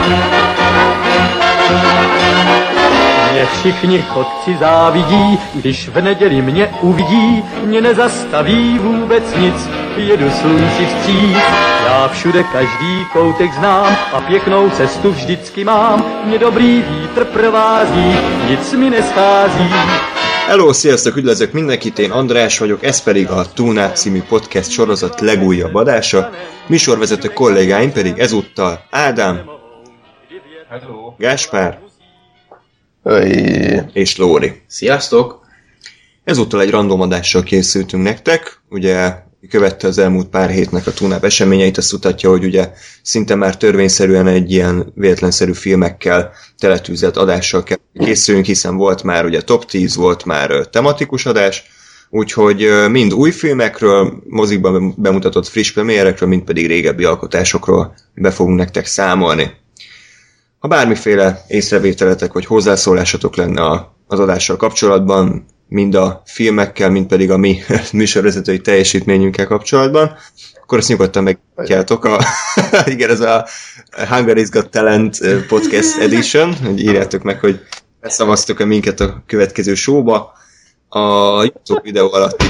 Mě všichni chodci závidí, když v neděli mě uvidí, mě nezastaví vůbec nic, jedu slunci vstříc. Já všude každý koutek znám a pěknou cestu vždycky mám, mě dobrý vítr provází, nic mi neschází. Hello, sziasztok, üdvözlök mindenkit, én András vagyok, ez pedig a Túnáp című podcast sorozat legújabb adása. Műsorvezető kollégáim pedig ezúttal Ádám, Hello. Gáspár és Lóri. Sziasztok! Ezúttal egy random adással készültünk nektek, ugye követte az elmúlt pár hétnek a Túnáp eseményeit, azt mutatja, hogy ugye szinte már törvényszerűen egy ilyen véletlenszerű filmekkel teletűzett adással kell készülünk, hiszen volt már ugye top 10, volt már tematikus adás, úgyhogy mind új filmekről, mozikban bemutatott friss premierekről, mind pedig régebbi alkotásokról be fogunk nektek számolni. Ha bármiféle észrevételetek vagy hozzászólásatok lenne az adással kapcsolatban, mind a filmekkel, mind pedig a mi műsorvezetői teljesítményünkkel kapcsolatban, akkor azt nyugodtan megítjátok igen, ez a Hungary's Got Talent podcast edition, hogy írjátok meg, hogy beszavaztok-e minket a következő showba. A YouTube videó alatt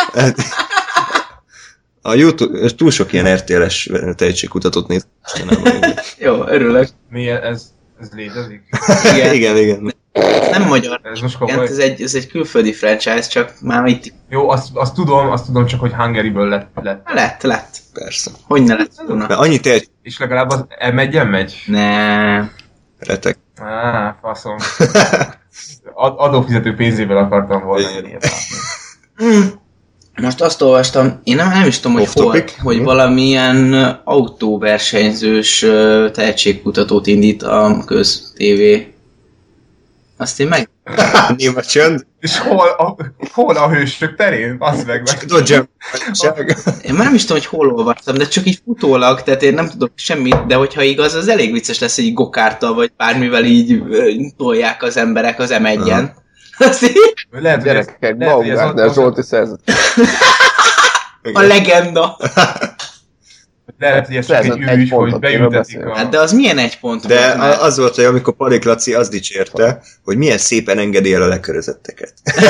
a YouTube, túl sok ilyen RTL-es tehetségkutatót néz. Jó, örülök. Mi ez létezik? Igen. Nem magyar. Ez egy külföldi franchise, csak már itt... Jó, azt tudom, csak hogy Hungaryből lett. Lett. Persze. Hogy ne lett volna? Annyi tehetséget... És legalább az megy? Ne. Retek. Faszom. Adófizető pénzéből akartam volna ilyet látni. Most azt olvastam, én nem is tudom, hogy valamilyen autóversenyzős tehetségkutatót indít a köztévé. Azt én meg... Néma csönd. És hol a hősök terén? Azt meg. Én már nem is tudom, hogy hol olvastam, de csak így futólag, tehát én nem tudok semmit, de hogyha igaz, az elég vicces lesz, hogy gokárttal vagy bármivel így tolják az emberek az M1-en. Lehet, gyerekek, Baumgartner Zsolti szerzett. A legenda. Lehet, hogy ez csak egy ügy, hogy beültetik a... Hát de az milyen egy pont de volt? De az volt, hogy amikor Parik Laci azt dicsérte, hogy milyen szépen engedi el a lekörözetteket.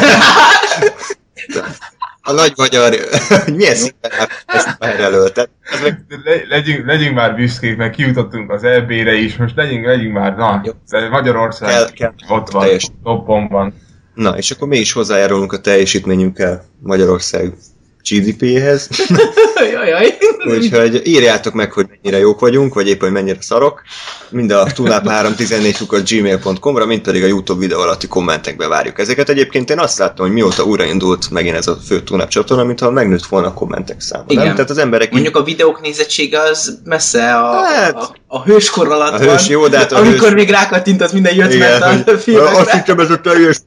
A nagy magyar, hogy milyen szépen ezt már előttet. Legyünk már büszkék, mert kijutottunk az EB-re is, most legyünk már, Magyarország kell. Ott van, toppon van. Na, és akkor mi is hozzájárulunk a teljesítményünkkel Magyarország GDP-hez. Jajjaj. Úgyhogy írjátok meg, hogy mennyire jók vagyunk, vagy éppen, hogy mennyire szarok. Mind a tunap314@gmail.com-ra, mind pedig a YouTube videó alatti kommentekbe várjuk ezeket. Egyébként én azt láttam, hogy mióta újraindult megint ez a fő Tunap csatorna, mintha megnőtt volna a kommentek száma. Igen. Nem? Tehát az emberek mondjuk a videók nézettsége az messze a hőskor alatt a hős, jó, de hát amikor még rákattintott minden jött ment a filmekre. Azt hittem, ez a teljes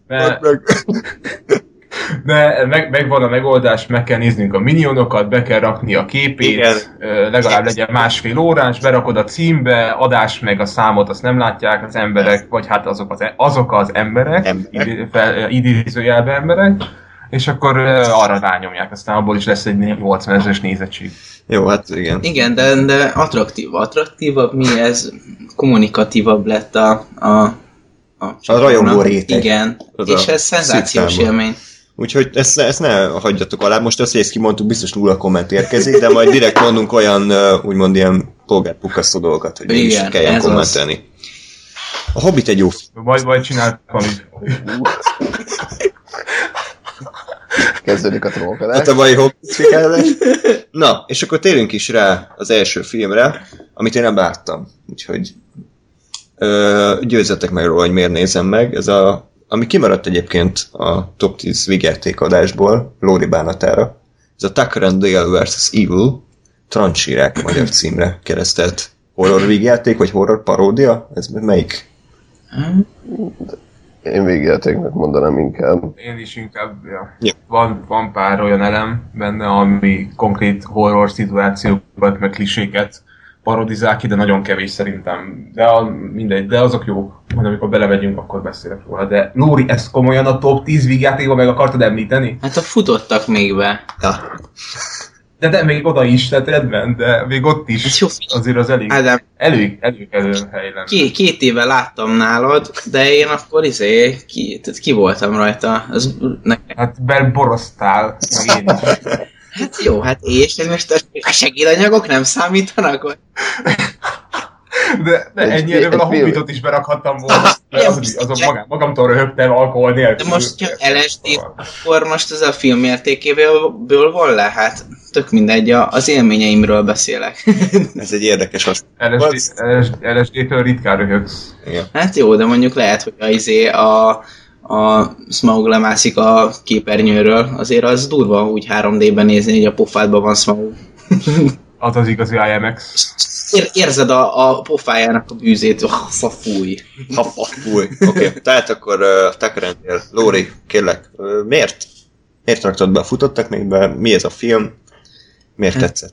de megvan a megoldás, meg kell néznünk a minionokat, be kell rakni a képét, legalább legyen másfél órás, berakod a címbe, adás meg a számot, azt nem látják az emberek, vagy hát azok az emberek. Idézőjelben emberek, és akkor arra rányomják, aztán abból is lesz egy 80 000-es nézettség. Jó, hát igen. Igen, de attraktívabb, mi ez, kommunikatívabb lett a rajongó réteg. Igen, és ez szenzációs élmény. Úgyhogy ezt ne hagyjatok alá. Most azt, hogy ezt kimondtuk, biztos 0 komment érkezik, de majd direkt mondunk olyan, úgymond ilyen polgárpukkasztó dolgokat, hogy is kelljen kommentelni. A Hobbit egy jó film. Majd csináltam valamit. Kezdődik a trókadás. Hát a mai Hobbit fikálás. Na, és akkor térjünk is rá az első filmre, amit én nem láttam. Úgyhogy győzzetek meg róla, hogy miért nézem meg. Ez ami kimaradt egyébként a top 10 vígjátékadásból, Lóri bánatára. Ez a Tucker and Dale vs. Evil, transzsírák magyar címre keresztelt horror vígjáték, vagy horror paródia? Ez melyik? Én vígjátéknak mondanám inkább. Én is inkább, ja. Van pár olyan elem benne, ami konkrét horror szituációkat, meg kliséket parodizál ki, de nagyon kevés szerintem. De mindegy, de azok jók. Majd amikor belevegyünk, akkor beszélek róla. De Lóri, ezt komolyan a top 10 vígjátékban meg akartad említeni? Hát a futottak még be. Ja. De még oda is, tehát rendben, de még ott is azért az elég hely lenne. 2 éve láttam nálad, de én akkor ki voltam rajta. Hát belborosztál, meg én is. Hát jó, hát és most a segédanyagok nem számítanak? De ennyi erővel a Hobbitot is berakhattam volna. Azon magamtól röhögtem alkohol nélkül. De most, ha LSD, akkor most ez a film értékéből van le? Hát tök mindegy, az élményeimről beszélek. Ez egy érdekes LSD-től ritkán röhögsz. Igen. Hát jó, de mondjuk lehet, hogy a Smaug lemászik a képernyőről. Azért az durva úgy 3D-ben nézni, hogy a pofádban van Smaug. Az igazi IMX. Érzed a pofájának a bűzét. Fúj. Oké, tehát akkor Tucker-ennél. Lóri, kérlek, miért raktad be a Futottak még be? Mi ez a film? Miért tetszett?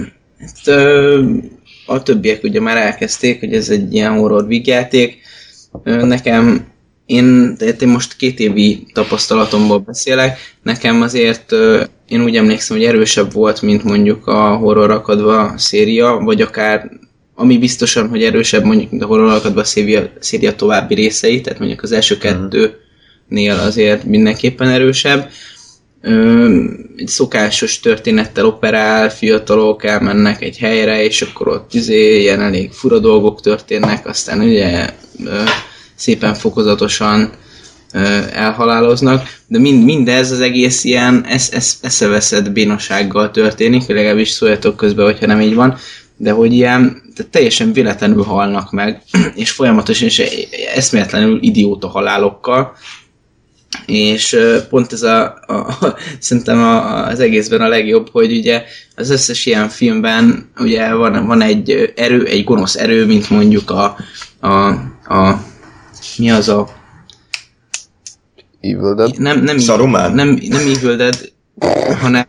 A többiek ugye már elkezdték, hogy ez egy ilyen horror vígjáték. Nekem én most 2 évi tapasztalatomból beszélek, nekem azért én úgy emlékszem, hogy erősebb volt, mint mondjuk a Horror Akadva széria, vagy akár, ami biztosan, hogy erősebb mondjuk, mint a Horror Akadva széria további részei, tehát mondjuk az első 2-nél azért mindenképpen erősebb. Egy szokásos történettel operál, fiatalok elmennek egy helyre, és akkor ott ilyen elég fura dolgok történnek, aztán ugye szépen fokozatosan elhaláloznak, de mindez az egész ilyen eszeveszett bénasággal történik, legalábbis szóljatok közben, hogyha nem így van, de hogy ilyen teljesen véletlenül halnak meg, és folyamatosan és eszméletlenül idióta halálokkal, és pont ez szerintem az egészben a legjobb, hogy ugye az összes ilyen filmben ugye van egy erő, egy gonosz erő, mint mondjuk mi az a Evil Dead? Nem Saruman? Nem Evil Dead, hanem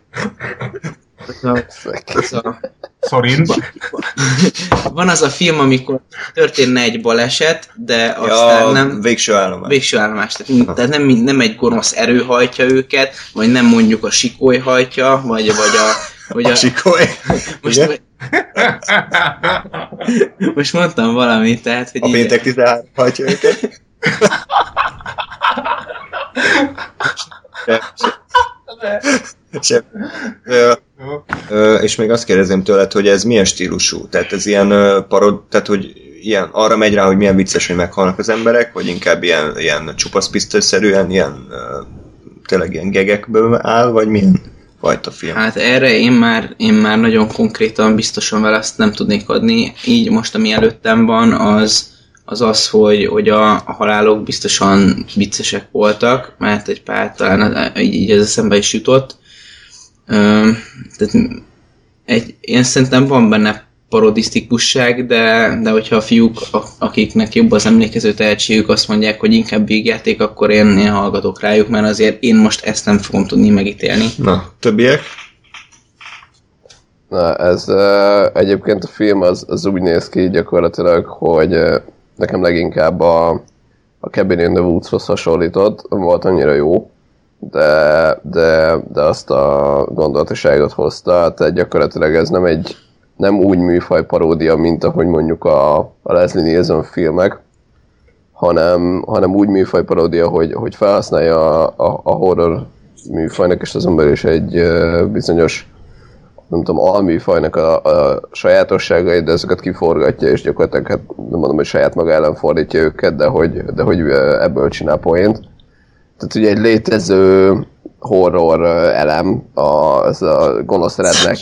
Sorin. Van az a film, amikor történne egy baleset, de aztán nem... Végső állomás. Végső állomás. Tehát nem egy gonosz erő hajtja őket, vagy nem mondjuk a sikoly hajtja, vagy a sikoly? Most mondtam valamit, tehát... Hogy a péntek 13 hajtja őket? Sem. És még azt kérdezem tőled, hogy ez milyen stílusú? Tehát ez ilyen tehát hogy ilyen arra megy rá, hogy milyen vicces, hogy meghalnak az emberek, vagy inkább ilyen csupaszpisztolyszerűen, ilyen tényleg ilyen gegekből áll, vagy milyen fajta film? Hát erre én már nagyon konkrétan biztosan választ nem tudnék adni. Így most, ami előttem van, az, hogy a halálok biztosan viccesek voltak, mert egy pár talán így ez eszembe is jutott. Tehát én szerintem van benne parodisztikusság, de hogyha a fiúk, akiknek jobb az emlékező tehetségük, azt mondják, hogy inkább vígjáték, akkor én hallgatok rájuk, mert azért én most ezt nem fogom tudni megítélni. Na, többiek? Na, ez egyébként a film az úgy néz ki gyakorlatilag, hogy nekem leginkább a Cabin in the Woods-hoz hasonlított, volt annyira jó, de azt a gondolatiságot hozta, tehát gyakorlatilag ez nem úgy műfaj paródia, mint ahogy mondjuk a Leslie Nielsen filmek, hanem úgy műfaj paródia, hogy felhasználja a horror műfajnak, és azon belül is egy bizonyos, nem tudom, alműfajnak a sajátosságait, de ezeket kiforgatja, és gyakorlatilag, hát nem mondom, hogy saját maga ellen fordítja őket, de hogy ebből csinál poént. Tehát ugye egy létező horror elem, az a gonosz redneck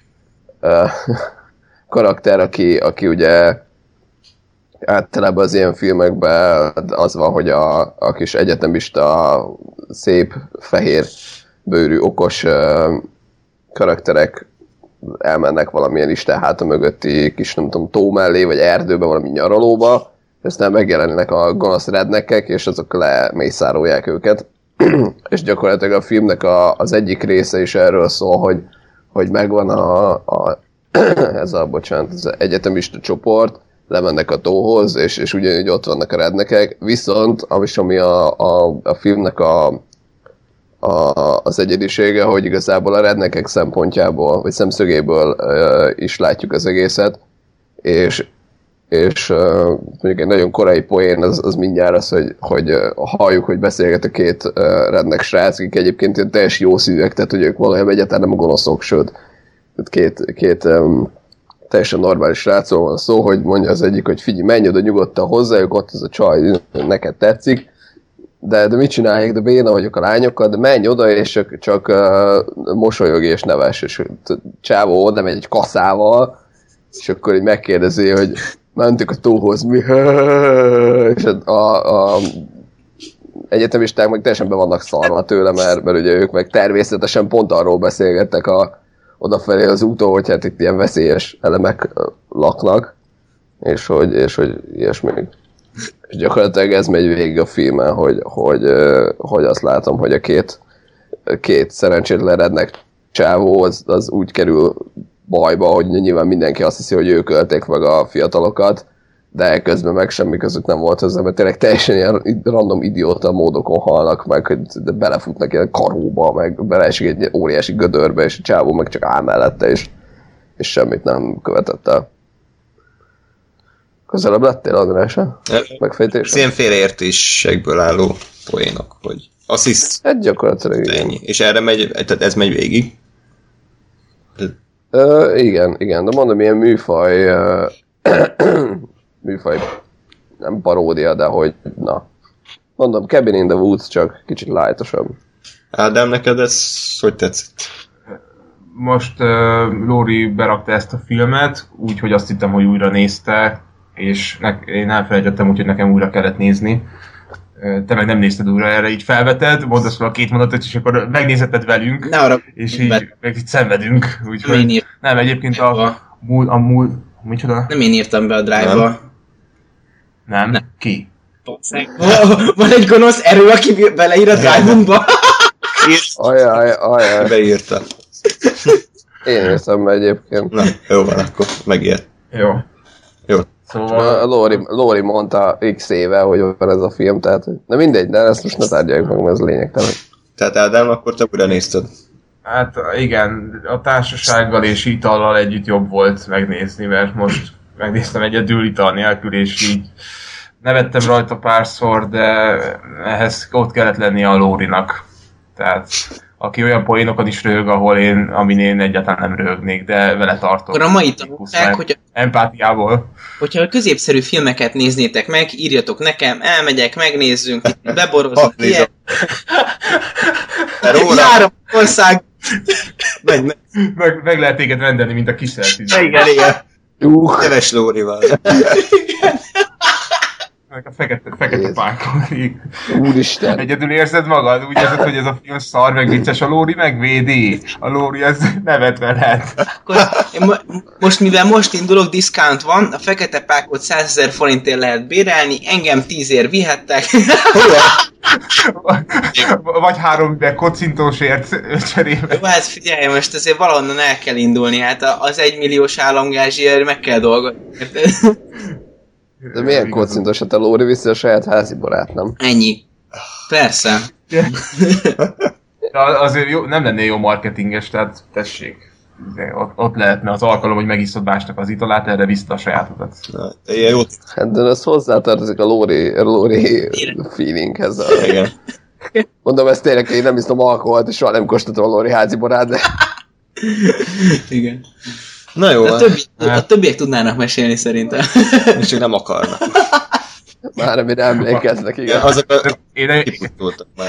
karakter, aki ugye általában az ilyen filmekben az van, hogy a kis egyetemista, szép, fehér bőrű, okos karakterek elmennek valamilyen Isten háta mögötti kis, nem tudom, tó mellé, vagy erdőbe, valami nyaralóba, és aztán megjelennek a gonosz redneckek, és azok lemészárolják őket. És gyakorlatilag a filmnek az egyik része is erről szól, hogy megvan az egyetemista csoport, lemennek a tóhoz, és ugyanígy ott vannak a redneckek, viszont ami a filmnek a az egyedisége, hogy igazából a rednekek szempontjából, vagy szemszögéből is látjuk az egészet, és mondjuk egy nagyon korai poén az mindjárt az, hogy halljuk, hogy beszélget a két rednek srác, akik egyébként ilyen teljes jó szívek, tehát hogy ők valójában egyáltalán nem gonoszok, sőt, két teljesen normális srácról van szó, hogy mondja az egyik, hogy figyelj, menj oda nyugodtan hozzájuk, ott az a csaj, neked tetszik, de mit csinálják, de béna vagyok a lányokkal, de menj oda, és csak mosolyog és neves, és csávó oda megy egy kaszával, és akkor így megkérdezi, hogy mentük a tóhoz, mi? És a egyetemisták meg teljesen be vannak szarva tőle, mert ugye ők meg természetesen pont arról beszélgettek odafelé az úton, hogy hát itt ilyen veszélyes elemek laknak, és hogy ilyesmi. És gyakorlatilag ez megy végig a filmen, hogy azt látom, hogy a két szerencsétlen redneck csávó az úgy kerül bajba, hogy nyilván mindenki azt hiszi, hogy ők ölték meg a fiatalokat, de közben meg semmi közük nem volt hozzá, mert tényleg teljesen ilyen random idióta módokon halnak meg, hogy belefutnak ilyen karóba, meg beleesik egy óriási gödörbe, és a csávó meg csak áll mellette, és semmit nem követett el. Közelebb lettél, András-a? Megfejtésen? Ilyen félreértésekből álló poénok, hogy azt hisz... Hát gyakorlatilag igen. És erre megy, tehát ez megy végig? Igen, de mondom, ilyen műfaj nem paródia, de hogy na. Mondom, Cabin in the Woods, csak kicsit lightosabb. Ádám, neked ez hogy tetszett? Most Lóri berakta ezt a filmet, úgyhogy azt hittem, hogy újra nézte, és én elfelejtettem, úgyhogy nekem újra kellett nézni. Te meg nem nézted újra, erre így felveted, mondasz fel a két mondatot, és akkor megnézetted velünk, és így meg így szenvedünk. Úgyhogy nem, egyébként a múl... Micsoda? Nem én írtam be a Drive-ba. Nem? Ki? Van egy gonosz erő, aki beleír a Drive-unkba. Ajaj. Beírta. Én írtam be egyébként. Na, jó van, akkor megírt. Jó. Szóval... Lóri mondta x éve, hogy van ez a film, tehát... De mindegy, de ezt most ne tárgyaljuk meg, mert ez lényegtelen. Tehát Ádám, akkor te újra nézted? Hát igen, a társasággal és itallal együtt jobb volt megnézni, mert most megnéztem egyedül ital nélkül, és így nevettem rajta párszor, de ehhez ott kellett lennie a Lórinak. Tehát aki olyan poénokat is röhög, amin én egyáltalán nem röhögnék, de vele tartok. Akkor a mai tanulták, hogy empátiából. Hogyha a középszerű filmeket néznétek meg, írjatok nekem, elmegyek, megnézzünk, beborozunk, ilyen. Járom ország. Meg lehet téged rendelni, mint a kiseltűt. Igen. Keves Lórival. A fekete pánkon. Úristen. Egyedül érzed magad? Úgy érzed, hogy ez a film szar, meg vicces, a Lóri megvédi. A Lóri ez nevetve lehet. Akkor most, mivel most indulok, discount van, a fekete pákot 100 000 forintért lehet bérelni, engem 10 ér vihettek. Vagy 3 kocintósért cserébe. Jó, hát figyelj, most azért valahonnan el kell indulni, hát az 1 milliós államgázsiért meg kell dolgozni. De milyen kocintos, hát a Lóri viszi a saját házi barát, nem? Ennyi. Persze. De azért jó, nem lennél jó marketinges, tehát tessék. Ott lehetne az alkalom, hogy megiszod másnak az italát, erre viszed a sajátodat. Ilyen jó. Hát de ez hozzátartozik a Lóri feelinghez. Igen. Mondom, ezt tényleg, én nem iszom alkoholt, és soha nem kóstoltam a Lóri házi barát, de... Igen. Na jó. A többiek tudnának mesélni szerintem. És ők nem akarnak. Már amire emlékeznek, igen. Azok kiputultak már.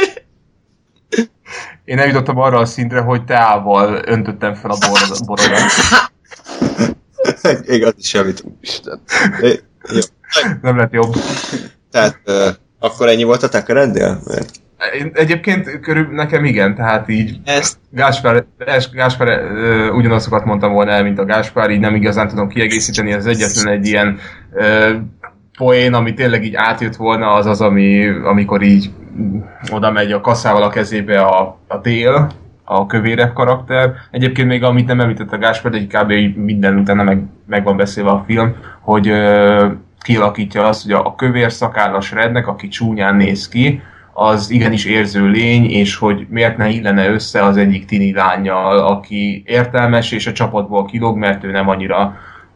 Én eljutottam arra a szintre, hogy teával öntöttem fel a borodat. Igen, az is javít. Isten. Nem lett jobb. Tehát akkor ennyi volt a Takarendél? Egyébként nekem igen, tehát így Gáspár ugyanazokat mondtam volna el, mint a Gáspár, így nem igazán tudom kiegészíteni, ez egyetlen egy ilyen poén, ami tényleg így átjött volna, az, amikor így oda megy a kasszával a kezébe a Dale, a kövérebb karakter. Egyébként még amit nem említett a Gáspár, de kb. Minden utána meg van beszélve a film, hogy kialakítja azt, hogy a kövér szakállas rednek, aki csúnyán néz ki, az igenis érző lény, és hogy miért ne illene össze az egyik tini lánnyal, aki értelmes, és a csapatból kilóg, mert ő nem annyira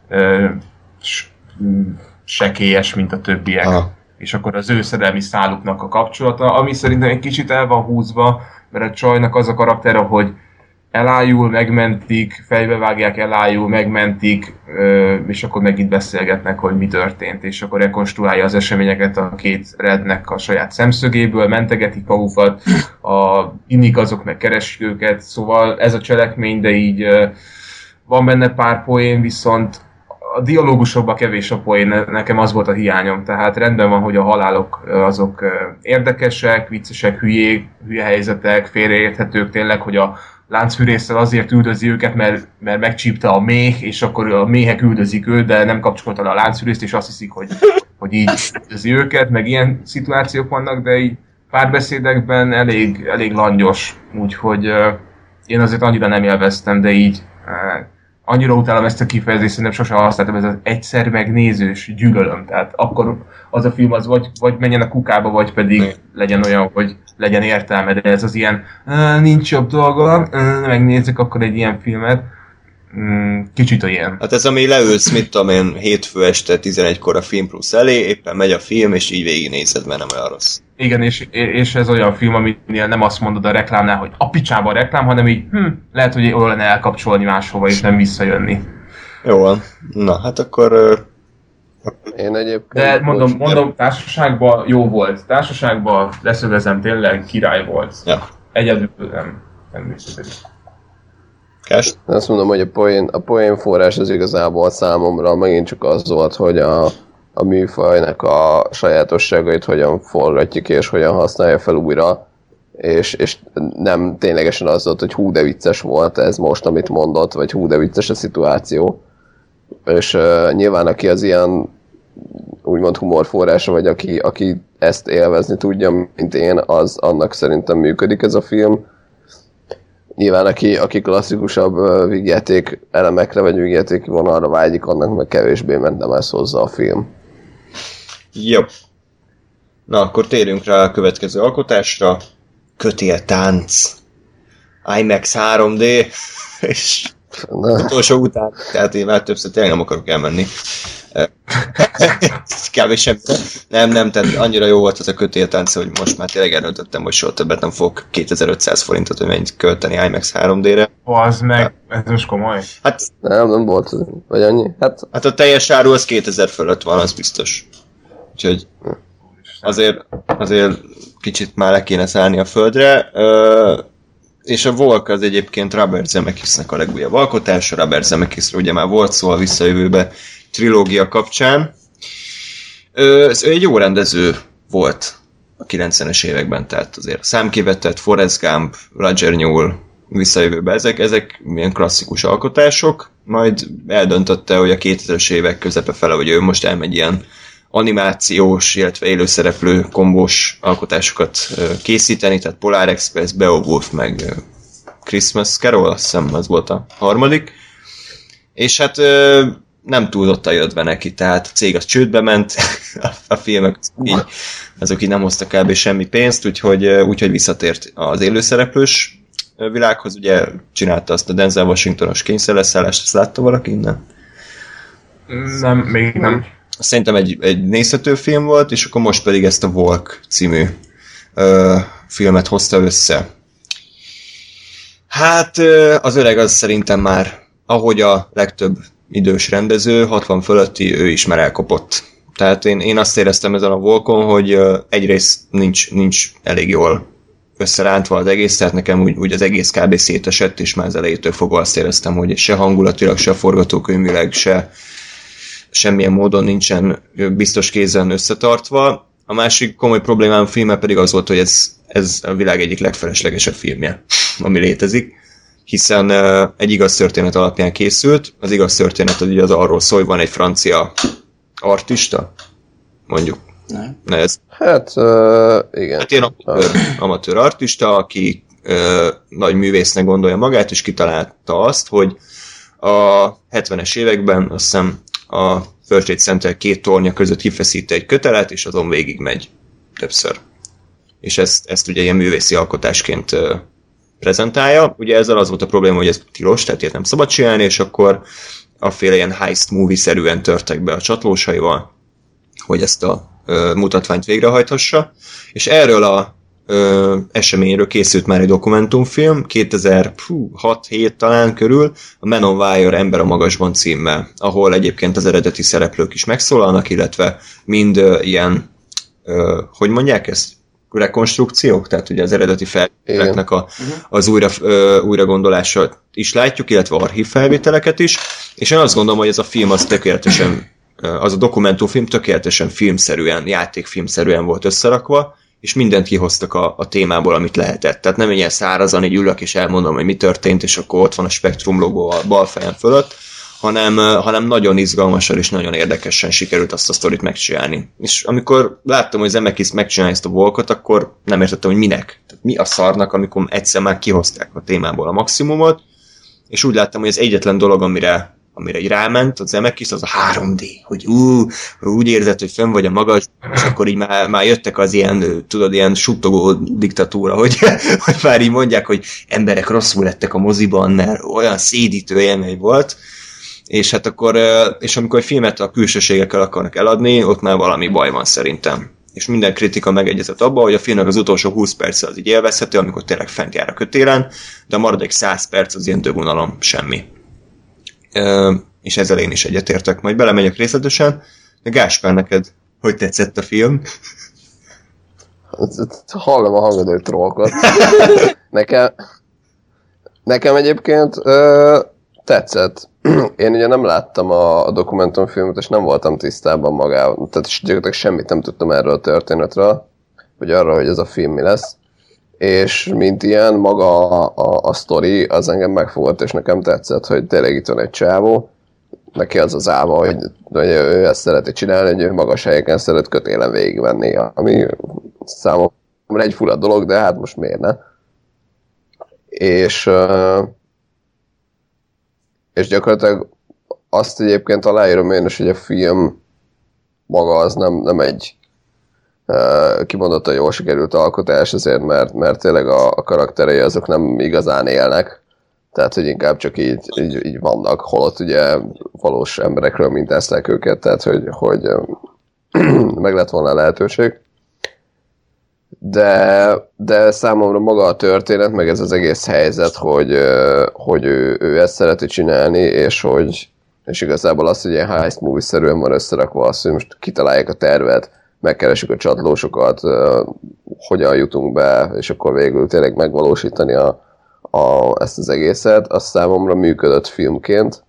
sekélyes, mint a többiek. Aha. És akkor az ő szerelmi száluknak a kapcsolata, ami szerintem egy kicsit el van húzva, mert a csajnak az a karaktere, hogy elájul, megmentik, fejbevágják, elájul, megmentik, és akkor megint beszélgetnek, hogy mi történt, és akkor rekonstruálja az eseményeket a két rednek a saját szemszögéből, mentegetik magukat, a innik azok meg keresik őket, szóval ez a cselekmény, de így van benne pár poén, viszont a dialógusokban kevés a poén, nekem az volt a hiányom, tehát rendben van, hogy a halálok azok érdekesek, viccesek, hülye helyzetek, félreérthetők tényleg, hogy a láncfűrésszel azért üldözi őket, mert megcsípte a méh, és akkor a méhek üldözik őt, de nem kapcsolta le a láncfűrészt, és azt hiszik, hogy így üldözi őket, meg ilyen szituációk vannak, de így párbeszédekben elég langyos, úgyhogy én azért annyira nem élveztem, de így annyira utálom ezt a kifejezést, szerintem sosem használtam, ez az egyszer megnézős, gyűlölöm, tehát akkor az a film az vagy menjen a kukába, vagy pedig legyen olyan, hogy legyen értelme, de ez az ilyen nincs jobb dolga, megnézzük akkor egy ilyen filmet, kicsit olyan. Hát ez ami leülsz, mit tudom én, hétfő este 11-kor a Film Plus elé, éppen megy a film, és így végignézed, mert nem olyan rossz. Igen, és ez olyan film, aminél nem azt mondod a reklámnál, hogy a picsába a reklám, hanem így lehet, hogy jól lenne elkapcsolni máshova, és nem visszajönni. Jó van. Na, hát akkor... Én egyébként... De mondom, társaságban jó volt. Társaságban leszögezem, tényleg király volt. Ja. Egyedül nem működik. Kest? Azt mondom, hogy a poén forrás az igazából számomra megint csak az volt, hogy a műfajnak a sajátosságait hogyan forgatjuk és hogyan használja fel újra, és nem ténylegesen az volt, hogy hú de vicces volt ez most, amit mondott, vagy hú de vicces a szituáció. És nyilván aki az ilyen úgymond humorforrása, vagy aki ezt élvezni tudja, mint én, az annak szerintem működik ez a film. Nyilván aki klasszikusabb vígjáték elemekre, vagy vígjáték vonalra vágyik, annak meg kevésbé mentem ezt hozzá a film. Jó. Na, akkor térjünk rá a következő alkotásra. Kötéltánc. IMAX 3D. És utolsó után, tehát én már többször tényleg nem akarok elmenni. Kb. semmi. Nem, tehát annyira jó volt az a kötéltánc, hogy most már tényleg eldöntöttem, hogy soha többet nem fogok 2500 forintot, hogy mennyit költeni IMAX 3D-re. Az meg, ez most komoly. Hát, nem volt, vagy annyi? Hát a teljes áru az 2000 fölött van, az biztos. Úgyhogy azért kicsit már le kéne szállni a földre. És a Volk az egyébként Robert Zemeckisnek a legújabb alkotása. Robert Zemeckisről ugye már volt szó a Visszajövőbe trilógia kapcsán. Ő egy jó rendező volt a 90-es években, tehát azért a Számkivetett, Forrest Gump, Roger Newell, Visszajövőbe, ezek ilyen klasszikus alkotások, majd eldöntötte, hogy a 2000-es évek közepe fele, hogy ő most elmegy ilyen animációs, illetve élőszereplő kombós alkotásokat készíteni, tehát Polar Express, Beowulf, meg Christmas Carol, azt hiszem az volt a harmadik. És hát nem túlzottan jött be neki, tehát a cég az csődbe ment, a filmek azok így nem hoztak kb. Semmi pénzt, úgyhogy visszatért az élőszereplős világhoz, ugye csinálta azt a Denzel Washingtonos kényszerleszállást, ezt látta valaki innen? Nem, még nem. Szerintem egy nézhető film volt, és akkor most pedig ezt a Volk című filmet hozta össze. Hát az öreg az szerintem már, ahogy a legtöbb idős rendező, 60 fölötti, ő is már elkopott. Tehát én azt éreztem ezen a Volkon, hogy egyrészt nincs elég jól összerántva az egész, tehát nekem úgy az egész kb. Szétesett, és már az elejétől fogva azt éreztem, hogy se hangulatilag, se forgatókönyvileg, se semmilyen módon nincsen biztos kézen összetartva. A másik komoly problémám a filmmel pedig az volt, hogy ez a világ egyik legfeleslegesebb filmje, ami létezik, hiszen egy igaz történet alapján készült. Az igaz történet az arról szól, hogy van egy francia artista, mondjuk. Na ez. Hát, igen. Hát ilyen amatőr artista, aki nagy művésznek gondolja magát, és kitalálta azt, hogy a 70-es években azt hiszem a World Trade Center 2 tornya között kifeszít egy kötelet, és azon végig megy többször. és ezt ugye ilyen művészi alkotásként prezentálja. Ugye ezzel az volt a probléma, hogy ez tilos, tehát ilyet nem szabad csinálni, és akkor afféle ilyen heist movie-szerűen törtek be a csatlósaival, hogy ezt a mutatványt végrehajthassa. És erről a eseményről készült már egy dokumentumfilm, 2006-7 talán körül, a Man on Wire, Ember a magasban címmel, ahol egyébként az eredeti szereplők is megszólalnak, illetve mind ilyen, hogy mondják ezt? Rekonstrukciók, tehát ugye az eredeti felvételeknek az újra gondolása is látjuk, illetve archív felvételeket is, és én azt gondolom, hogy ez a film az tökéletesen, az a dokumentumfilm tökéletesen filmszerűen, játékfilmszerűen volt összerakva, és mindent kihoztak a témából, amit lehetett. Tehát nem ilyen szárazan, így ülök és elmondom, hogy mi történt, és akkor ott van a Spektrum logó a bal fejem fölött, hanem nagyon izgalmasan és nagyon érdekesen sikerült azt a sztorit megcsinálni. És amikor láttam, hogy Zemeckis megcsinálja ezt a Volkot, akkor nem értettem, hogy minek. Tehát mi a szarnak, amikor egyszer már kihozták a témából a maximumot, és úgy láttam, hogy az egyetlen dolog, amire így ráment a Zemeckis, az a 3D, hogy úgy érzed, hogy fönn vagy a magas, és akkor így már jöttek az ilyen, tudod, ilyen suttogó diktatúra, hogy már így mondják, hogy emberek rosszul lettek a moziban, mert olyan szédítő élmény volt, és hát akkor, és amikor a filmet a külsőségekkel akarnak eladni, ott már valami baj van szerintem. És minden kritika megegyezett abban, hogy a filmnek az utolsó 20 perc az így élvezhető, amikor tényleg fent jár a kötélen, de a maradék 100 perc az ilyen dögunalom, semmi. És ezzel én is egyetértek. Majd belemegyek részletesen. De Gáspár, neked hogy tetszett a film? Hallom a hangod, hogy trollkod. Nekem egyébként tetszett. Én ugye nem láttam a dokumentumfilmet, és nem voltam tisztában magával. Tehát gyakorlatilag semmit nem tudtam erről a történetről, vagy arról, hogy ez a film mi lesz. És mint ilyen, maga a sztori, az engem megfogott, és nekem tetszett, hogy tényleg itt van egy csávó, neki az az álma, hogy ő ezt szereti csinálni, hogy ő magas helyeken szeret kötélen végigvenni, ami számomra egy fura dolog, de hát most miért ne? És gyakorlatilag azt egyébként aláírom én is, hogy a film maga az nem egy kimondottan jól sikerült alkotás, azért, mert tényleg a karakterei azok nem igazán élnek, tehát hogy inkább csak így vannak, holott ugye valós emberekről mintázták őket, tehát hogy meg lett volna a lehetőség. De számomra maga a történet, meg ez az egész helyzet, hogy ő ezt szereti csinálni, és igazából az, hogy ilyen heist movie-szerűen van összerakva, azt, hogy most kitalálják a tervet, megkeresjük a csatlósokat, hogyan jutunk be, és akkor végül tényleg megvalósítani ezt az egészet, az számomra működött filmként.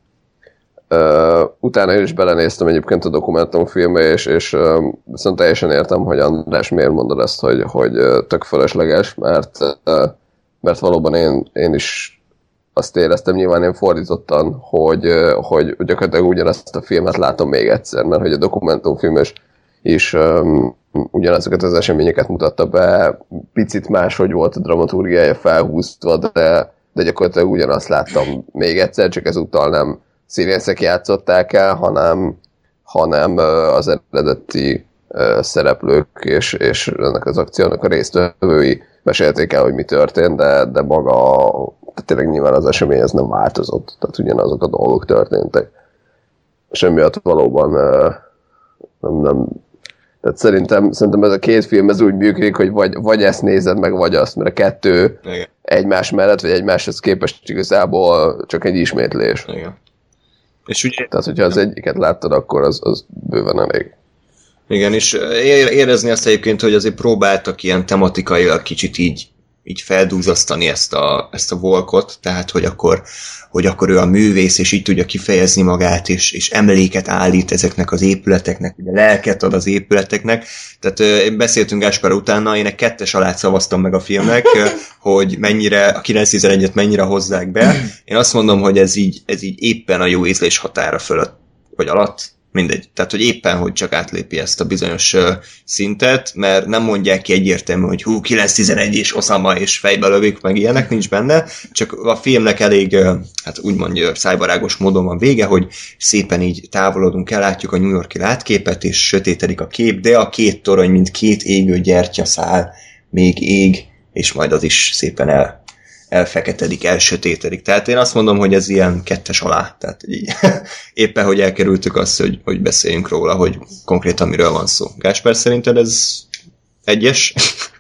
Utána én is belenéztem egyébként a dokumentumfilmbe, és viszont teljesen értem, hogy András miért mondod ezt, hogy tök fölösleges, mert valóban én is azt éreztem, nyilván én fordítottan, hogy gyakorlatilag ugyanazt a filmet látom még egyszer, mert hogy a dokumentumfilm is ugyanazokat az eseményeket mutatta be, picit máshogy volt a dramaturgiája felhúzva, de gyakorlatilag ugyanazt láttam még egyszer, csak ezúttal nem színészek játszották el, hanem az eredeti szereplők és ennek az akciónak a résztvevői mesélték el, hogy mi történt, de maga, tehát tényleg nyilván az esemény ez nem változott, tehát ugyanazok a dolgok történtek. És emiatt valóban nem. Tehát szerintem ez a két film ez úgy működik, hogy vagy ezt nézed meg, vagy azt, mert a kettő igen. Egymás mellett, vagy egymáshoz képest igazából csak egy ismétlés. Igen. És ugye, tehát, hogyha az egyiket láttad, akkor az bőven elég. Igen, és érezni azt egyébként, hogy azért próbáltak ilyen tematikailag kicsit így feldúzasztani ezt a Volkot, tehát hogy akkor ő a művész, és így tudja kifejezni magát, és emléket állít ezeknek az épületeknek, ugye lelket ad az épületeknek. Tehát beszéltünk Gáspár utána, én egy 2 alá szavaztam meg a filmnek, hogy mennyire, a 911-et mennyire hozzák be. Én azt mondom, hogy ez így éppen a jó ízlés határa fölött, vagy alatt, mindegy. Tehát, hogy éppen, hogy csak átlépi ezt a bizonyos szintet, mert nem mondják ki egyértelmű, hogy 9-11 és Osama és fejbe lövik, meg ilyenek nincs benne, csak a filmnek elég, hát úgymond szájbarágos módon van vége, hogy szépen így távolodunk el, látjuk a New York-i látképet, és sötétedik a kép, de a két torony, mint két égő gyertyaszál még ég, és majd az is szépen elfeketedik, elsötétedik. Tehát én azt mondom, hogy ez ilyen 2 alá. Tehát így, éppen, hogy elkerültük azt, hogy beszéljünk róla, hogy konkrétan miről van szó. Gáspár, szerinted ez 1-es?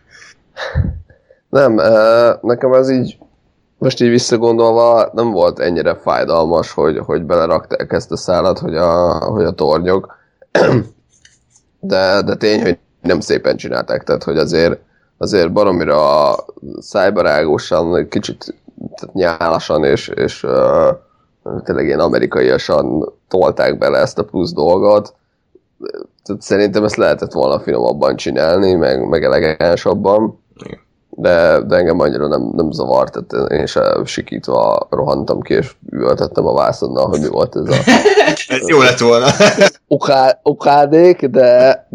Nem, nekem ez így, most így visszagondolva nem volt ennyire fájdalmas, hogy belerakták ezt a szálat, hogy a tornyok. De tény, hogy nem szépen csinálták, tehát hogy azért baromira szájbarágosan, kicsit nyálasan és tényleg ilyen amerikaiasan tolták bele ezt a plusz dolgot. Tehát szerintem ezt lehetett volna finomabban csinálni, meg elegánsabban. De engem annyira nem zavart, tehát én sem sikítva rohantam ki, és üvöltettem a vászonnal, hogy mi volt ez a... Ez jó lett volna. Okádék, de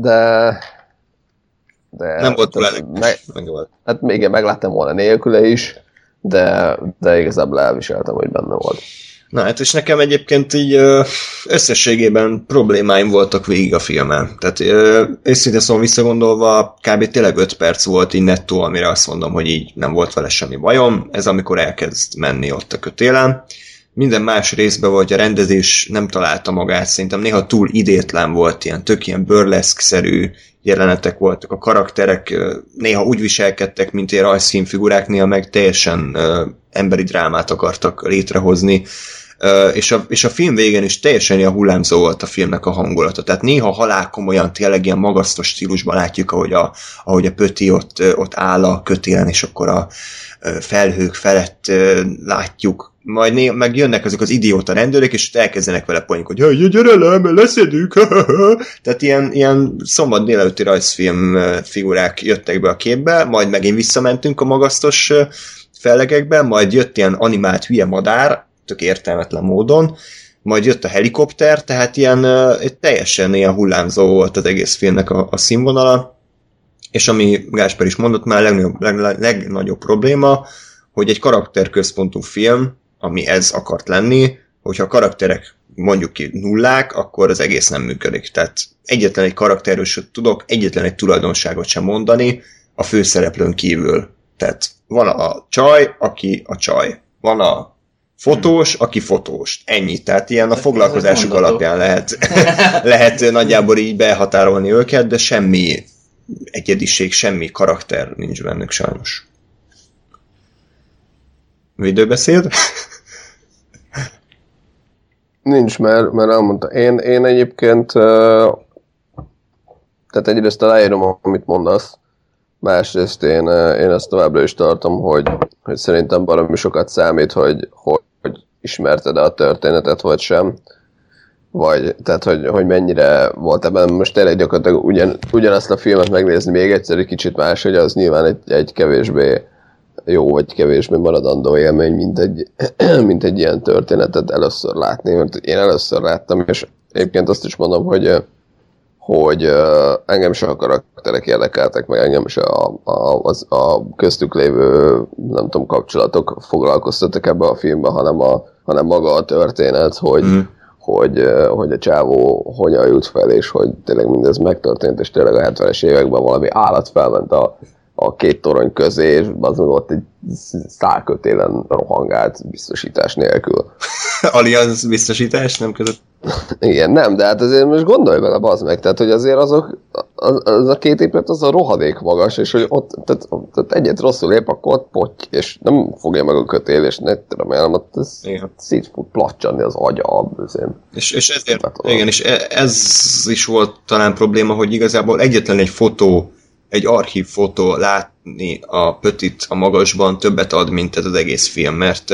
nem volt túl elég. Hát igen, megláttam volna nélküle is, de igazából elviseltem, hogy benne volt. Na hát, és nekem egyébként így összességében problémáim voltak végig a filmen. Tehát őszintén szóval visszagondolva kb. Tényleg 5 perc volt így nettó, amire azt mondom, hogy így nem volt vele semmi bajom. Ez amikor elkezd menni ott a kötélen. Minden más részben volt, a rendezés nem találta magát, szerintem néha túl idétlen volt, tök ilyen burleszk-szerű jelenetek voltak, a karakterek néha úgy viselkedtek, mint ilyen rajzfilmfigurák, néha meg teljesen emberi drámát akartak létrehozni, és a film végén is teljesen ilyen hullámzó volt a filmnek a hangulata. Tehát néha halálkomolyan tényleg ilyen magasztos stílusban látjuk, ahogy a Pötti ott áll a kötélen, és akkor a felhők felett látjuk. Majd meg jönnek azok az idióta rendőrök, és elkezdenek vele poénkodni, hogy gyere le, mert leszedünk. Tehát ilyen szombat délelőtti rajzfilm figurák jöttek be a képbe, majd megint visszamentünk a magasztos fellegekbe, majd jött ilyen animált hülye madár, tök értelmetlen módon, majd jött a helikopter, tehát teljesen ilyen hullámzó volt az egész filmnek a színvonala, és ami Gáspár is mondott már, legnagyobb probléma, hogy egy karakterközpontú film, ami ez akart lenni, hogyha a karakterek mondjuk ki nullák, akkor az egész nem működik. Tehát egyetlen egy karakterről sem tudok, egyetlen egy tulajdonságot sem mondani a főszereplőn kívül. Tehát van a csaj, aki a csaj. Van a fotós, aki fotós. Ennyi. Tehát ilyen a foglalkozásuk alapján lehet nagyjából így behatárolni őket, de semmi egyediség, semmi karakter nincs bennük sajnos. Videóbeszéd? Nincs, mert elmondta. Én egyébként tehát egyrészt aláírom, amit mondasz, másrészt én ezt továbbra is tartom, hogy szerintem valami sokat számít, hogy ismerted a történetet, vagy sem. Vagy, tehát, hogy mennyire volt ebben, most tényleg gyakorlatilag ugyanazt a filmet megnézni még egyszer egy kicsit más, hogy az nyilván egy kevésbé jó, vagy kevésbé maradandó élmény, mint egy ilyen történetet először látni, mert én először láttam, és egyébként azt is mondom, hogy engem se a karakterek érdekeltek, meg engem se a köztük lévő, nem tudom, kapcsolatok foglalkoztattak ebbe a filmbe, hanem maga a történet, hogy a csávó hogyan jut fel, és hogy tényleg mindez megtörtént, és tényleg a 70-es években valami állat felment a két torony közé, és az meg ott egy szálkötélen rohangált biztosítás nélkül. Allianz biztosítás, nem között? Igen, nem, de hát azért most gondolj bele, bazd meg, tehát hogy azért az a két épület az a rohadék magas, és hogy ott tehát egyet rosszul lép, akkor ott potty, és nem fogja meg a kötél, és ne remélem, ott szét fog placsanni az agya. És ezért, igen, és ez is volt talán probléma, hogy igazából egyetlen egy archív fotó látni a Pötit a magasban többet ad, mint ez az egész film,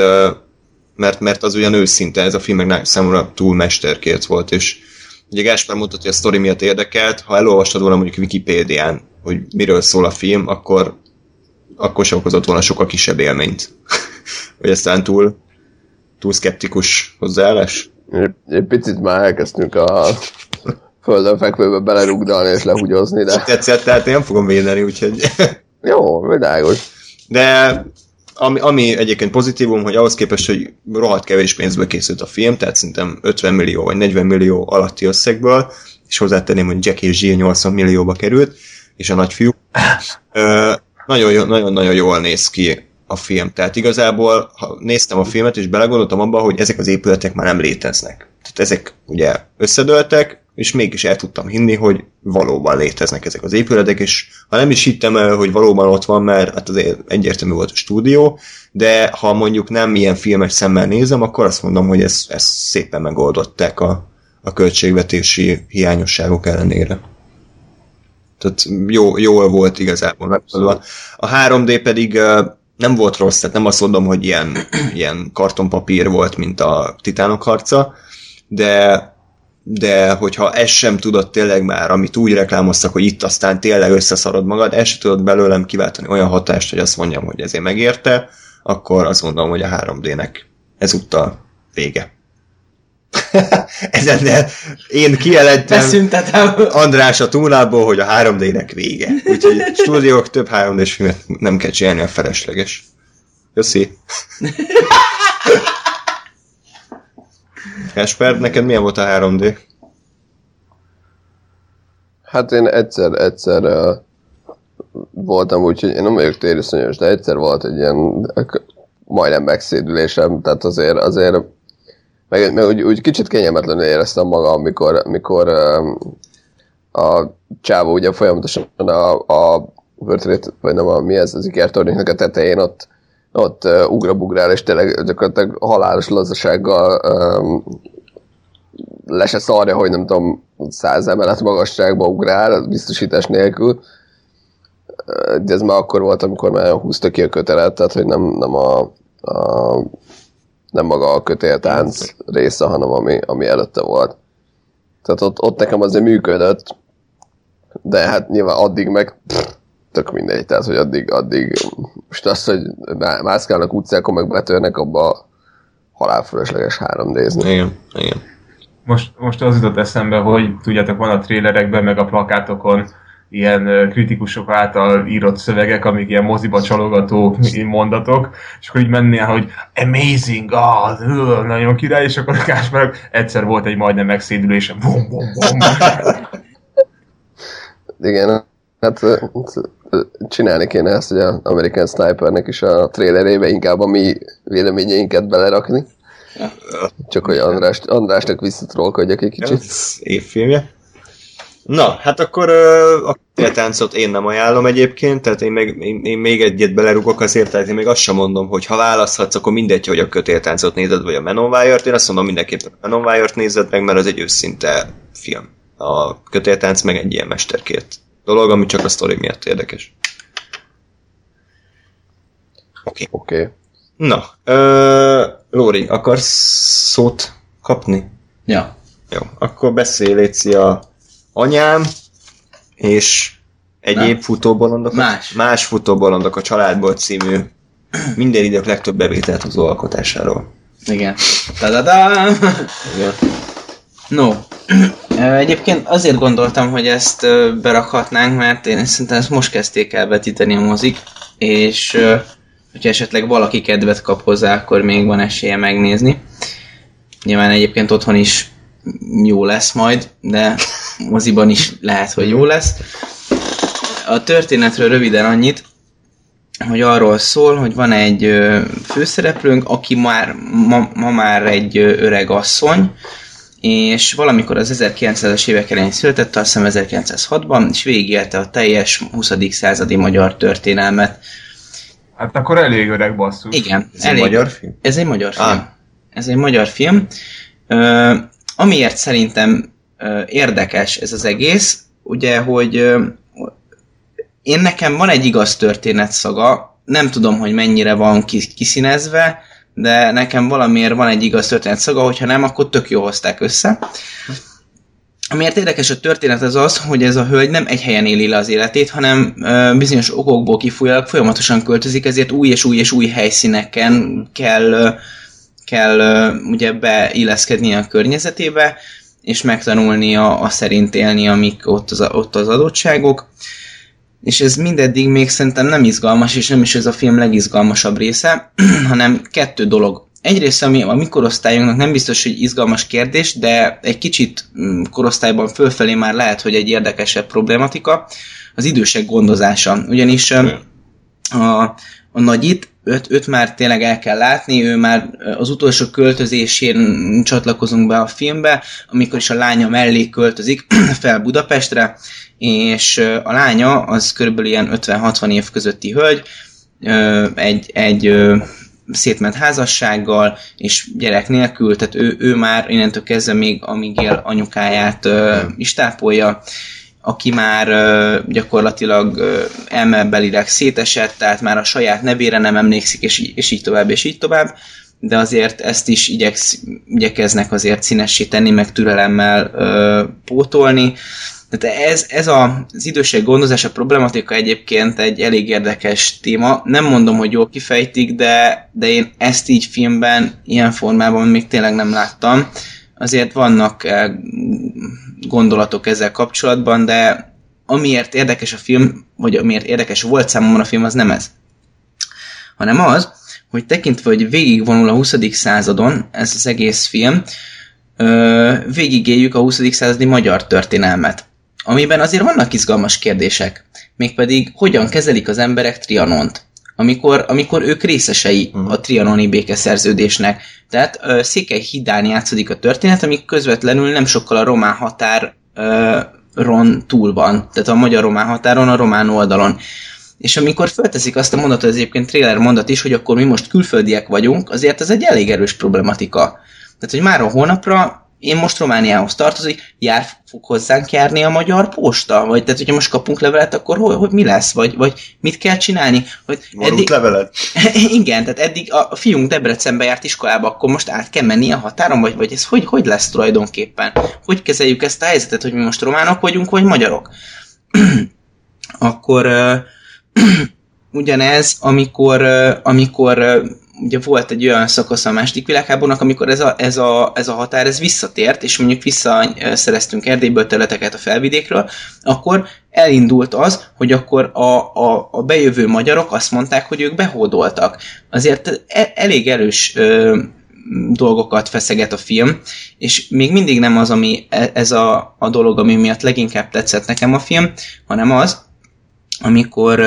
mert az ugyan őszinte, ez a film meg számomra túl mesterkélt volt, és ugye Gáspár mondta, hogy a sztori miatt érdekelt, ha elolvastad volna mondjuk Wikipédián, hogy miről szól a film, akkor sem okozott volna sokkal kisebb élményt. Vagy aztán túl szkeptikus hozzáállás? Egy picit már elkezdtünk a földön fekvőbe belerugdalni és lehugyozni, de... Tetszett, tehát én nem fogom védeni, úgyhogy... Jó, világos. De ami egyébként pozitívum, hogy ahhoz képest, hogy rohadt kevés pénzből készült a film, tehát szerintem 50 millió vagy 40 millió alatti összegből, és hozzátenném, hogy Jack és Jill 80 millióba került, és a nagyfiú. nagyon-nagyon jól néz ki a film. Tehát igazából, ha néztem a filmet, és belegondoltam abba, hogy ezek az épületek már nem léteznek. Tehát ezek ugye összedőltek, és mégis el tudtam hinni, hogy valóban léteznek ezek az épületek, és ha nem is hittem el, hogy valóban ott van, mert hát azért egyértelmű volt a stúdió, de ha mondjuk nem ilyen filmes szemmel nézem, akkor azt mondom, hogy ezt szépen megoldották a költségvetési hiányosságok ellenére. Tehát jól volt igazából. A 3D pedig nem volt rossz, tehát nem azt mondom, hogy ilyen kartonpapír volt, mint a Titánok harca, de hogyha ezt sem tudod tényleg már, amit úgy reklámoztak, hogy itt aztán tényleg összeszarod magad, ezt sem tudod belőlem kiváltani olyan hatást, hogy azt mondjam, hogy ezért megérte, akkor azt mondom, hogy a 3D-nek ezúttal vége. Ezennel én kijelentem András a túlából, hogy a 3D-nek vége. Úgyhogy stúdiók több 3D-s filmet nem kell csinálni, a felesleges. Köszi. Kasper, neked milyen volt a 3D? Hát én egyszer voltam úgy, hogy én nem vagyok tériszonyos, de egyszer volt egy ilyen majdnem megszédülésem, tehát azért meg úgy kicsit kényelmetlenül éreztem magam, amikor a csávó ugye folyamatosan a World Trade, vagy nem mi ez, az ikertornyoknak a tetején ott ugrabugrál, és tényleg gyakorlatilag halálos lazasággal le se szarja, hogy nem tudom, 100 emelet magasságba ugrál, biztosítás nélkül. De ez már akkor volt, amikor már húzta ki a kötelet, tehát hogy nem maga a kötéltánc része, hanem ami előtte volt. Tehát ott nekem azért működött, de hát nyilván addig meg tök mindegy, tehát hogy addig most az, hogy mászkálnak utcákon, meg betörnek abba a halálfölösleges 3D-zni. Igen. Most az jutott eszembe, hogy tudjátok, van a trélerekben, meg a plakátokon ilyen kritikusok által írott szövegek, amik ilyen moziba csalogató mondatok, és akkor így mennél, hogy amazing, nagyon király, és akkor Káspernek egyszer volt egy majdnem megszédülése, bum, bum, bum. Igen, hát csinálni kéne ezt, hogy az American Snipernek is a trailerébe inkább a mi véleményeinket belerakni. Csak hogy Andrásnak visszatrolkodjak egy kicsit. Ez évfilmje. Na, hát akkor a kötéltáncot én nem ajánlom egyébként, tehát én még egyet belerugok azért, tehát én még azt sem mondom, hogy ha választhatsz, akkor mindegy, hogy a kötéltáncot nézed, vagy a Man on Wire-t, én azt mondom mindenképpen a Man on Wire-t nézed meg, mert az egy őszinte film. A kötéltánc meg egy ilyen mesterkért dolog, ami csak a sztori miatt érdekes. Oké. Na, Lóri, akarsz szót kapni? Ja. Jó, akkor beszélj, Léci, a anyám és egyéb futóbolondok. Más futóbolondok a Családból című minden idők legtöbb bevételt hozó alkotásáról. Igen. Ta-da-da! Igen. No, egyébként azért gondoltam, hogy ezt berakhatnánk, mert én szerintem ezt most kezdték el vetíteni a mozik, és hogyha esetleg valaki kedvet kap hozzá, akkor még van esélye megnézni. Nyilván egyébként otthon is jó lesz majd, de moziban is lehet, hogy jó lesz. A történetről röviden annyit, hogy arról szól, hogy van egy főszereplőnk, aki ma már egy öreg asszony, és valamikor az 1900-as évek elején született, azt hiszem 1906-ban, és végigélte a teljes 20. századi magyar történelmet. Hát akkor elég öreg basszus. Igen. Ez egy magyar film? Ez egy magyar film. Ez egy magyar film. Amiért szerintem érdekes ez az egész, ugye, hogy nekem van egy igaz történet szaga, nem tudom, hogy mennyire van kiszínezve, de nekem valamiért van egy igaz történet szaga, hogyha nem, akkor tök jó hozták össze. Amiért érdekes a történet az, hogy ez a hölgy nem egy helyen éli le az életét, hanem bizonyos okokból kifolyólag folyamatosan költözik, ezért új és új helyszíneken kell ugye beilleszkednie a környezetébe, és megtanulnia azt szerint élni, amik ott az adottságok. És ez mindeddig még szerintem nem izgalmas, és nem is ez a film legizgalmasabb része, hanem kettő dolog. Egyrészt, ami a mi korosztályunknak nem biztos, hogy izgalmas kérdés, de egy kicsit korosztályban fölfelé már lehet, hogy egy érdekesebb problématika, az idősek gondozása. Ugyanis a nagyit, őt már tényleg el kell látni, ő már az utolsó költözésén csatlakozunk be a filmbe, amikor is a lánya mellé költözik fel Budapestre, és a lánya az körülbelül ilyen 50-60 év közötti hölgy, egy szétment házassággal, és gyerek nélkül, tehát ő már innentől kezdve még amíg él anyukáját is tápolja, aki már gyakorlatilag elmebelileg szétesett, tehát már a saját nevére nem emlékszik, és így tovább, és így tovább, de azért ezt is igyekeznek azért színessé tenni, meg türelemmel pótolni. Tehát ez az időség gondozása problematika egyébként egy elég érdekes téma. Nem mondom, hogy jól kifejtik, de én ezt így filmben, ilyen formában még tényleg nem láttam. Azért vannak gondolatok ezzel kapcsolatban, de amiért érdekes a film, vagy amiért érdekes volt számomra a film, az nem ez. Hanem az, hogy tekintve, hogy végigvonul a 20. századon ez az egész film, végigéljük a 20. századi magyar történelmet, amiben azért vannak izgalmas kérdések, mégpedig hogyan kezelik az emberek Trianont, amikor ők részesei a trianoni békeszerződésnek. Tehát Székelyhídán játszódik a történet, ami közvetlenül nem sokkal a román határon túl van, tehát a magyar-román határon, a román oldalon. És amikor felteszik azt a mondatot, ez egyébként trailer mondat is, hogy akkor mi most külföldiek vagyunk, azért ez egy elég erős problematika. Tehát, hogy máról holnapra én most Romániához tartozik, fog hozzánk járni a magyar posta? Vagy tehát, hogyha most kapunk levelet, akkor hogy mi lesz? Vagy mit kell csinálni? Eddig... levelet? Igen, tehát eddig a fiunk Debrecenbe járt iskolába, akkor most át kell menni a határon? Vagy ez hogy lesz tulajdonképpen? Hogy kezeljük ezt a helyzetet, hogy mi most románok vagyunk, vagy magyarok? Akkor ugyanez, amikor ugye volt egy olyan szakasz a második világháborúnak, amikor ez a határ visszatért, és mondjuk visszaszereztünk Erdélyből területeket a felvidékről, akkor elindult az, hogy akkor a bejövő magyarok azt mondták, hogy ők behódoltak. Azért elég erős dolgokat feszeget a film, és még mindig nem az, ami ez a dolog, ami miatt leginkább tetszett nekem a film, hanem az, amikor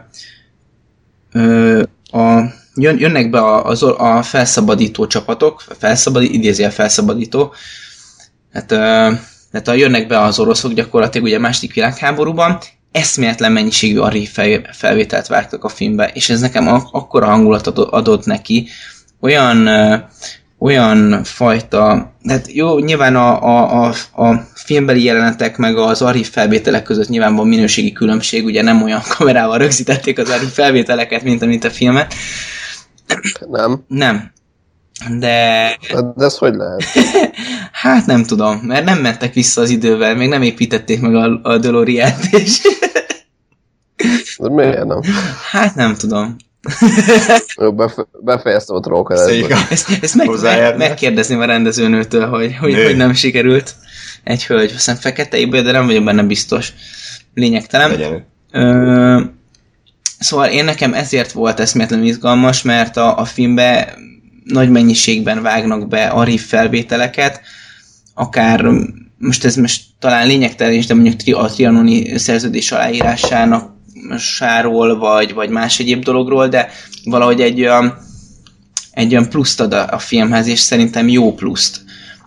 jönnek be a felszabadító csapatok, idézi a felszabadító, tehát jönnek be az oroszok gyakorlatilag ugye a második világháborúban, eszméletlen mennyiségű archív felvételt vágtak a filmbe, és ez nekem akkora hangulatot adott neki, olyan fajta, tehát jó, nyilván a filmbeli jelenetek meg az archív felvételek között nyilván van minőségi különbség, ugye nem olyan kamerával rögzítették az archív felvételeket, mint a filmet. Nem. De ez hogy lehet? Hát nem tudom, mert nem mentek vissza az idővel, még nem építették meg a DeLorean-t, és... De miért nem? Hát nem tudom. Befejeztem a trókadást. Ezt megkérdezném a rendezőnőtől, hogy nem sikerült egy hölgy, aztán feketeibből, de nem vagyok benne biztos. Lényegtelen. Szóval nekem ezért volt eszméletlenül izgalmas, mert a filmbe nagy mennyiségben vágnak be archív felvételeket, akár most talán lényegtelen is, de mondjuk a trianoni szerződés aláírásának sáról, vagy más egyéb dologról, de valahogy egy olyan pluszt ad a filmhez, és szerintem jó pluszt.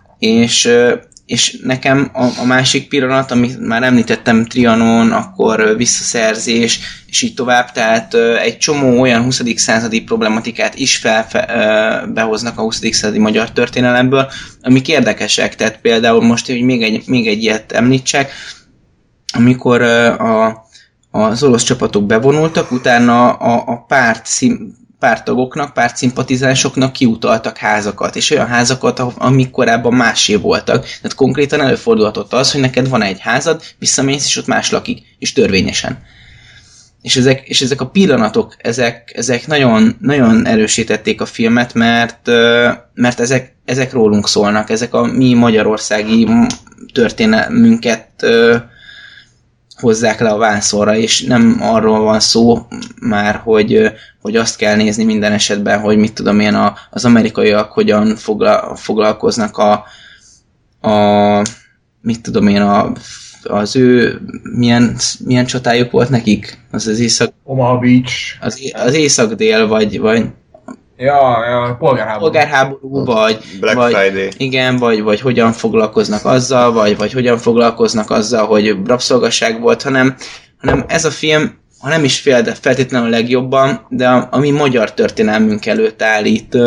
És nekem a másik pillanat, amit már említettem, Trianon, akkor visszaszerzés, és így tovább, tehát egy csomó olyan 20. századi problematikát is behoznak a 20. századi magyar történelemből, amik érdekesek, tehát például most, hogy még egy ilyet említsek, amikor az orosz csapatok bevonultak, utána a párttagoknak, pártszimpatizánsoknak kiutaltak házakat, és olyan házakat, amik korábban másé voltak. Tehát konkrétan előfordulhatott az, hogy neked van egy házad, visszamész, és ott más lakik, és törvényesen. És ezek a pillanatok, ezek nagyon, nagyon erősítették a filmet, mert ezek rólunk szólnak, ezek a mi magyarországi történelmünket hozzák le a vászonra, és nem arról van szó már, hogy azt kell nézni minden esetben, hogy mit tudom én, az amerikaiak hogyan foglalkoznak mit tudom én, a az ő milyen csatájuk volt nekik? Az észak... Omaha Beach. Az észak-dél, vagy Ja, polgárháború, vagy Black Friday. Igen, vagy hogyan foglalkoznak azzal, vagy hogyan foglalkoznak azzal, hogy rabszolgasság volt, hanem ez a film, ha nem is feltétlenül a legjobban, de a mi magyar történelmünk előtt állít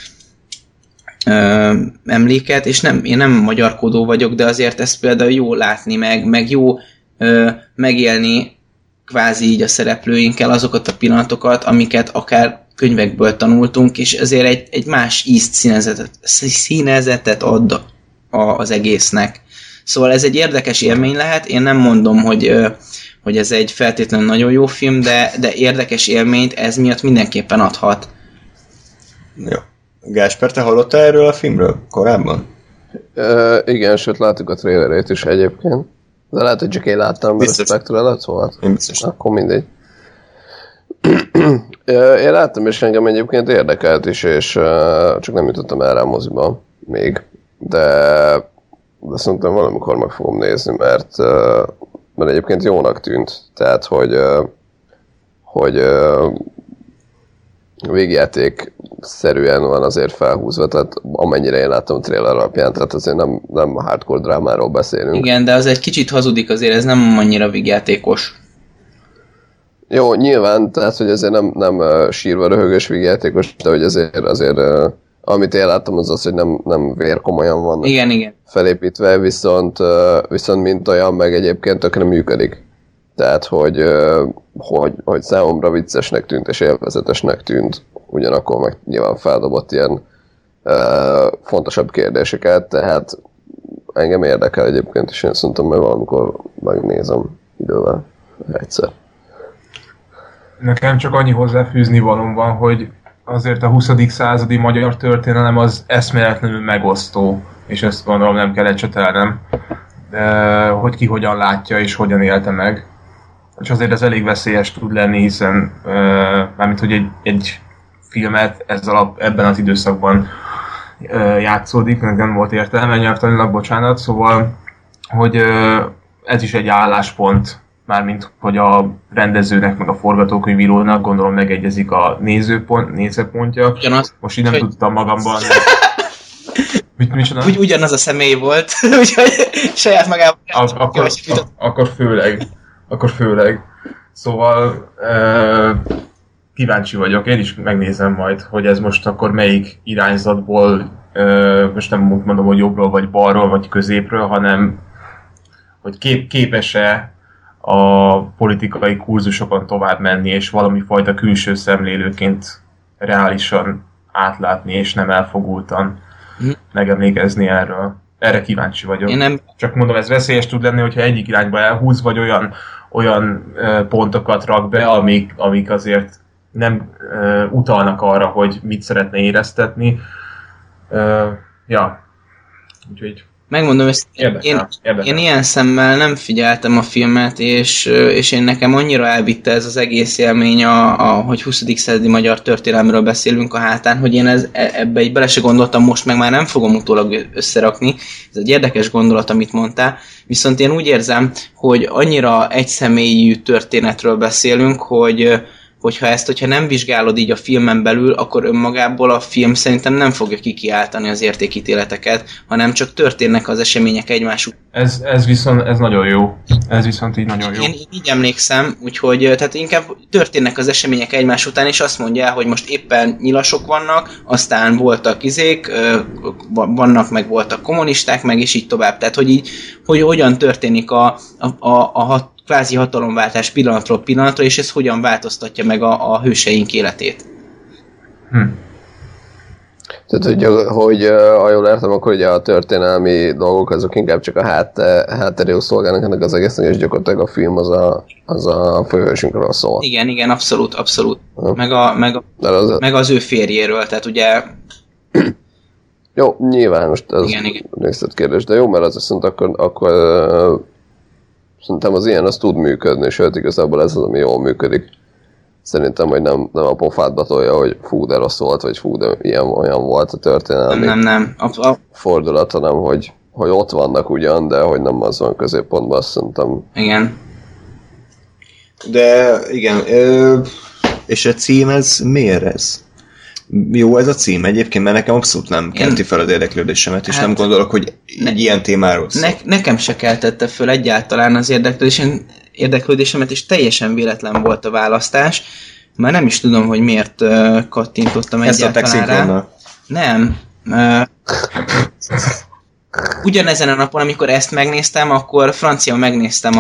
emléket, és én nem magyarkodó vagyok, de azért ezt például jó látni, meg jó megélni kvázi így a szereplőinkkel azokat a pillanatokat, amiket akár könyvekből tanultunk, és ezért egy más ízt, színezetet ad az egésznek. Szóval ez egy érdekes élmény lehet, én nem mondom, hogy ez egy feltétlenül nagyon jó film, de érdekes élményt ez miatt mindenképpen adhat. Jó. Gásper, te hallottál erről a filmről korábban? Igen, sőt láttuk a trailerét is egyébként. De lehet, hogy csak én láttam, mert a Spectre előtt volt. Én biztos. Akkor mindegy. Én láttam, és engem egyébként érdekelt is, és csak nem jutottam el rá moziba még. De szerintem valamikor meg fogom nézni, mert egyébként jónak tűnt. Tehát, hogy végjáték-szerűen van azért felhúzva, tehát amennyire én láttam a trailer alapján, tehát azért nem hardcore drámáról beszélünk. Igen, de az egy kicsit hazudik azért, ez nem annyira végjátékos. Jó, nyilván, tehát hogy azért nem sírva röhögös végjátékos, de hogy azért amit én láttam az, hogy nem vérkomolyan van igen. felépítve, viszont mint olyan meg egyébként tökre működik. Tehát, hogy számomra viccesnek tűnt és élvezetesnek tűnt, ugyanakkor meg nyilván feldobott ilyen fontosabb kérdéseket, tehát engem érdekel egyébként, és én szerintem majd valamikor megnézem idővel egyszer. Nekem csak annyi hozzáfűzni valóm van, hogy azért a 20. századi magyar történelem az eszméletlenül megosztó, és ezt gondolom nem kell ecsetelnem, hogy ki hogyan látja és hogyan élte meg. És azért ez elég veszélyes tud lenni, hiszen mármint, hogy egy filmet ebben az időszakban játszódik, nem volt értelme nyelvtanilag, bocsánat, szóval, hogy ez is egy álláspont, mármint, hogy a rendezőnek, meg a forgatókönyvírónak gondolom megegyezik a nézőpontja. Most így nem tudtam magamban. Ugyanaz a személy volt, úgyhogy saját magában. Akkor főleg. Szóval kíváncsi vagyok, én is megnézem majd, hogy ez most akkor melyik irányzatból, most nem mondom, hogy jobbról, vagy balról, vagy középről, hanem hogy képes-e a politikai kurzusokon tovább menni, és valami fajta külső szemlélőként reálisan átlátni, és nem elfogultan megemlékezni erről. Erre kíváncsi vagyok. Csak mondom, ez veszélyes tud lenni, hogyha egyik irányba elhúz, vagy olyan pontokat rak be, amik azért nem utalnak arra, hogy mit szeretne éreztetni. Úgyhogy megmondom, én ilyen szemmel nem figyeltem a filmet, és én nekem annyira elvitte ez az egész élmény, hogy 20. századi magyar történelmről beszélünk a hátán, hogy én ebbe így bele se gondoltam, most meg már nem fogom utólag összerakni. Ez egy érdekes gondolat, amit mondtál, viszont én úgy érzem, hogy annyira egyszemélyű történetről beszélünk, hogyha nem vizsgálod így a filmen belül, akkor önmagából a film szerintem nem fogja kikiáltani az értékítéleteket, hanem csak történnek az események egymás után. Ez nagyon jó. Ez viszont így nagyon jó. Én így emlékszem, úgyhogy tehát inkább történnek az események egymás után, és azt mondja, hogy most éppen nyilasok vannak, aztán voltak vannak, meg voltak kommunisták, meg és így tovább. Tehát, hogy hogyan történik a kvázi hatalomváltás pillanatról pillanatra, és ez hogyan változtatja meg a hőseink életét. Tehát, hogy ha jól értem, akkor ugye a történelmi dolgok azok inkább csak a hátteréül szolgálnak ennek az egésznek, és gyakorlatilag a film az a főhősünkről szól. Igen, abszolút. Meg az ő férjéről, tehát ugye... Jó, nyilván most ez részletkérdés, de jó, mert az viszont akkor szerintem az ilyen az tud működni, sőt igazából ez az, ami jól működik. Szerintem, hogy nem a pofádba tolja, hogy fú, de rossz volt, vagy fú, de olyan volt a történelmi nem. fordulat, hanem hogy hogy ott vannak ugyan, de hogy nem az van középpontban, azt szerintem. Igen. De igen, és a cím ez miért ez? Jó ez a cím egyébként, mert nekem abszolút nem kelti fel az érdeklődésemet, és nem gondolok, hogy egy ilyen témáról szól. Nekem se keltette föl egyáltalán az érdeklődésemet, és teljesen véletlen volt a választás. Már nem is tudom, hogy miért kattintottam egyáltalán rá. Nem. Ugyanezen a napon, amikor ezt megnéztem, akkor franciául megnéztem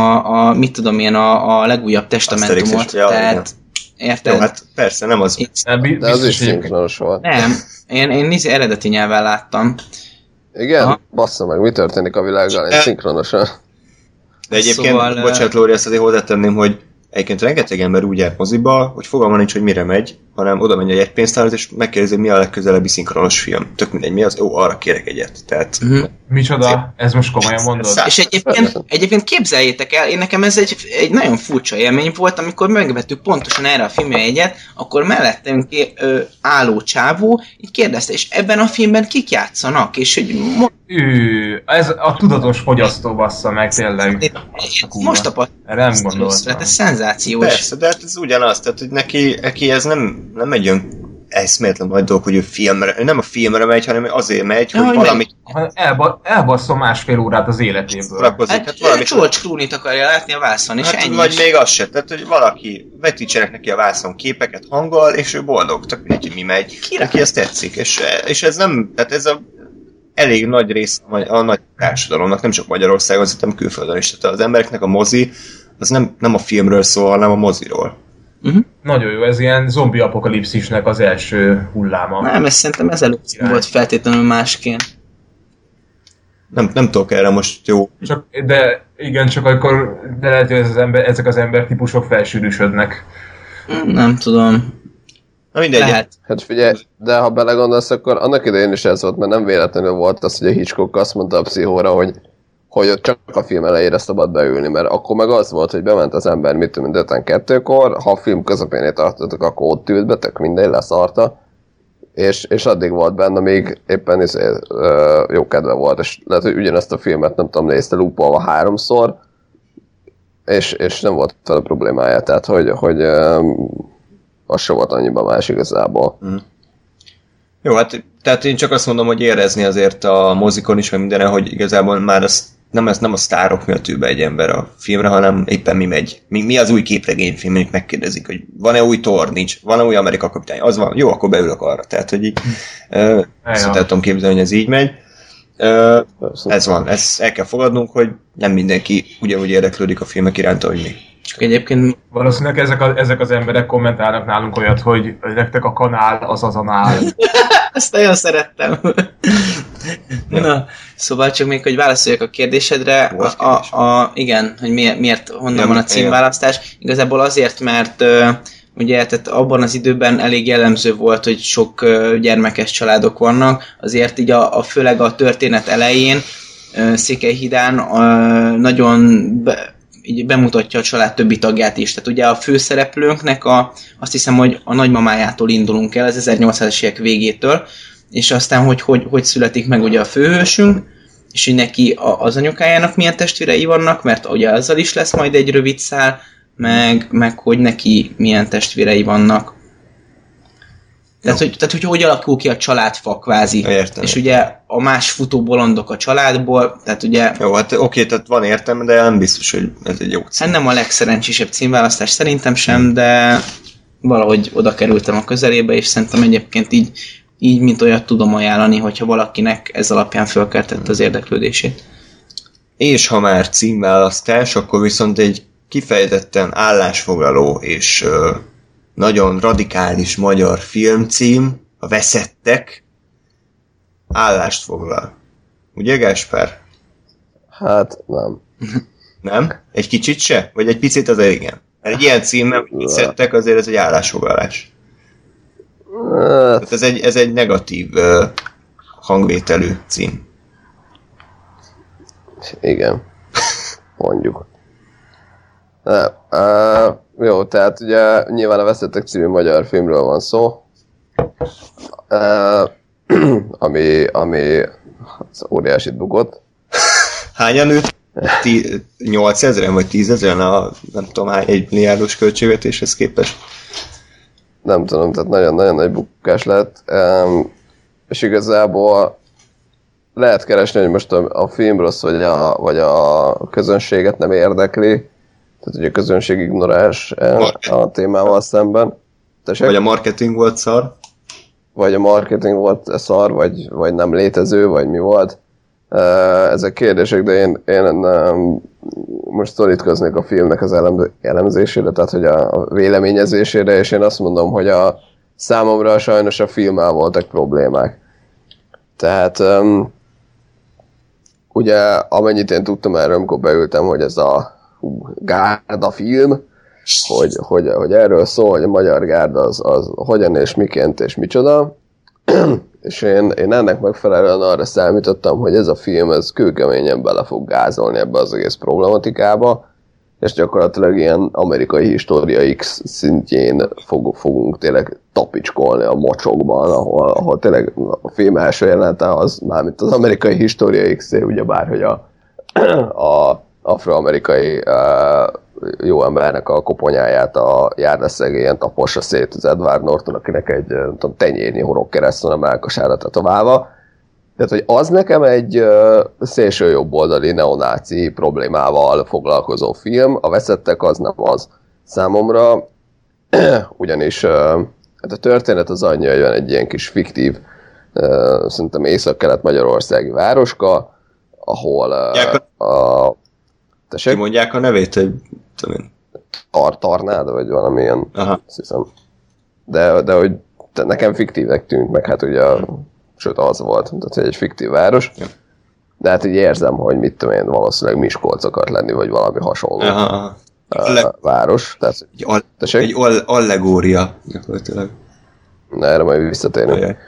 a legújabb testamentumot. Tehát, érted? Jó, hát persze, nem az. De az is szinkronos volt. Nem, én eredeti nyelven láttam. Igen? Aha. Bassza meg, mi történik a világgal? Én szinkronosan. De egyébként, szóval, bocsánat Lóri, ezt azért hozzátenném, hogy egyébként rengeteg ember úgy jár moziba, hogy fogalma nincs, hogy mire megy, hanem oda megy egy jegypénztárhoz, és megkérdezi, mi a legközelebbi szinkronos film. Tök mindegy, mi az? Jó, arra kérek egyet. Tehát, Micsoda? Ez most komolyan mondod? És egyébként képzeljétek el, nekem ez egy nagyon furcsa élmény volt, amikor megvettük pontosan erre a filmre egyet, akkor mellettünk álló csávó, így kérdezte, és ebben a filmben kik játszanak? És hogy ez a tudatos fogyasztó bassza meg, tényleg. Most tapasztaltam. Nem gondoltam. Ez szenzációs. Persze, de hát ez ugyanaz, tehát hogy neki ez nem egy olyan eszméletlen nagy dolog, hogy ő nem a filmre megy, hanem azért megy, hogy valami... Elbasszom 1,5 órát az életéből. Hát George Clooney-t akarja látni a vászon, és ennyi. Vagy még az se, tehát hogy valaki vetítsenek neki a vászon képeket hanggal, és ő boldog, tök mindegy, hogy mi megy. Neki ez tetszik, és ez nem, tehát ez a elég nagy rész a nagy társadalomnak, nem csak Magyarországon, hanem külföldön is. Tehát az embereknek a mozi, az nem a filmről szól, hanem a moziról. Nagyon jó, ez ilyen zombi apokalipszisnek az első hulláma. Nem, ez szerintem ezelőtt volt feltétlenül másként. Nem tudok erre most jó. Csak akkor de lehet, hogy ezek az embertípusok felsűrűsödnek. Nem tudom. Na mindegy. Lehet. Hát figyelj, de ha belegondolsz, akkor annak idején is ez volt, mert nem véletlenül volt az, hogy a Hitchcock azt mondta a Pszichóra, hogy ott csak a film elejére szabad beülni, mert akkor meg az volt, hogy bement az ember, mit tudom, 52-kor, ha a film közepénél tartottak, akkor ott ült be, tök mindegy, leszarta, és addig volt benne, még éppen jó kedve volt, és lehet, hogy ugyanezt a filmet, nem tudom, nézte lúpolva 3-szor, és nem volt fel a problémája, tehát, hogy az se volt annyiban más igazából. Jó, hát tehát én csak azt mondom, hogy érezni azért a mozikon is, vagy mindenre, hogy igazából már nem a sztárok miatt ül be egy ember a filmre, hanem éppen mi megy. Mi az új képregényfilm, mondjuk megkérdezik, hogy van-e új Thor, nincs, van-e új Amerika kapitány, az van, jó, akkor beülök arra. Tehát, hogy így ezt tudom képzelni, hogy ez így megy. Ez van, ezt el kell fogadnunk, hogy nem mindenki ugyanúgy érdeklődik a filmek iránt, ahogy mi. Csak egyébként... Valószínűleg ezek az emberek kommentálnak nálunk olyat, hogy nektek a kanál az anál. Ezt nagyon szerettem. Na, szóval csak még, hogy válaszoljak a kérdésedre. Igen, hogy miért, honnan van a címválasztás. Igazából azért, mert ugye tehát abban az időben elég jellemző volt, hogy sok gyermekes családok vannak, azért így főleg a történet elején Székelyhídán nagyon így bemutatja a család többi tagját is. Tehát ugye a főszereplőnknek azt hiszem, hogy a nagymamájától indulunk el, az 1800-es évek végétől, és aztán, hogy születik meg ugye a főhősünk, és hogy neki az anyukájának milyen testvérei vannak, mert ugye azzal is lesz majd egy rövid szál, meg hogy neki milyen testvérei vannak. Tehát, hogy alakul ki a családfa kvázi. Értem. És ugye a más futó bolondok a családból, tehát ugye... Jó, hát oké, tehát van értelme, de nem biztos, hogy ez egy jó cím. Hát nem a legszerencsésebb címválasztás szerintem sem, de valahogy oda kerültem a közelébe, és szerintem egyébként így mint olyat tudom ajánlani, hogyha valakinek ez alapján fölkeltett az érdeklődését. És ha már címválasztás, akkor viszont egy kifejezetten állásfoglaló és nagyon radikális magyar filmcím, a Veszettek, állást foglal. Ugye, Gáspár? Hát nem. Nem? Egy kicsit se? Vagy egy picit azért igen? Mert egy ilyen címmel, hogy Veszettek, azért ez egy állásfoglalás. Tehát ez egy negatív hangvételű cím. Igen. Mondjuk. Jó, tehát ugye nyilván a Veszettek című magyar filmről van szó, ami az óriásit bukott. Hányan nőtt? 8000-en vagy 10 000-en a nem tudom hány 1 milliárdos költségvetéshez képest? Nem tudom, tehát nagyon-nagyon nagy bukás lett. És igazából lehet keresni, hogy most a film rossz, vagy a közönséget nem érdekli. Tehát, hogy a közönség ignorás a témával szemben. Tessék? Vagy a marketing volt szar. Vagy a marketing volt szar, vagy nem létező, vagy mi volt. Ezek kérdések, de én most szorítkoznék a filmnek az elemzésére, tehát hogy a véleményezésére, és én azt mondom, hogy számomra sajnos a filmmel voltak problémák. Tehát ugye amennyit én tudtam erről, amikor beültem, hogy ez a gárda film, hogy erről szól, hogy a magyar gárda az hogyan és miként és micsoda, és én ennek megfelelően arra számítottam, hogy ez a film ez kőkeményen bele fog gázolni ebbe az egész problematikába, és gyakorlatilag ilyen amerikai História X szintjén fogunk tényleg tapicskolni a mocsokban, ahol tényleg a film első jelenete az, mármint az amerikai História X-é, ugyebár, hogy a afroamerikai jó embernek a koponyáját a járdaszegélyen tapossa szét az Edward Norton, akinek egy tenyérnyi horogkereszt van a mellkasára tetoválva. Tehát, hogy az nekem egy szélső jobboldali neonáci problémával foglalkozó film, a Veszettek az nem az számomra, ugyanis hát a történet az annyi, hogy van egy ilyen kis fiktív, szerintem észak-kelet-magyarországi városka, ahol Tessék? Kimondják a nevét, hogy tudom én. Tarnád, vagy valamilyen, azt hiszem. De hogy nekem fiktívnek tűnt, meg hát ugye, sőt az volt, tehát egy fiktív város. Ja. De hát így érzem, hogy mit tudom én, valószínűleg Miskolc akart lenni, vagy valami hasonló város. Tehát, egy allegória, gyakorlatilag. Na, erre majd visszatérünk.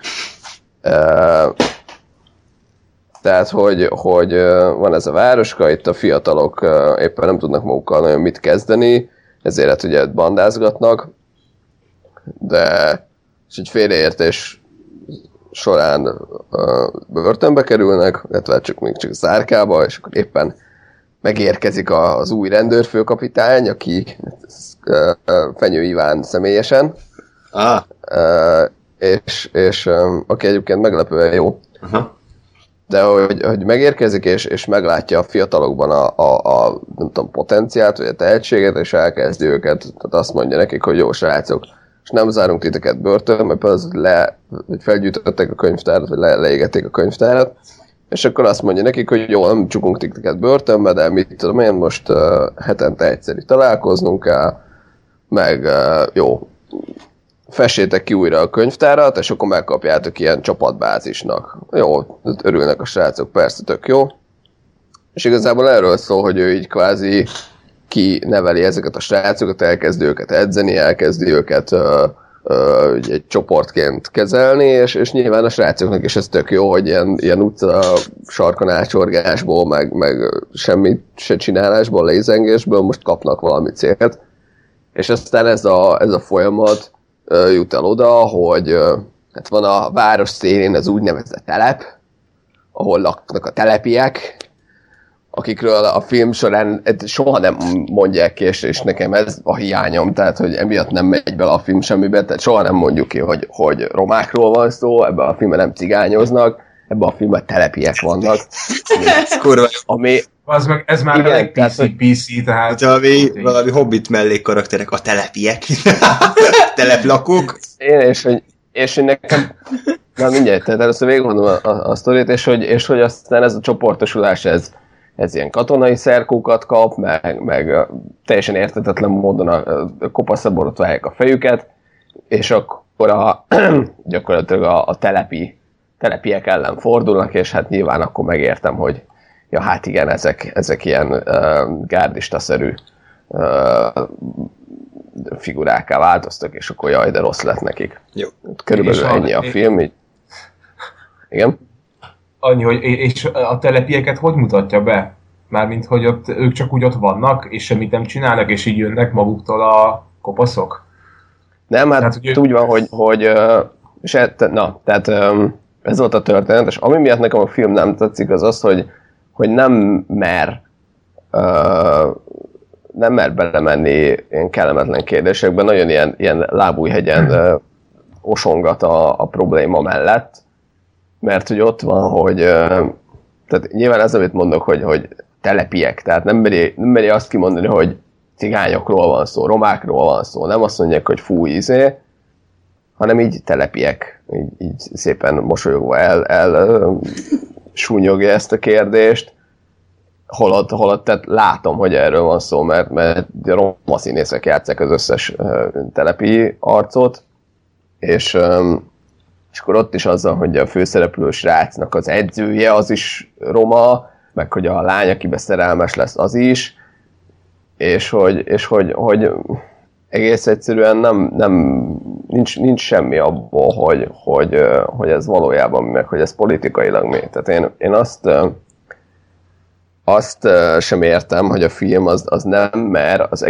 Tehát, hogy van ez a városka, itt a fiatalok éppen nem tudnak magukkal nagyon mit kezdeni, ezért hát ugye bandázgatnak, de és egy félreértés során börtönbe kerülnek, illetve még csak szárkába, és akkor éppen megérkezik az új rendőrfőkapitány, aki Fenyő Iván személyesen, és aki egyébként meglepően jó. Aha. De hogy megérkezik, és meglátja a fiatalokban a nem tudom, potenciált, vagy a tehetséget, és elkezdi őket, tehát azt mondja nekik, hogy jó srácok, és nem zárunk titeket börtönbe, mert hogy felgyűjtöttek a könyvtárat, vagy leégették a könyvtárat, és akkor azt mondja nekik, hogy jó, nem csukunk titeket börtönbe, de mit tudom én, most hetente egyszer találkoznunk kell, meg jó, fessétek ki újra a könyvtárat, és akkor megkapjátok ilyen csapatbázisnak. Jó, örülnek a srácok, persze, tök jó. És igazából erről szól, hogy ő így kvázi kineveli ezeket a srácokat, elkezdi őket edzeni, elkezdi őket egy csoportként kezelni, és nyilván a srácoknak is ez tök jó, hogy ilyen utca sarkon ácsorgásból, meg semmit se csinálásból, lézengésből most kapnak valami célt. És aztán ez a folyamat jut el oda, hogy hát van a város szélén az úgynevezett telep, ahol laknak a telepiek, akikről a film során soha nem mondják ki, és nekem ez a hiányom, tehát hogy emiatt nem megy bele a film semmibe, tehát soha nem mondjuk ki, hogy romákról van szó, ebben a filmben nem cigányoznak, ebben a filmben telepiek vannak. Ami ez már igen, PC, tehát... Valami Hobbit mellékkarakterek, a telepiek, teleplakók. És hogy nekem... Na mindjárt, tehát először végigmondom a sztorit, és hogy aztán ez a csoportosulás, ez ilyen katonai szerkókat kap, meg teljesen érthetetlen módon a kopaszaborot válják a fejüket, és akkor gyakorlatilag a telepiek ellen fordulnak, és hát nyilván akkor megértem, hogy ja, hát igen, ezek ilyen gárdista-szerű figurákká változtak, és akkor jaj, de rossz lett nekik. Jó. Körülbelül ennyi a film, így. Igen? Annyi, hogy és a telepieket hogy mutatja be? Mármint, hogy ők csak úgy ott vannak, és semmit nem csinálnak, és így jönnek maguktól a kopaszok? Nem, hát úgy van, hogy tehát ez volt a történet, és ami miatt nekem a film nem tetszik, az az, hogy hogy nem mer belemenni ilyen kellemetlen kérdésekben, nagyon ilyen lábújhegyen osongat a probléma mellett, mert hogy ott van, hogy tehát nyilván ez, amit mondok, hogy telepiek, tehát nem meri azt kimondani, hogy cigányokról van szó, romákról van szó, nem azt mondják, hogy fú, hanem így telepiek, így szépen mosolyogva súnyogja ezt a kérdést, holott tehát látom, hogy erről van szó, mert roma színészek játsszák az összes telepi arcot, és akkor ott is azzal, hogy a főszereplő srácnak az edzője az is roma, meg hogy a lány, akibe szerelmes lesz, az is, és hogy egész egyszerűen nincs semmi abból, hogy ez valójában meg, hogy ez politikailag mi. Tehát én azt sem értem, hogy a film az nem mer az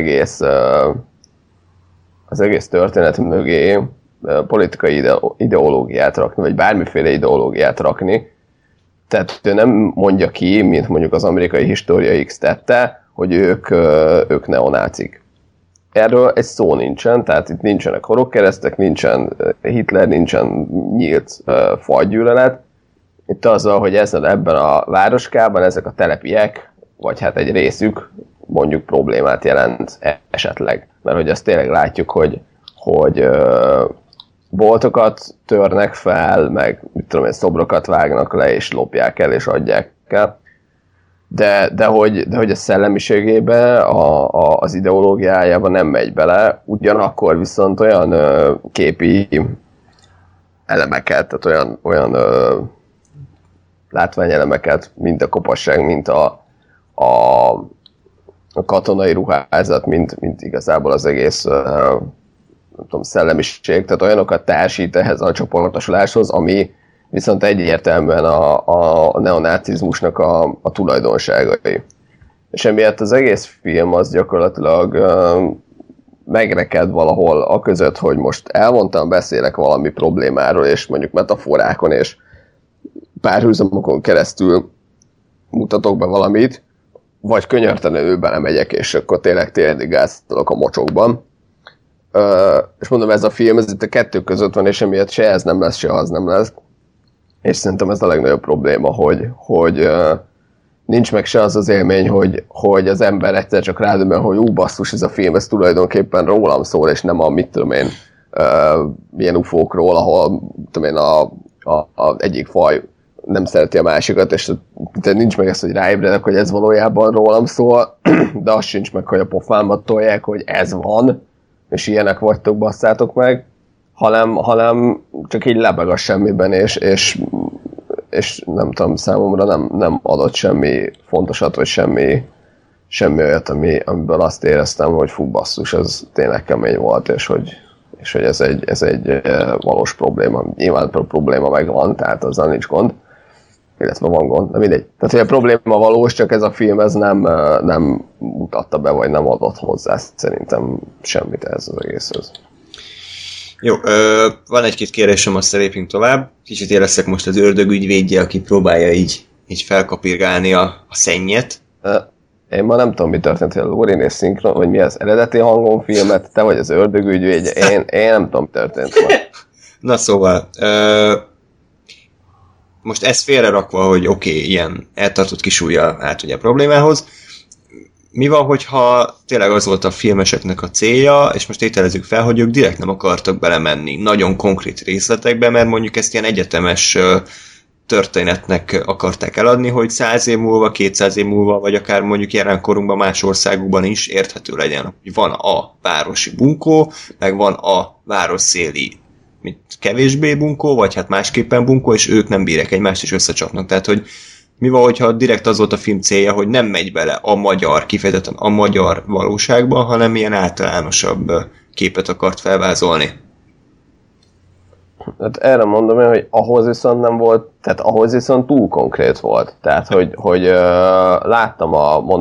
egész történet mögé politikai ideológiát rakni, vagy bármiféle ideológiát rakni. Tehát ő nem mondja ki, mint mondjuk az amerikai História X tette, hogy ők neonácik. Erről egy szó nincsen, tehát itt nincsenek horogkeresztek, nincsen Hitler, nincsen nyílt fajgyűlölet. Itt azzal, hogy ebben a városkában ezek a telepiek, vagy hát egy részük mondjuk problémát jelent esetleg. Mert hogy azt tényleg látjuk, hogy boltokat törnek fel, meg mit tudom én, szobrokat vágnak le, és lopják el, és adják el. De hogy a szellemiségébe, az ideológiájában nem megy bele, ugyanakkor viszont olyan képi elemeket, tehát olyan látványelemeket, mint a kopasság, mint a katonai ruházat, mint igazából az egész nem tudom, szellemiség, tehát olyanokat társít ehhez a csoportosuláshoz, ami viszont egyértelműen a neonácizmusnak a tulajdonságai. És emiatt az egész film az gyakorlatilag megreked valahol aközött, hogy most elmondtam, beszélek valami problémáról, és mondjuk metaforákon és párhuzamokon keresztül mutatok be valamit, vagy könyörtelenül belemegyek, és akkor tényleg gázolok a mocsokban. És mondom, ez a film, ez itt a kettő között van, és emiatt se ez nem lesz, se az nem lesz. És szerintem ez a legnagyobb probléma, hogy nincs meg se az élmény, hogy az ember egyszer csak rádömmel, hogy basszus, ez a film, ez tulajdonképpen rólam szól, és nem a mit tudom én, milyen ufókról, ahol tudom én, a egyik faj nem szereti a másikat, és nincs meg ez, hogy ráébredek, hogy ez valójában rólam szól, de az sincs meg, hogy a pofámat tolják, hogy ez van, és ilyenek vagytok, basszátok meg, hanem csak így lebeg a semmiben, és nem tudom, számomra nem adott semmi fontosat, vagy semmi olyat, amiből azt éreztem, hogy fú, basszus, ez tényleg kemény volt, és hogy ez egy valós probléma. Nyilván a probléma megvan, tehát azzal nincs gond, illetve van gond, de mindegy. Tehát, hogy a probléma valós, csak ez a film ez nem mutatta be, vagy nem adott hozzá szerintem semmit ez az egészhez. Jó, van egy-két kérdésem, aztán lépjünk tovább. Kicsit éreztek most az ördögügyvédje, aki próbálja így így a szennyet. Én ma nem tudom, mi történt, hogy a Lóri néz szinkron, vagy mi az eredeti hangon filmet, te vagy az ördögügyvédje, én nem tudom, mi történt ma. Na szóval, most ezt félrerakva, hogy oké, ilyen eltartott kis ujjal állt ugye a problémához. Mi van, hogyha tényleg az volt a filmeseknek a célja, és most ételezzük fel, hogy ők direkt nem akartak belemenni nagyon konkrét részletekbe, mert mondjuk ezt ilyen egyetemes történetnek akarták eladni, hogy 100 év múlva, 200 év múlva, vagy akár mondjuk jelenkorunkban más országokban is érthető legyen, hogy van a városi bunkó, meg van a városszéli mint kevésbé bunkó, vagy hát másképpen bunkó, és ők nem bírják egymást, és összecsapnak. Tehát, hogy mi van, hogyha direkt az volt a film célja, hogy nem megy bele a magyar, kifejezetten a magyar valóságba, hanem ilyen általánosabb képet akart felvázolni. Hát erre mondom én, hogy ahhoz viszont nem volt, tehát ahhoz viszont túl konkrét volt. Tehát, hogy láttam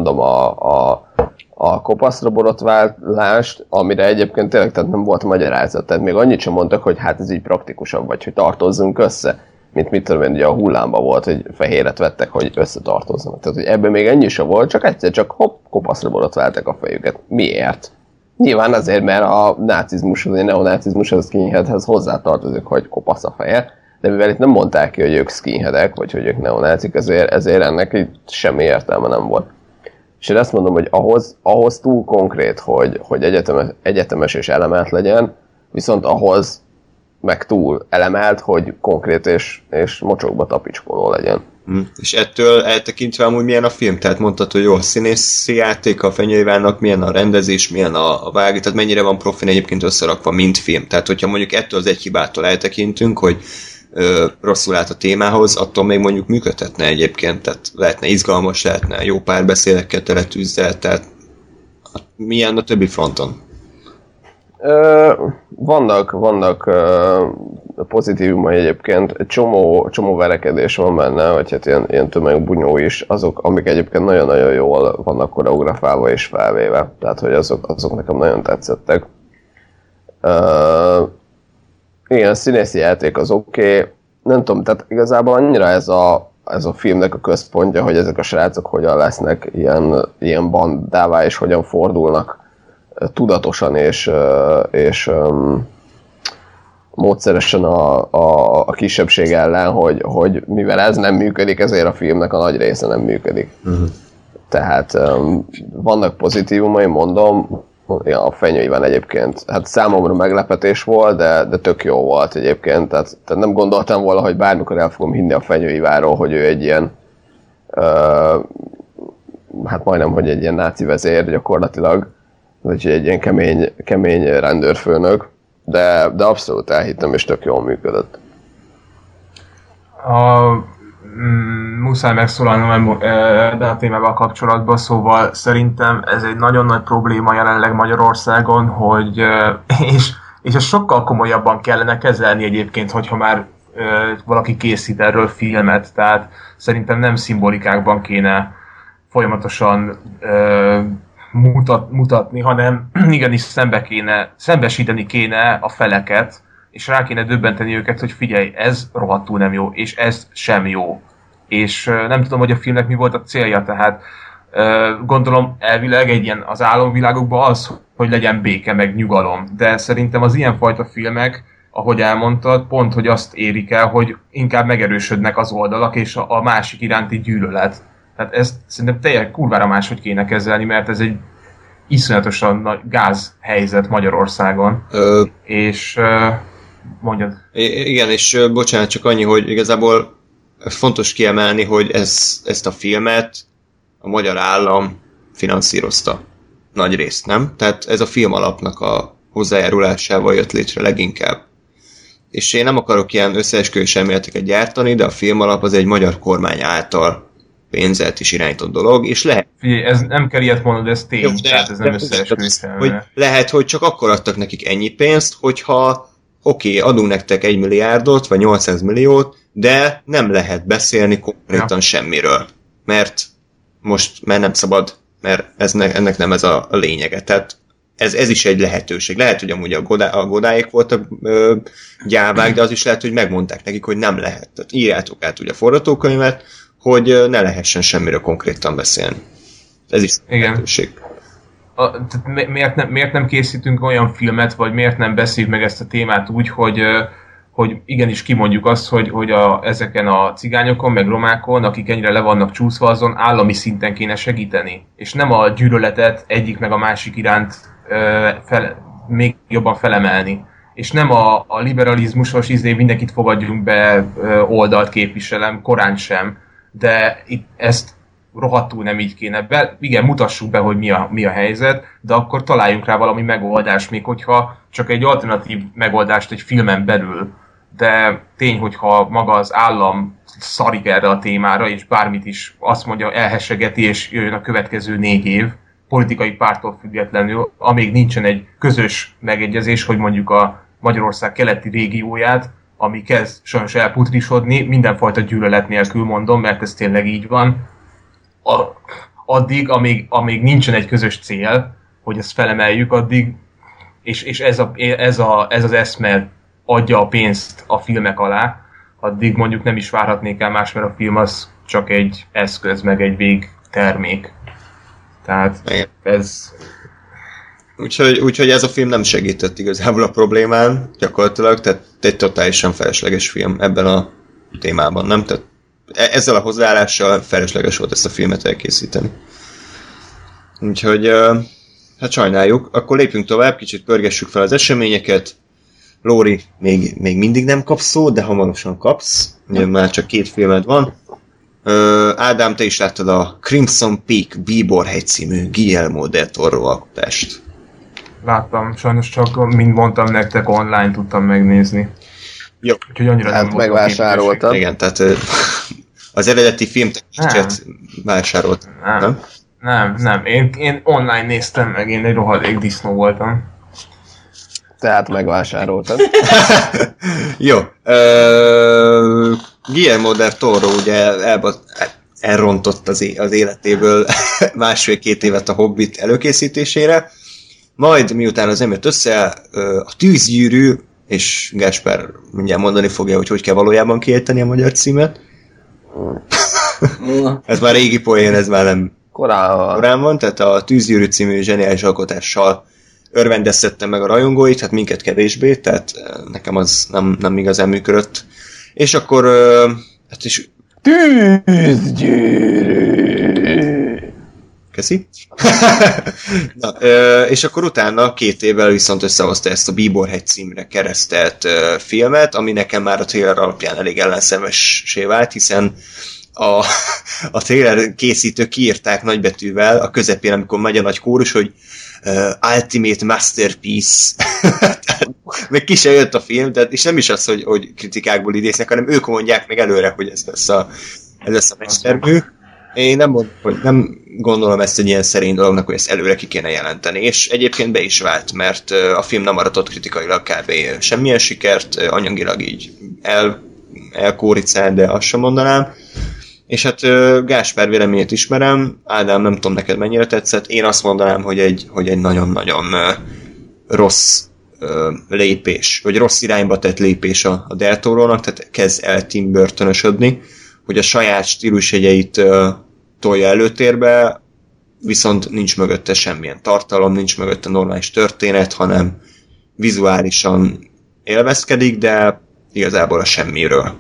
a kopaszra borotválást, amire egyébként tényleg tehát nem volt magyarázat. Tehát még annyit sem mondtak, hogy hát ez így praktikusabb, vagy hogy tartozzunk össze. mint mit tudom én, ugye a Hullámban volt, hogy fehéret vettek, hogy összetartozzanak. Tehát, hogy ebben még ennyi sem volt, csak egyszer csak hopp, kopaszra borotválták a fejüket. Miért? Nyilván azért, mert a nácizmus, a neonácizmus az skinheadhez hozzátartozik, hogy kopasz a feje, de mivel itt nem mondták ki, hogy ők skinheadek, vagy hogy ők neonácik, ezért ennek így semmi értelme nem volt. És én azt mondom, hogy ahhoz túl konkrét, hogy egyetemes és elemelt legyen, viszont ahhoz meg túl elemelt, hogy konkrét és mocsokba tapicskoló legyen. És ettől eltekintve amúgy milyen a film? Tehát mondtad, hogy jó a színészi játék, a Fenyő Ivánnak milyen a rendezés, milyen a vág, tehát mennyire van profin egyébként összerakva, mint film. Tehát hogyha mondjuk ettől az egy hibától eltekintünk, hogy rosszul állt a témához, attól még mondjuk működhetne egyébként, tehát lehetne izgalmas, lehetne jó párbeszédekkel tele tűzzel, tehát milyen a többi fronton? Vannak pozitívumai egyébként, egy csomó verekedés van benne, vagy hát ilyen tömegbunyó is, azok, amik egyébként nagyon-nagyon jól vannak koreografálva és felvéve, tehát hogy azok nekem nagyon tetszettek. Igen, a színészi játék az oké. Nem tudom, tehát igazából annyira ez a filmnek a központja, hogy ezek a srácok hogyan lesznek ilyen bandává, és hogyan fordulnak tudatosan és módszeresen a kisebbség ellen, hogy mivel ez nem működik, ezért a filmnek a nagy része nem működik. Uh-huh. Tehát vannak pozitívumai, mondom, a Fenyő Iván egyébként, hát számomra meglepetés volt, de tök jó volt egyébként, tehát nem gondoltam volna, hogy bármikor el fogom hinni a Fenyő Ivánról, hogy ő egy ilyen hát majdnem, hogy egy ilyen náci vezér gyakorlatilag, vagy egy ilyen kemény rendőrfőnök, de abszolút elhittem, és tök jól működött. Muszáj megszólalnom a témával kapcsolatban, szóval szerintem ez egy nagyon nagy probléma jelenleg Magyarországon, hogy és ezt sokkal komolyabban kellene kezelni egyébként, hogyha már valaki készít erről filmet, tehát szerintem nem szimbolikákban kéne folyamatosan mutatni, hanem igenis szembesíteni kéne a feleket, és rá kéne döbbenteni őket, hogy figyelj, ez rohadtul nem jó, és ez sem jó. És nem tudom, hogy a filmnek mi volt a célja, tehát gondolom elvileg egy ilyen az álomvilágokban az, hogy legyen béke, meg nyugalom. De szerintem az ilyenfajta filmek, ahogy elmondtad, pont, hogy azt érik el, hogy inkább megerősödnek az oldalak, és a másik iránti gyűlölet. Tehát ezt szerintem teljesen kurvára máshogy kéne kezelni, mert ez egy iszonyatosan nagy gázhelyzet Magyarországon. És mondjad. Igen, és bocsánat, csak annyi, hogy igazából fontos kiemelni, hogy ezt a filmet a magyar állam finanszírozta nagy részt, nem? Tehát ez a film alapnak a hozzájárulásával jött létre leginkább. És én nem akarok ilyen összeesküvés elméleteket gyártani, de a film alap az egy magyar kormány által pénzelt és irányított dolog, és lehet... Figyelj, ez nem kell ilyet mondani, ez tény, tehát ez nem összeesküvés elmélet. Lehet, hogy csak akkor adtak nekik ennyi pénzt, hogyha oké, adunk nektek 1 milliárdot, vagy 800 milliót, de nem lehet beszélni konkrétan semmiről. Mert nem szabad, mert ennek nem ez a lényege. Tehát ez is egy lehetőség. Lehet, hogy amúgy a Godáék voltak gyávák, de az is lehet, hogy megmondták nekik, hogy nem lehet. Tehát írjátok át ugye a forgatókönyvet, hogy ne lehessen semmiről konkrétan beszélni. Ez is lehetőség. Miért nem készítünk olyan filmet, vagy miért nem beszéljük meg ezt a témát úgy, hogy igenis kimondjuk azt, hogy ezeken a cigányokon, meg romákon, akik ennyire le vannak csúszva, azon állami szinten kéne segíteni. És nem a gyűlöletet egyik meg a másik iránt még jobban felemelni. És nem a liberalizmusos mindenkit fogadjunk be oldalt képviselem, korán sem, de itt ezt rohadtul nem így kéne. Igen, mutassuk be, hogy mi a helyzet, de akkor találjunk rá valami megoldást, még hogyha csak egy alternatív megoldást egy filmen belül. De tény, hogyha maga az állam szarik erre a témára, és bármit is azt mondja, elhessegeti, és jöjjön a következő 4 év, politikai pártól függetlenül, amíg nincsen egy közös megegyezés, hogy mondjuk a Magyarország keleti régióját, ami kezd sajnos elputrisodni, mindenfajta gyűlölet nélkül mondom, mert ez tényleg így van, addig, amíg nincsen egy közös cél, hogy ezt felemeljük, addig, és ez az eszme adja a pénzt a filmek alá, addig mondjuk nem is várhatnék el más, mert a film az csak egy eszköz, meg egy végtermék. Tehát ez... Úgyhogy ez a film nem segített igazából a problémán, gyakorlatilag, tehát egy totálisan felesleges film ebben a témában, nem? Tehát ezzel a hozzáállással felesleges volt ezt a filmet elkészíteni. Úgyhogy, hát sajnáljuk. Akkor lépjünk tovább, kicsit pörgessük fel az eseményeket. Lóri, még mindig nem kapsz szót, de hamarosan kapsz. Ugye már csak 2 filmed van. Ádám, te is láttad a Crimson Peak Bíborhegy című Guillermo del Toro alkotást. Láttam, sajnos csak, mint mondtam nektek, online tudtam megnézni. Jó. Úgyhogy annyira hát nem megvásároltad. Igen, tehát az eredeti filmteknicset vásárolt. Nem. Én online néztem meg, én egy rohadék disznó voltam. Tehát megvásároltad. Jó. Guillermo del Toro ugye elrontott az életéből 1,5-2 évet a Hobbit előkészítésére, majd miután az jött össze, a Tűzgyűrű, és Gáspár mindjárt mondani fogja, hogy kell valójában kiejteni a magyar címet. Ez már régi poén, ez már nem korán van, tehát a Tűzgyűrű című zseniális alkotással örvendeztettem meg a rajongóit, hát minket kevésbé, tehát nekem az nem igazán működött. És akkor hát is... Tűzgyűrű! Köszi. Na, és akkor utána 2 évvel viszont összehozta ezt a Bíborhegy címre keresztelt filmet, ami nekem már a trailer alapján elég ellenszenvessé vált, hiszen a trailer készítők kiírták nagybetűvel a közepén, amikor megy a nagy kórus, hogy Ultimate Masterpiece. Meg ki se jött a film, és nem is az, hogy kritikákból idéznek, hanem ők mondják meg előre, hogy ez lesz a mestermű. Én nem gondolom ezt egy ilyen szerény dolognak, hogy ezt előre ki kéne jelenteni, és egyébként be is vált, mert a film nem aratott kritikailag kb. Semmilyen sikert, anyagilag így elkóricál, de azt sem mondanám. És hát Gáspár véleményét ismerem, Ádám, nem tudom neked mennyire tetszett, én azt mondanám, hogy egy nagyon-nagyon rossz lépés, vagy rossz irányba tett lépés a Del Torónak, tehát kezd el Tim Burton-ösödni, hogy a saját stílusjegyeit tolja előtérbe, viszont nincs mögötte semmilyen tartalom, nincs mögötte normális történet, hanem vizuálisan élvezkedik, de igazából a semmiről.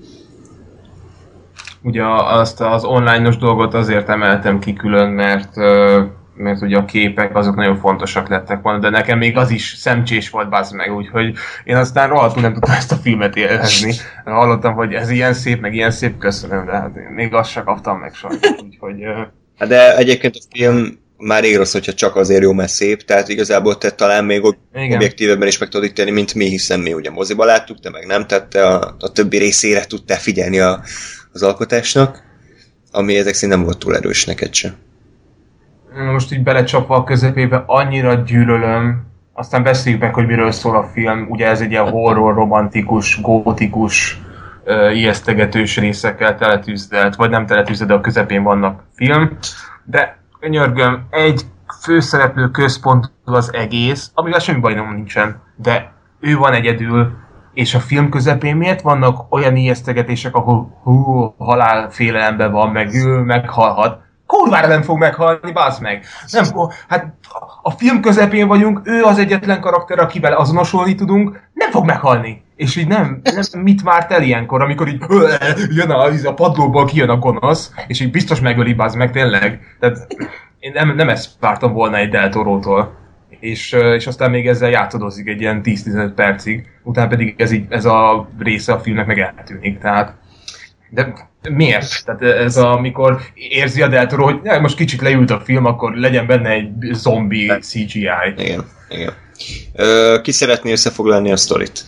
Ugye azt az online-os dolgot azért emeltem ki külön, mert ugye a képek azok nagyon fontosak lettek volna, de nekem még az is szemcsés volt, bázd meg, úgyhogy én aztán rohadtul nem tudtam ezt a filmet élvezni. Hallottam, hogy ez ilyen szép, meg ilyen szép, köszönöm, de hát még azt se kaptam meg sajnos, úgyhogy... De egyébként a film már rég rossz, hogyha csak azért jó, mert szép, tehát igazából te talán még objektívebben is meg tudod ítélni, mint mi, hiszen mi ugye moziba láttuk, de meg nem tette, a többi részére tudtál figyelni az alkotásnak, ami ezek szerint nem volt túl erős neked se. Most így belecsapva a közepébe annyira gyűlölöm, aztán beszéljük meg, hogy miről szól a film. Ugye ez egy ilyen horror, romantikus, gótikus, ijesztegetős részekkel teletűzdelt, vagy nem teletűzdelt, de a közepén vannak film. De könyörgöm, egy főszereplő központ az egész, amivel semmi bajom nincsen, de ő van egyedül, és a film közepén miért vannak olyan ijesztegetések, ahol halálfélelemben van, meg ő meghalhat. Kurvára nem fog meghalni, bázd meg! Nem, hát a film közepén vagyunk, ő az egyetlen karakter, akivel azonosulni tudunk, nem fog meghalni. És így nem mit várt el ilyenkor, amikor így jön a padlóból kijön a gonosz, és így biztos megöli, bázd meg, tényleg. Tehát én nem ezt vártam volna egy Del Torótól. És aztán még ezzel játszadozik egy ilyen 10-15 percig, utána pedig ez a része a filmnek meg eltűnik, tehát... De miért? Tehát ez amikor érzi a Del Toro, hogy most kicsit leült a film, akkor legyen benne egy zombi CGI. Igen. Ki szeretné összefoglalni a sztorit?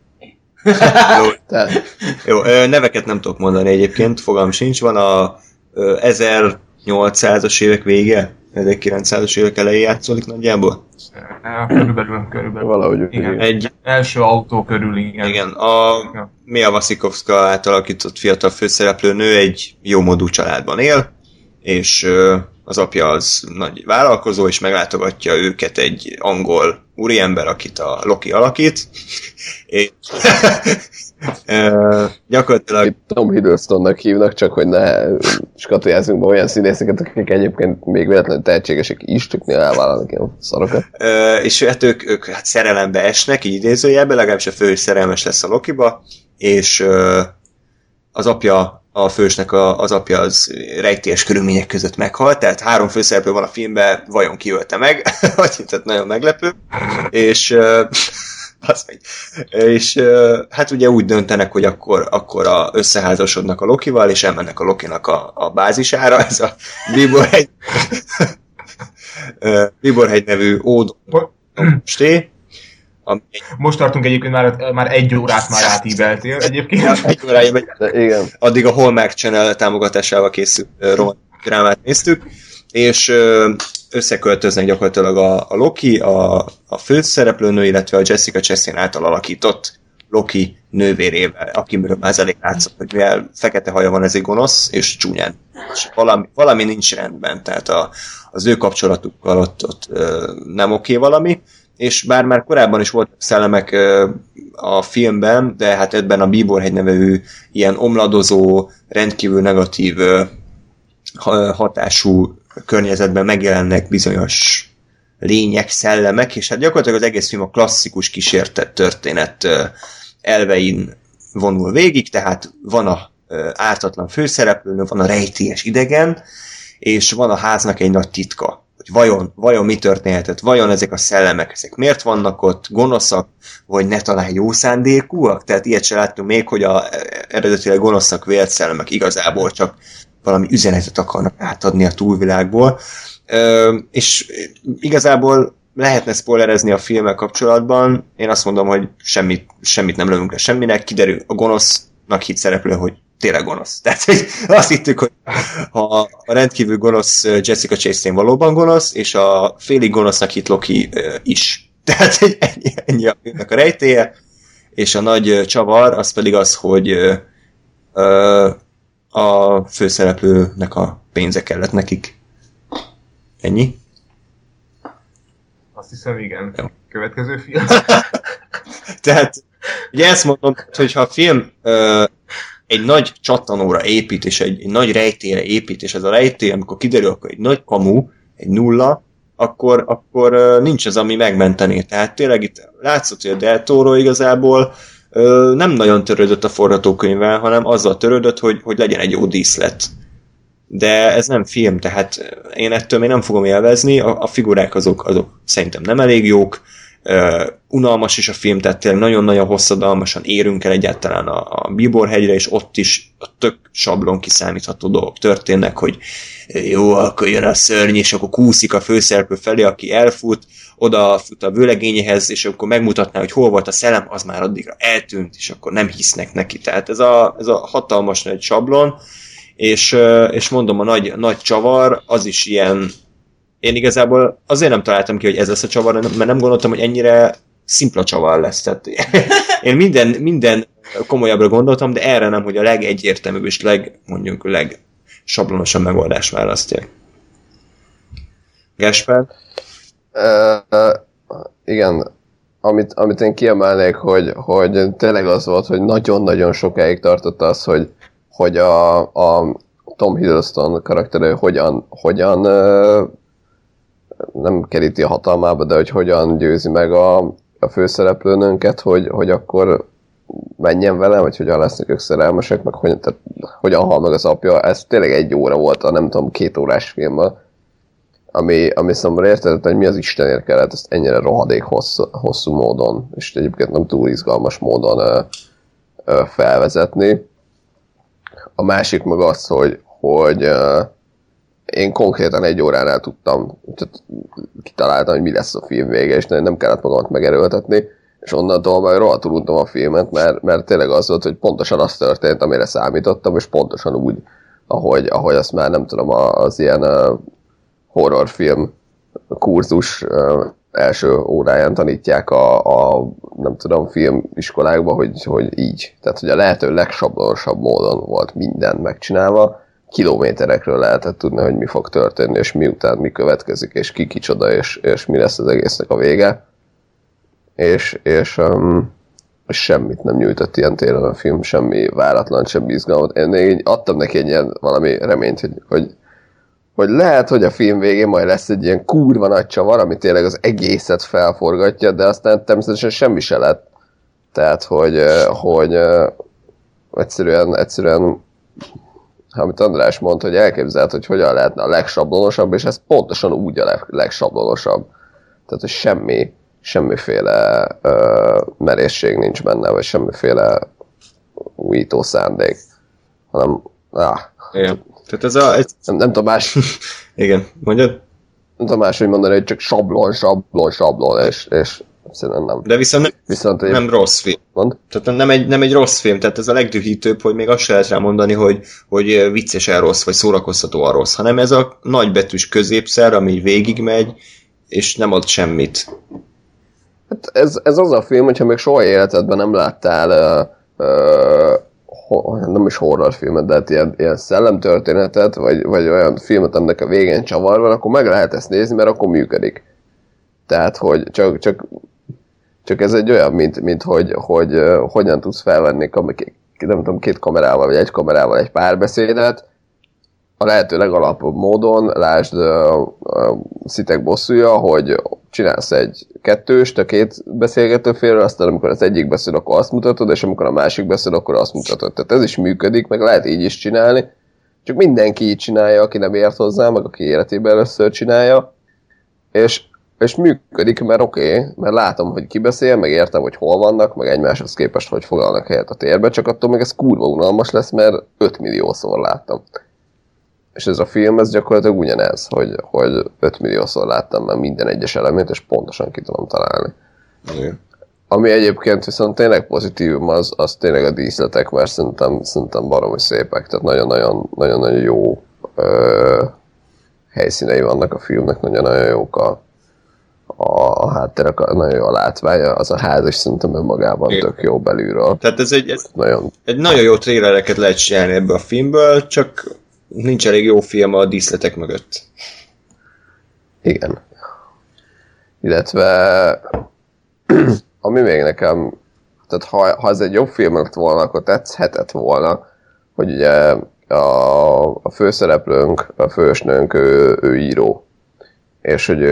Jó, neveket nem tudok mondani egyébként, fogalmam sincs. Van a 1800-as évek vége, 1900-as évek elején játszódik nagyjából? Körülbelül. Valahogy igen. Egy első autó körül, igen. Igen, Mia Wasikowska átalakított fiatal főszereplő nő egy jómódú családban él, és az apja az nagy vállalkozó, és meglátogatja őket egy angol úriember, akit a Loki alakít. És gyakorlatilag... Tom Hiddlestonnak hívnak, csak hogy ne skatujázzunk be olyan színészeket, akik egyébként még véletlenül tehetségesek is, csak néha elvállalnak ilyen szarokat. És hát ők hát szerelembe esnek, így idézőjelben, legalábbis a fő is szerelmes lesz a Lokiba, és az apja, a fősnek az apja az rejtélyes körülmények között meghalt, tehát 3 főszereplő van a filmben, vajon ki ölte meg, tehát nagyon meglepő, és hát ugye úgy döntenek, hogy akkor összeházasodnak a Lokival, és elmennek a Lokinak a bázisára, ez a Bíborhegy nevű ódonsté. Most tartunk egyébként, már 1 órát már átíveltél egyébként. 1 órája megy. Igen. Addig a Hallmark Channel támogatásával készült drámát néztük, és összeköltöznek gyakorlatilag a Loki, a főszereplőnő, illetve a Jessica Chastain által alakított Loki nővérével, akiről már elég látszott, hogy mivel fekete haja van, ez egy gonosz, és csúnyán. És valami nincs rendben, tehát az ő kapcsolatukkal ott nem oké valami, és bár már korábban is voltak szellemek a filmben, de hát ebben a Bíborhegy nevű ilyen omladozó, rendkívül negatív hatású környezetben megjelennek bizonyos lények, szellemek, és hát gyakorlatilag az egész film a klasszikus kísértett történet elvein vonul végig, tehát van a ártatlan főszereplőnő, van a rejtélyes idegen, és van a háznak egy nagy titka, hogy vajon mi történhetett, vajon ezek a szellemek, ezek miért vannak ott, gonoszak, vagy ne talán jó szándékúak, tehát ilyet se láttunk még, hogy eredetileg gonoszak vélt szellemek igazából csak valami üzenetet akarnak átadni a túlvilágból, és igazából lehetne spoilerezni a filmmel kapcsolatban, én azt mondom, hogy semmit nem lövünk le semminek, kiderül a gonosznak hit szereplő, hogy tényleg gonosz. Tehát hogy azt hittük, hogy ha a rendkívül gonosz Jessica Chastain valóban gonosz, és a félig gonosznak hit Loki is. Tehát ennyi a filmnek a rejtélye, és a nagy csavar az pedig az, hogy a főszereplőnek a pénze kellett nekik. Ennyi? Azt hiszem, igen. Jó. Következő film. Tehát, ugye ezt mondom, hogy ha a film egy nagy csattanóra épít, és egy nagy rejtélyre épít, és ez a rejtély, amikor kiderül, akkor egy nagy kamu, egy nulla, akkor nincs az, ami megmentené. Tehát tényleg itt látszott, hogy a Del Toro igazából nem nagyon törődött a forgatókönyvvel, hanem azzal törődött, hogy legyen egy jó díszlet. De ez nem film, tehát én ettől még nem fogom élvezni, a figurák azok szerintem nem elég jók, unalmas is a film, tehát tényleg nagyon-nagyon hosszadalmasan érünk el egyáltalán a Bíborhegyre, és ott is a tök sablon kiszámítható dolgok történnek, hogy jó, akkor jön a szörny, és akkor kúszik a főszereplő felé, aki elfut, odafut a vőlegényéhez, és akkor megmutatná, hogy hol volt a szellem, az már addigra eltűnt, és akkor nem hisznek neki. Tehát ez a hatalmas nagy sablon, és mondom, a nagy csavar, az is ilyen. Én igazából azért nem találtam ki, hogy ez lesz a csavar, mert nem gondoltam, hogy ennyire szimpla csavar lesz. Tehát én minden komolyabbra gondoltam, de erre nem, hogy a legegyértelműbb és legsablonosabb megoldást választják. Gáspár? Igen, amit én kiemelnék, hogy tényleg az volt, hogy nagyon-nagyon sokáig tartott az, hogy a Tom Hiddleston karaktere hogyan nem keríti a hatalmába, de hogy hogyan győzi meg a főszereplőnőnket, hogy akkor menjen vele, vagy hogyan lesznek ők szerelmesek, meg hogyan hal meg az apja. Ez tényleg 1 óra volt a nem tudom 2 órás filmben, ami számomra értetett, hogy mi az Istenért kellett ezt ennyire rohadék hosszú módon, és egyébként nem túl izgalmas módon felvezetni. A másik meg az, hogy én konkrétan 1 óránál tudtam, tehát kitaláltam, hogy mi lesz a film vége, és nem kellett magamat megerőltetni, és onnantól majd rohadtul untam a filmet, mert tényleg az volt, hogy pontosan az történt, amire számítottam, és pontosan úgy, ahogy azt már nem tudom, az ilyen horrorfilm kurzus első óráján tanítják a nem tudom, filmiskolákban, hogy így. Tehát, hogy a lehető legsablonosabb módon volt minden megcsinálva, kilométerekről lehetett tudni, hogy mi fog történni, és miután mi következik, és ki kicsoda, és mi lesz az egésznek a vége. És semmit nem nyújtott ilyen téren a film, semmi váratlan, semmi izgalmat. Én még adtam neki egy ilyen valami reményt, hogy lehet, hogy a film végén majd lesz egy ilyen kurva nagy csavar, ami tényleg az egészet felforgatja, de aztán természetesen semmi se lett. Tehát, hogy egyszerűen amit András mondta, hogy elképzelt, hogy hogyan lehetne a legsablonosabb, és ez pontosan úgy a legsablonosabb. Tehát, hogy semmiféle merészség nincs benne, vagy semmiféle újító szándék, hanem igen. Tehát nem tudom más. Igen, mondjad? Nem tudom máshogy mondani, hogy csak sablon, és szerintem nem. De viszont nem rossz film. Mond? Tehát nem egy rossz film, tehát ez a legdühítőbb, hogy még azt se lehet rá mondani, hogy viccesen rossz, vagy szórakoztatóan rossz, hanem ez a nagybetűs középszer, ami végigmegy, és nem ad semmit. Hát ez az a film, hogyha még soha életedben nem láttál nem is horrorfilmet, de hát ilyen szellemtörténetet, vagy olyan filmet, aminek a végén csavar van, akkor meg lehet ezt nézni, mert akkor működik. Tehát, hogy csak ez egy olyan, mint hogy hogyan tudsz felvenni, nem tudom, 2 kamerával, vagy 1 kamerával egy párbeszédet, a lehető legalapabb módon, lásd a Szitek bosszúja, hogy csinálsz egy kettőst a 2 beszélgető félről, aztán amikor az egyik beszél, akkor azt mutatod, és amikor a másik beszél, akkor azt mutatod. Tehát ez is működik, meg lehet így is csinálni, csak mindenki így csinálja, aki nem ért hozzá, meg aki életében először csinálja, és működik, mert oké, mert látom, hogy ki beszél, meg értem, hogy hol vannak, meg egymáshoz képest, hogy foglalnak helyet a térbe, csak attól meg ez kurva unalmas lesz, mert 5 milliószor láttam. És ez a film, ez gyakorlatilag ugyanez, hogy 5 milliószor láttam már minden egyes elemét, és pontosan ki tudom találni. Igen. Ami egyébként viszont tényleg pozitívum, az tényleg a díszletek, mert szerintem baromi szépek, tehát nagyon-nagyon jó helyszínei vannak a filmnek, nagyon-nagyon jók a hátterek, nagyon jó a látványa, az a ház is szerintem önmagában tök jó belülről. Tehát ez egy nagyon jó trélereket lehet csinálni ebből a filmből, csak nincs elég jó film a díszletek mögött. Igen. Illetve ami még nekem, tehát ha ez egy jobb film lett volna, akkor tetszhetett volna, hogy ugye a főszereplőnk, a fősnőnk, ő író. És hogy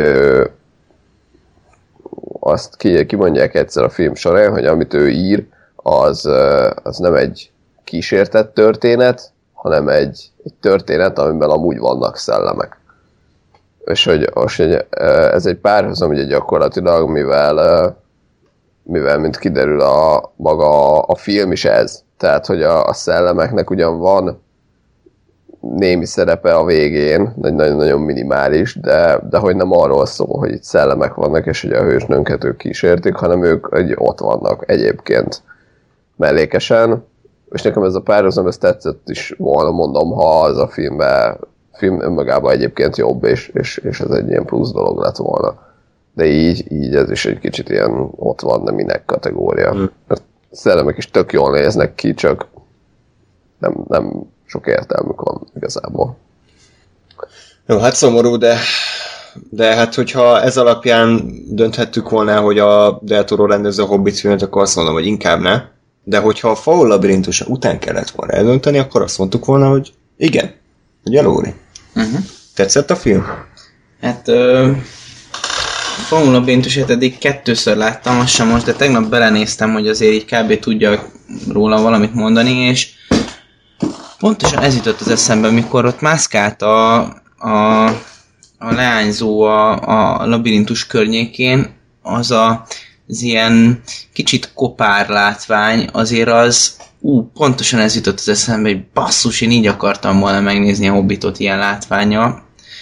azt kimondják egyszer a film során, hogy amit ő ír, az nem egy kísértett történet, hanem egy történet, amiben amúgy vannak szellemek. És hogy ez egy párhuzam ugye gyakorlatilag, mivel mint kiderül maga a film is ez. Tehát, hogy a szellemeknek ugyan van némi szerepe a végén, nagyon-nagyon minimális, de hogy nem arról szól, hogy itt szellemek vannak, és hogy a hősnőnket ők kísértik, hanem ők ott vannak egyébként mellékesen. És nekem ez a párhuzam, ez tetszett is volna, mondom, ha az a film önmagában egyébként jobb, és ez egy ilyen plusz dolog lett volna. De így ez is egy kicsit ilyen ott van, de minek kategória. Mert a szellemek is tök jól néznek ki, csak nem sok értelmük van igazából. Jó, hát szomorú, de hát hogyha ez alapján dönthettük volna, hogy a Del Toro rendező a Hobbit filmet, akkor azt mondom, hogy inkább ne. De hogyha a Faul labirintusa után kellett volna eldönteni, akkor azt mondtuk volna, hogy igen. Ugye, Lóri? Tetszett a film? Hát Faul labirintusát eddig 2-ször láttam, azt sem most, de tegnap belenéztem, hogy azért így kb. Tudja róla valamit mondani, és pontosan ez jutott az eszembe, mikor ott mászkált a leányzó a labirintus környékén, az ilyen kicsit kopár látvány, azért az, pontosan ez jutott az eszembe, hogy basszus, én így akartam volna megnézni a Hobbitot ilyen látvánnyal.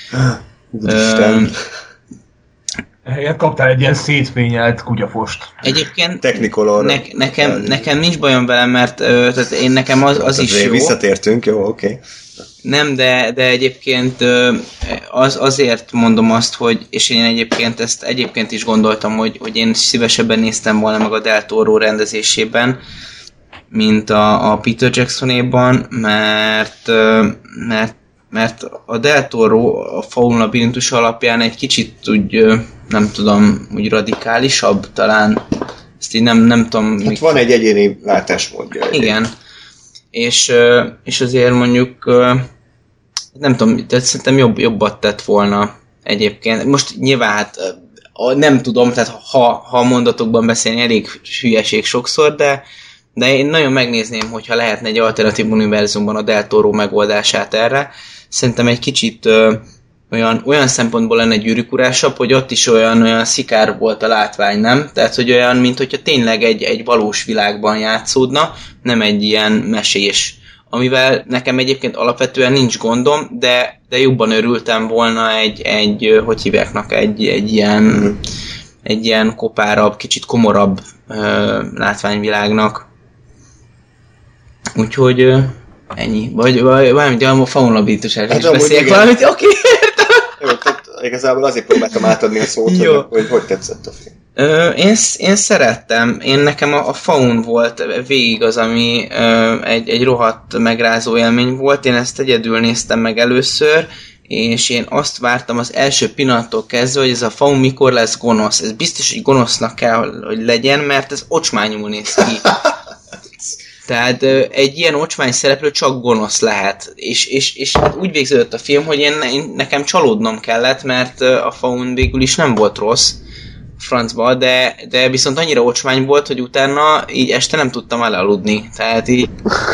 Helyett kaptál egy ilyen szétfényelt kutyafost. Egyébként Technicolor. Nekem nincs bajom velem, mert tehát nekem az is jó. Visszatértünk, jó, oké. Nem, de egyébként azért mondom azt, hogy, és én egyébként ezt egyébként is gondoltam, hogy én szívesebben néztem volna meg a Del Toro rendezésében, mint a Peter Jacksonéban, mert a Del Toro a Faun labirintus alapján egy kicsit úgy, nem tudom, úgy radikálisabb talán. Ezt így nem tudom... Hát van egy egyéni látásmódja. Igen. És azért mondjuk, nem tudom, szerintem jobbat tett volna egyébként. Most nyilván hát nem tudom, tehát ha mondatokban beszélni elég hülyeség sokszor, de én nagyon megnézném, hogyha lehetne egy alternatív univerzumban a Del Toro megoldását erre. Szerintem egy kicsit olyan szempontból lenne gyűrűkurásabb, hogy ott is olyan szikár volt a látvány, nem? Tehát, hogy olyan, mint hogyha tényleg egy valós világban játszódna, nem egy ilyen mesés. Amivel nekem egyébként alapvetően nincs gondom, de jobban örültem volna hogy hívjáknak, egy ilyen kopárabb, kicsit komorabb látványvilágnak. Úgyhogy ennyi. Vagy valamit, a Faun labirintusát is beszéljek valamit, oké. Jó, tehát igazából azért próbáltam átadni a szót, hogy tetszett a film. Én szerettem. Nekem a Faun volt végig az, ami egy rohadt megrázó élmény volt. Én ezt egyedül néztem meg először, és én azt vártam az első pillanattól kezdve, hogy ez a Faun mikor lesz gonosz. Ez biztos, hogy gonosznak kell, hogy legyen, mert ez ocsmányul néz ki. Tehát egy ilyen ocsmány szereplő csak gonosz lehet. És hát úgy végződött a film, hogy nekem csalódnom kellett, mert a Faun végül is nem volt rossz francba, de viszont annyira ocsmány volt, hogy utána így este nem tudtam elaludni. Tehát így...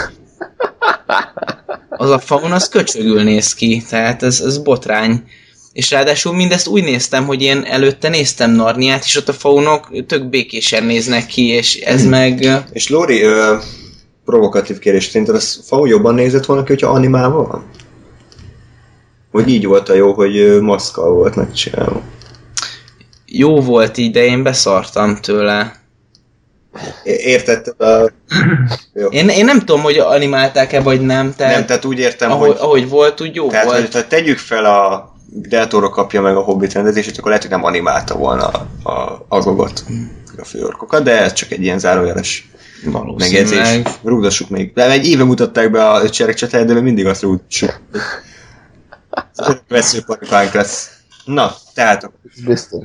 Az a Faun az köcsögül néz ki, tehát ez botrány. És ráadásul mindezt úgy néztem, hogy én előtte néztem Narniát, és ott a Faunok tök békésen néznek ki, és ez meg... És Lóri, provokatív kérdés, szerinted az Faun jobban nézett volna ki, hogyha animálva van? Hogy így volt a jó, hogy maszkal volt megcsinálva? Jó volt így, de én beszartam tőle. Érted? Én nem tudom, hogy animálták-e, vagy nem. Nem, tehát úgy értem, ahogy volt, úgy jó tehát, volt. Tehát tegyük fel a Del Toro kapja meg a Hobbit rendezését, akkor lehet, hogy nem animálta volna a Agogot, a főorkokat, de ez csak egy ilyen zárójeles megjegyzés. Rúgdassuk még. De egy éve mutatták be a Seregcsatáját, de mindig azt rúgdassuk. Veszőparipánk lesz. Na, tehát... Biztos.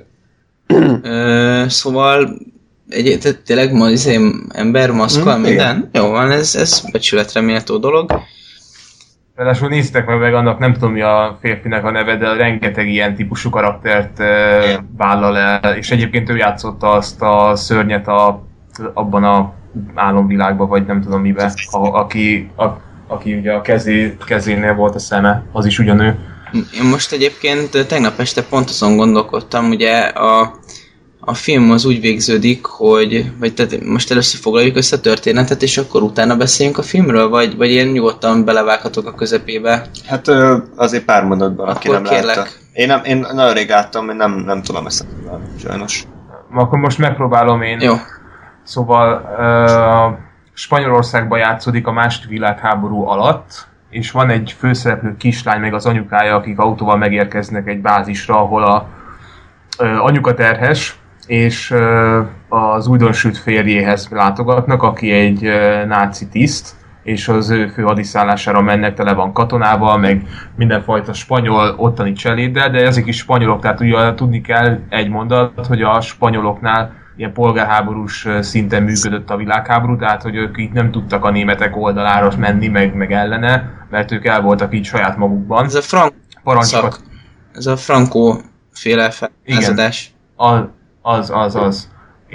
Szóval tényleg ember, maszkal, minden? Jó van, ez becsületre méltó dolog. Ráadásul néztek meg annak, nem tudom mi a férfinek a neve, de rengeteg ilyen típusú karaktert vállal el, és egyébként ő játszotta azt a szörnyet abban a álomvilágban, vagy nem tudom miben, aki ugye a kezénél volt a szeme, az is ugyanő. Én most egyébként tegnap este pont azon gondolkodtam, ugye a film az úgy végződik, tehát most először foglaljuk össze a történetet, és akkor utána beszéljünk a filmről, vagy én nyugodtan belevághatok a közepébe? Hát azért pár mondatban, aki nem kérlek. látta. Én nagyon rég láttam, nem tudom ezt sajnos. Akkor most megpróbálom én. Jó. Szóval Spanyolországban játszódik a második világháború alatt, és van egy főszereplő kislány, meg az anyukája, akik autóval megérkeznek egy bázisra, ahol a anyuka terhes, és az újdonsült férjéhez látogatnak, aki egy náci tiszt, és az ő fő hadiszállására mennek, tele van katonával, meg mindenfajta spanyol ottani cseléddel, de ezek is spanyolok, tehát ugye tudni kell egy mondat, hogy a spanyoloknál ilyen polgárháborús szinten működött a világháború, tehát hogy ők így nem tudtak a németek oldalára menni, meg ellene, mert ők el voltak így saját magukban. Ez a parancsokat. Ez a Franco féle felházadás. Az.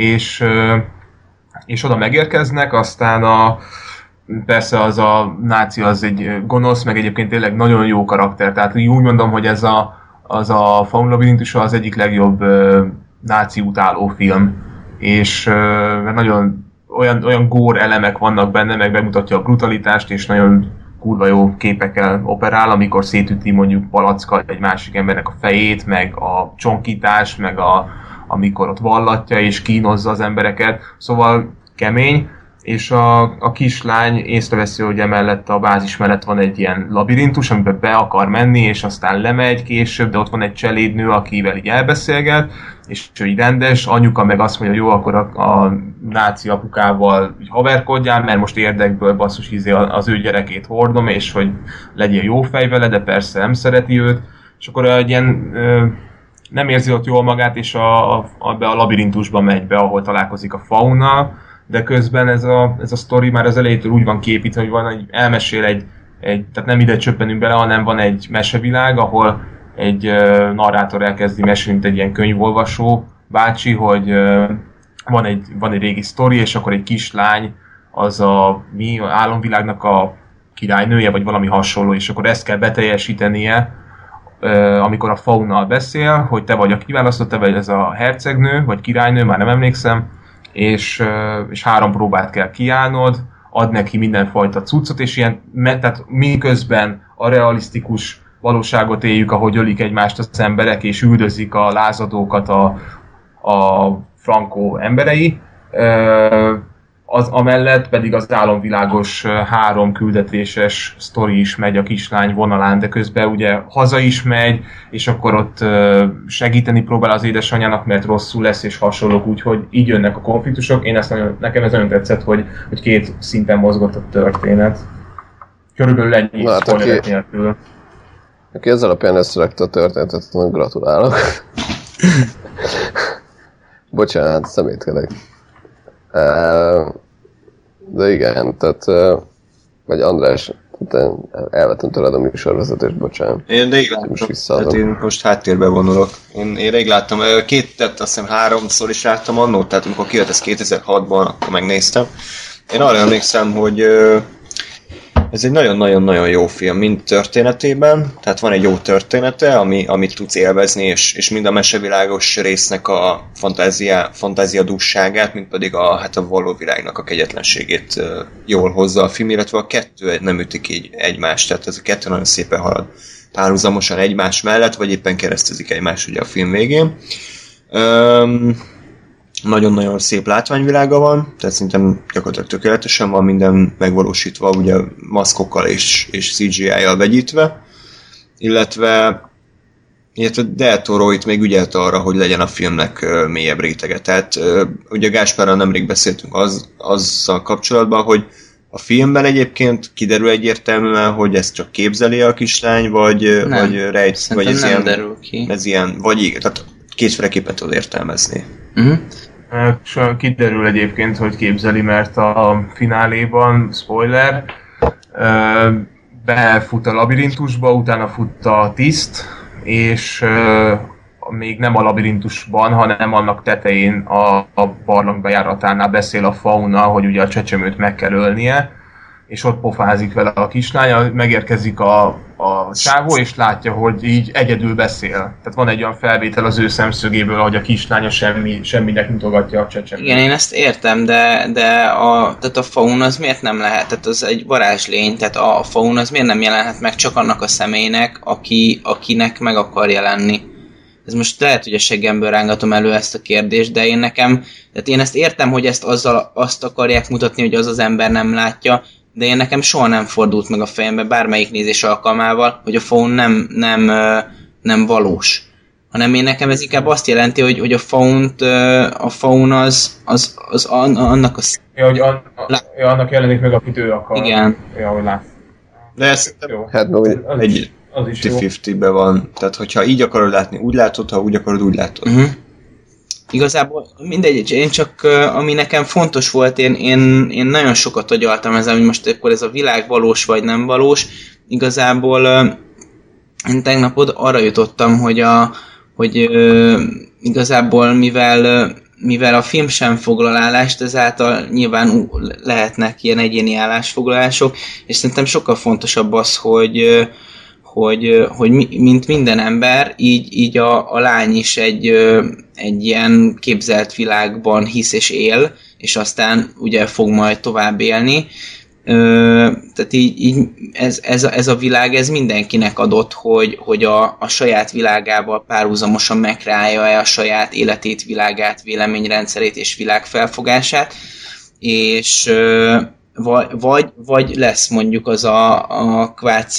És oda megérkeznek, aztán persze az a náci az egy gonosz, meg egyébként tényleg nagyon jó karakter, tehát úgy mondom, hogy az a Faun labirintusa az egyik legjobb náci utáló film, és nagyon olyan gór elemek vannak benne, meg bemutatja a brutalitást, és nagyon kurva jó képekkel operál, amikor szétüti mondjuk palackkal egy másik embernek a fejét, meg a csonkítás, meg amikor ott vallatja és kínozza az embereket, szóval kemény, és a kislány észreveszi, hogy emellett a bázis mellett van egy ilyen labirintus, amiben be akar menni, és aztán lemegy később, de ott van egy cselédnő, akivel így elbeszélget, és ő így rendes, anyuka meg azt mondja, jó, akkor a náci apukával így haverkodjál, mert most érdekből basszus az ő gyerekét hordom, és hogy legyél jó fej vele, de persze nem szereti őt, és akkor egy ilyen nem érzi ott jól magát, és be a labirintusba megy be, ahol találkozik a fauna, de közben ez a sztori már az elejétől úgy van képítve, hogy elmesél tehát nem ide csöppenünk bele, hanem van egy mesevilág, ahol egy narrátor elkezdi mesélni, mint egy ilyen könyvolvasó bácsi, hogy van egy régi sztori, és akkor egy kislány az a álomvilágnak a királynője, vagy valami hasonló, és akkor ezt kell beteljesítenie, amikor a faunal beszél, hogy te vagy a kiválasztott, te vagy ez a hercegnő, vagy királynő, már nem emlékszem, és 3 próbát kell kiállnod, ad neki mindenfajta cuccot, és tehát miközben a realisztikus valóságot éljük, ahogy ölik egymást az emberek, és üldözik a lázadókat a Franco emberei, amellett pedig az álomvilágos 3 küldetéses sztori is megy a kislány vonalán, de közben ugye haza is megy, és akkor ott segíteni próbál az édesanyjának, mert rosszul lesz, és hasonlók, úgyhogy így jönnek a konfliktusok. Nekem ez nagyon tetszett, hogy 2 szinten mozgott a történet. Körülbelül ennyi spoilerek nélkül. Aki ezzel alapján összerakta a történetet, gratulálok. Bocsánat, szemétkedek. De igen, tehát vagy András, elvettem tőled a műsorvezetést, bocsánat. Én rég láttam, én most háttérbe vonulok. Én rég láttam, 2, azt hiszem 3-szor is láttam annó, tehát amikor kijött ez 2006-ban, akkor megnéztem. Én arra emlékszem, hogy ez egy nagyon-nagyon-nagyon jó film, mind történetében, tehát van egy jó története, amit tudsz élvezni, és mind a mesevilágos résznek a fantáziadússágát, mint pedig a való világnak a kegyetlenségét jól hozza a film, illetve a 2 nem ütik így egymást, tehát ez a 2 nagyon szépen halad párhuzamosan egymás mellett, vagy éppen keresztezik egymást ugye a film végén. Nagyon-nagyon szép látványvilága van, tehát szerintem gyakorlatilag tökéletesen van minden megvalósítva, ugye maszkokkal és CGI-jal vegyítve, illetve Del Toro itt még ügyelt arra, hogy legyen a filmnek mélyebb rétege. Tehát ugye Gáspárral nemrég beszéltünk azzal kapcsolatban, hogy a filmben egyébként kiderül egyértelműen, hogy ezt csak képzeli a kislány, vagy rejt, vagy ez ilyen, derül ki. Ez ilyen, vagy igen, tehát kétféleképpen tudod értelmezni. Kiderül egyébként, hogy képzeli, mert a fináléban, spoiler, befut a labirintusba, utána fut a tiszt, és még nem a labirintusban, hanem annak tetején a barlang bejáratánál beszél a fauna, hogy ugye a csecsemőt meg kell ölnie, és ott pofázik vele a kislány, megérkezik a csávó, és látja, hogy így egyedül beszél. Tehát van egy olyan felvétel az ő szemszögéből, hogy a kislánya semminek mutogatja a csecsemőt. Igen, én ezt értem, tehát a faun az miért nem lehet? Tehát az egy varázslény, tehát a faun az miért nem jelenhet meg csak annak a személynek, akinek meg akar jelenni? Ez most lehet, hogy a seggemből rángatom elő ezt a kérdést, de én ezt értem, hogy azt akarják mutatni, hogy az ember nem látja, de nekem soha nem fordult meg a fejembe bármelyik nézés alkalmával, hogy a faun nem valós. Hanem nekem ez inkább azt jelenti, hogy a faun az annak a... hogy annak jelenik meg, akit ő akar. Igen. Ja, hogy lát. De ez hát egy 50-50-ben van. Tehát, hogyha így akarod látni, úgy látod, ha úgy akarod, úgy látod. Igazából mindegy, én csak, ami nekem fontos volt, én nagyon sokat agyaltam ezzel, hogy most akkor ez a világ valós vagy nem valós. Igazából én tegnap arra jutottam, hogy igazából mivel a film sem foglal állást, ezáltal nyilván lehetnek ilyen egyéni állásfoglalások, és szerintem sokkal fontosabb az, hogy mint minden ember, így a lány is egy ilyen képzelt világban hisz és él, és aztán ugye fog majd tovább élni. Tehát így ez a világ, ez mindenkinek adott, hogy a saját világával párhuzamosan megkreálja a saját életét, világát, véleményrendszerét és világfelfogását. és vagy lesz mondjuk az a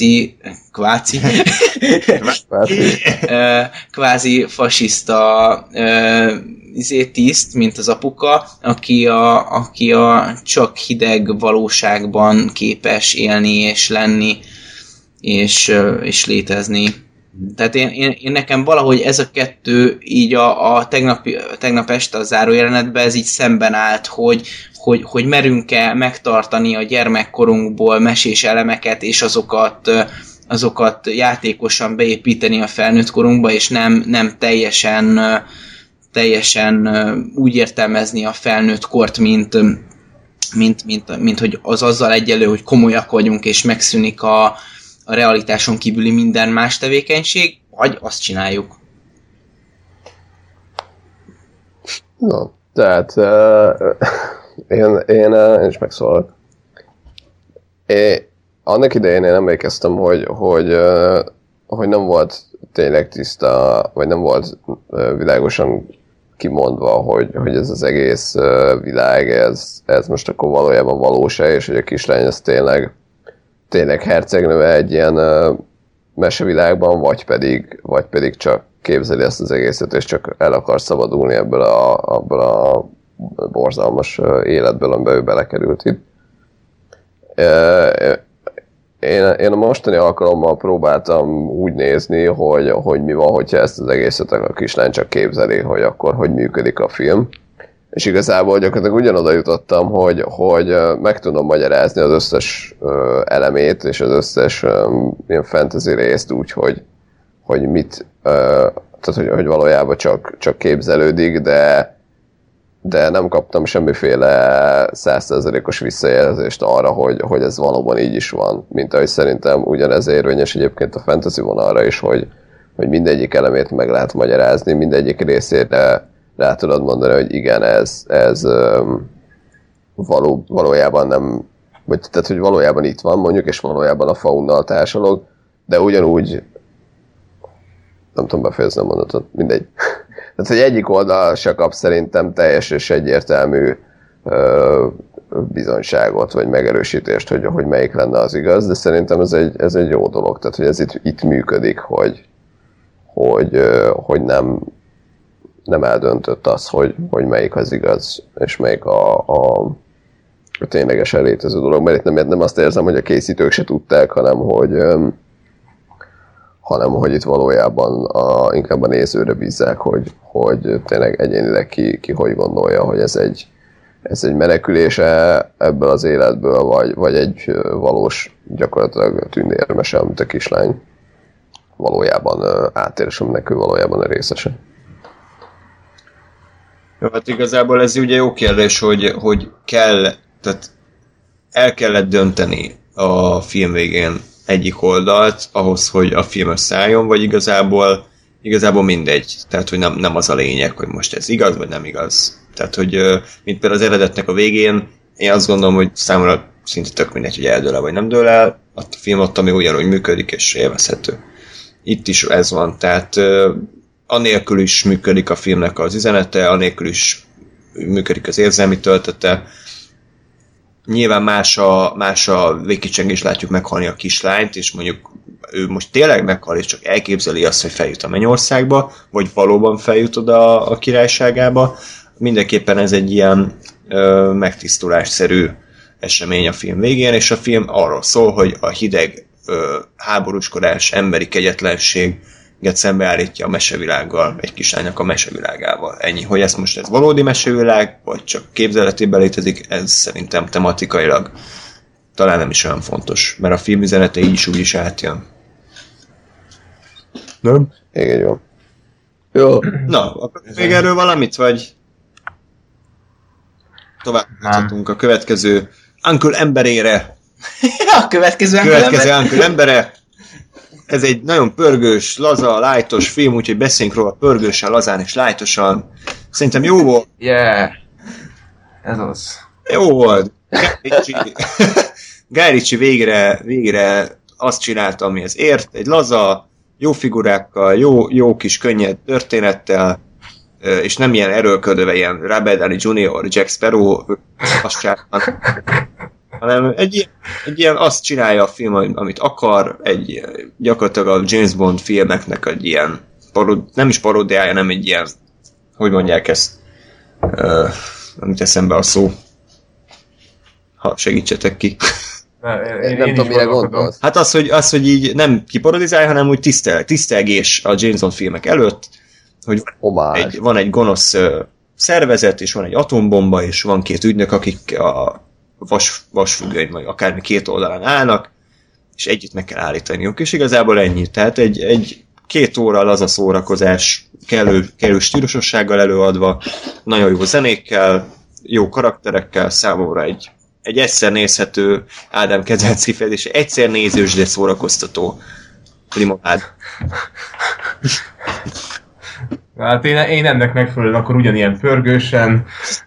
kvázi fasiszta tiszt, mint az apuka, aki a csak hideg valóságban képes élni és lenni és létezni. Tehát én nekem valahogy ez a kettő így a tegnap este a zárójelenetben ez így szemben állt, hogy merünk-e megtartani a gyermekkorunkból mesés elemeket, és azokat játékosan beépíteni a felnőtt korunkba, és nem teljesen úgy értelmezni a felnőtt kort, mint hogy az azzal egyelő, hogy komolyak vagyunk, és megszűnik a realitáson kívüli minden más tevékenység, vagy azt csináljuk. No, tehát én is megszólalok. Annak idején én emlékeztem, hogy nem volt tényleg tiszta, vagy nem volt világosan kimondva, hogy ez az egész világ, ez most akkor valójában valós-e, és hogy a kislány ez tényleg hercegnő egy ilyen mesevilágban, vagy pedig csak képzeli ezt az egészet, és csak el akar szabadulni ebből a borzalmas életből, amiben ő belekerült itt. Én a mostani alkalommal próbáltam úgy nézni, hogy mi van, hogyha ezt az egészet a kislány csak képzeli, hogy akkor hogy működik a film. És igazából gyakorlatilag ugyanoda jutottam, hogy meg tudom magyarázni az összes elemét, és az összes ilyen fantasy részt úgy, hogy mit, tehát hogy valójában csak képzelődik, de nem kaptam semmiféle 100%-os visszajelzést arra, hogy ez valóban így is van. Mint ahogy szerintem ugyanez érvényes egyébként a fantasy vonalra is, hogy mindegyik elemét meg lehet magyarázni, mindegyik részére rá tudod mondani, hogy igen, ez valójában nem, vagy tehát, hogy valójában itt van mondjuk, és valójában a faunnal társalog, de ugyanúgy nem tudom befejezni a mondatot, mindegy. Tehát, hogy egyik oldal se kap szerintem teljes és egyértelmű bizonyságot, vagy megerősítést, hogy melyik lenne az igaz, de szerintem ez egy jó dolog, tehát, hogy ez itt működik, hogy nem eldöntött az, hogy melyik az igaz, és melyik a ténylegesen létező dolog, mert itt nem azt érzem, hogy a készítők se tudták, hanem hogy itt valójában inkább a nézőre bízzák, hogy tényleg egyénileg ki hogy gondolja, hogy ez egy menekülése ebből az életből, vagy egy valós, gyakorlatilag tündérmese, amit a kislány valójában átér, és aminek ő valójában a részese. Jó, hát igazából ez ugye jó kérdés, hogy tehát el kellett dönteni a film végén egyik oldalt ahhoz, hogy a film összeálljon, vagy igazából mindegy. Tehát, hogy nem az a lényeg, hogy most ez igaz, vagy nem igaz. Tehát, hogy mint például az eredetnek a végén, én azt gondolom, hogy számomra szinte tök mindegy, hogy eldől-e, vagy nem dől el. A film ott, ami ugyanúgy működik, és élvezhető. Itt is ez van, tehát anélkül is működik a filmnek az üzenete, anélkül is működik az érzelmi töltete. Nyilván más a végkicsengés, látjuk meghalni a kislányt, és mondjuk ő most tényleg meghal, és csak elképzeli azt, hogy feljut a Mennyországba, vagy valóban feljut oda a királyságába. Mindenképpen ez egy ilyen megtisztulásszerű esemény a film végén, és a film arról szól, hogy a hideg háborúskodás, emberi kegyetlenséget szembeállítja a mesevilággal, egy kislánynak a mesevilágával. Ennyi. Hogy ez most ez valódi mesevilág, vagy csak képzeletében létezik, ez szerintem tematikailag talán nem is olyan fontos, mert a film üzenete így is úgy is átjön. Nem? Igen, jó. Jó. Na, akkor még erről valamit, vagy tovább a következő Uncle emberére. A következő Uncle embere. Ez egy nagyon pörgős, laza, lájtos film, úgyhogy beszéljünk róla pörgősen, lazán és lájtosan. Szerintem jó volt. Yeah. Ez az. Jó volt. Guy Ritchie végre azt csinálta, amihez ért. Egy laza, jó figurákkal, jó kis könnyed történettel. és nem ilyen erőlködve, ilyen Robert Downey Jr., Jack Sparrow hasonlóan, hanem egy ilyen azt csinálja a film, amit akar, gyakorlatilag a James Bond filmeknek egy ilyen, nem is paródiája, nem egy ilyen, hogy mondják ezt, nem jut eszembe a szó. Ha segítsetek ki. Én nem tudom, mire gondolsz. Hát az, hogy így nem kiparodizálja, hanem úgy tisztelgés a James Bond filmek előtt, hogy van egy gonosz szervezet, és van egy atombomba, és van két ügynök, akik a vasfüggöny, vagy akármi két oldalán állnak, és együtt meg kell állítaniuk, és igazából ennyi. Tehát egy 2 óra laza szórakozás kellő stílusossággal előadva, nagyon jó zenékkel, jó karakterekkel, számomra egy egyszer nézhető Ádám kedvenc kifejezése, egyszer nézős, de szórakoztató limonád. Hát én ennek megfelelően akkor ugyanilyen pörgősen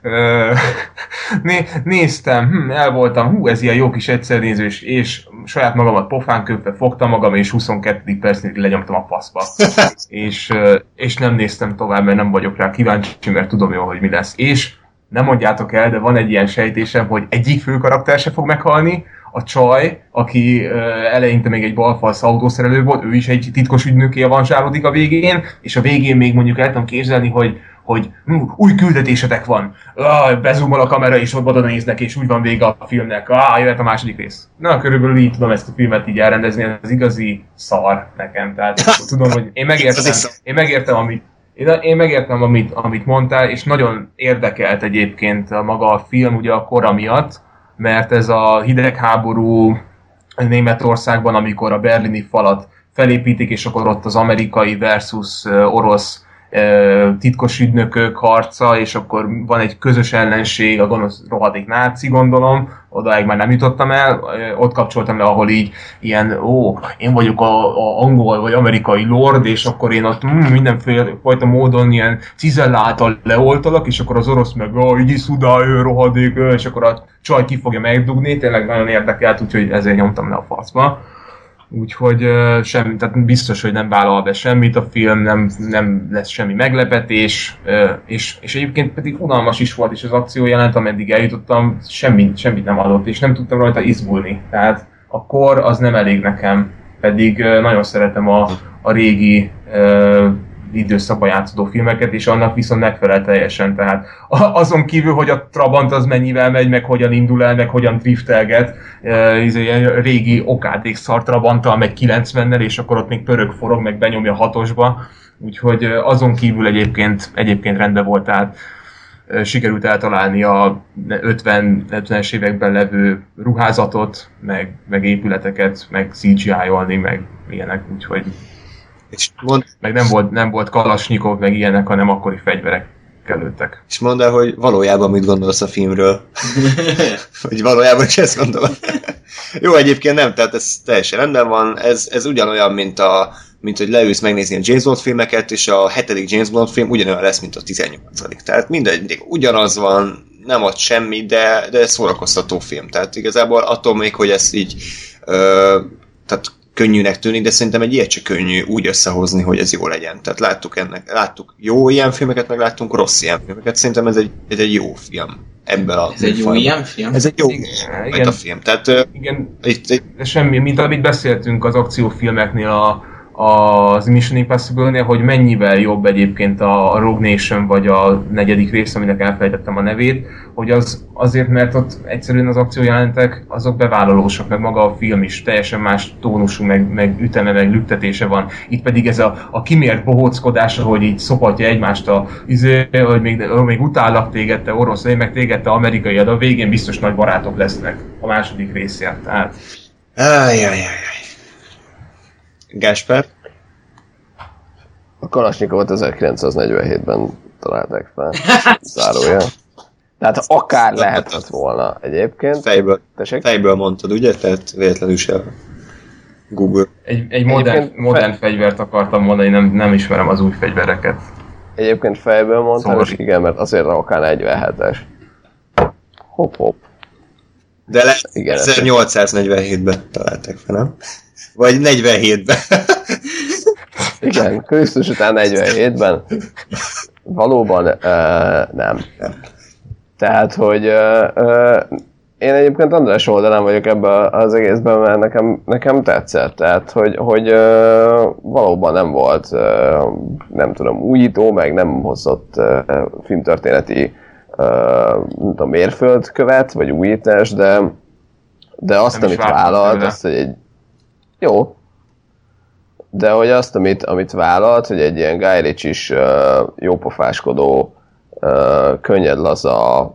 néztem, el voltam, ez ilyen jó kis egyszernézős, és saját magamat pofán köpve fogtam magam, és 22. percnél lenyomtam a faszba. és nem néztem tovább, mert nem vagyok rá kíváncsi, mert tudom jól, hogy mi lesz. És nem mondjátok el, de van egy ilyen sejtésem, hogy egyik fő karakter se fog meghalni, a csaj, aki eleinte még egy balfalsz autószerelő volt, ő is egy titkos ügynökké avanzsálódik a végén, és a végén még mondjuk el tudom képzelni, hogy új küldetésetek van, bezúmol a kamera, és ott oda néznek, és úgy van vége a filmnek, jöhet a második rész. Na, körülbelül így tudom ezt a filmet így elrendezni, ez igazi szar nekem, tehát tudom, hogy én megértem, amit mondtál, és nagyon érdekelt egyébként maga a film ugye a kora miatt, mert ez a hidegháború Németországban, amikor a berlini falat felépítik, és akkor ott az amerikai versus orosz titkos ügynökök harca, és akkor van egy közös ellenség, a gonosz rohadék náci, gondolom, odáig már nem jutottam el, ott kapcsoltam le, ahol így ilyen, én vagyok a angol vagy amerikai lord, és akkor én ott mindenféle fajta módon ilyen cizelláltal leoltalak, és akkor az orosz meg, így iszudál, rohadék, és akkor a csaj ki fogja megdugni, tényleg nagyon érdekelt, úgyhogy ezért nyomtam le a faszba. Úgyhogy tehát biztos, hogy nem vállal be semmit a film, nem lesz semmi meglepetés, és egyébként pedig unalmas is volt, és az akció jelent, ameddig eljutottam, semmit nem adott, és nem tudtam rajta izgulni. Tehát a kor az nem elég nekem, pedig nagyon szeretem a régi időszakban játszódó filmeket, és annak viszont megfelel teljesen. Tehát azon kívül, hogy a Trabant az mennyivel megy, meg hogyan indul el, meg hogyan driftelget, ilyen régi okádék szar Trabanttal megy 90-nel, és akkor ott még pörög forog, meg benyomja 6-osba. Úgyhogy azon kívül egyébként rendben volt, tehát sikerült eltalálni a 50-es években levő ruházatot, meg épületeket, meg CGI-olni, meg ilyenek, úgyhogy meg nem volt kalasnyikov, meg ilyenek, hanem akkori fegyverek lőttek. És mondd el, hogy valójában mit gondolsz a filmről? Hogy valójában is ezt gondolod? Jó, egyébként nem, tehát ez teljesen rendben van. Ez ugyanolyan, mint hogy leülsz megnézni a James Bond filmeket, és a 7. James Bond film ugyanolyan lesz, mint a 18. Tehát mindegy, ugyanaz van, nem ad semmi, de szórakoztató film. Tehát igazából attól még, hogy ez így tehát könnyűnek tűnik, de szerintem egy ilyet se könnyű úgy összehozni, hogy ez jó legyen. Tehát láttuk jó ilyen filmeket, meg láttunk rossz ilyen filmeket. Szerintem ez egy jó film. Ebben ez egy jó ilyen film? Ez egy jó film. Tehát, igen, de semmi, mint amit beszéltünk az akciófilmeknél az Mission Impossible-nél, hogy mennyivel jobb egyébként a Rogue Nation vagy a 4. rész, aminek elfelejtettem a nevét, hogy azért, mert ott egyszerűen az akciójelentek azok bevállalósak, meg maga a film is teljesen más tónusú, meg üteme, meg lüktetése van. Itt pedig ez a kimért bohóckodás, hogy így szopatja egymást hogy még utállak téged, te orosz, én meg téged, te amerikai, de a végén biztos nagy barátok lesznek a második részén. Tehát... Gáspár? A Kalasnyikovot 1947-ben találták fel. Zárójel. Tehát akár lehetett volna egyébként. Fejből mondtad, ugye? Tehát véletlenül sem Google. Egy modern fegyvert akartam mondani, nem ismerem az új fegyvereket. Egyébként fejből mondtam, és igen, mert azért akár 47-es. Hopp. De 1847-ben találták fel, nem? Vagy 47-ben. Igen, Krisztus után 47-ben. Valóban nem. Tehát, hogy én egyébként András oldalán vagyok ebben az egészben, mert nekem tetszett. Tehát, hogy valóban nem volt, nem tudom, újító, meg nem hozott filmtörténeti nem tudom, mérföldkövet, vagy újítás, de azt, amit vállalt, azt, hogy egy... Jó. De hogy azt, amit vállalt, hogy egy ilyen Guy Ritchie-s jópofáskodó, könnyed laza,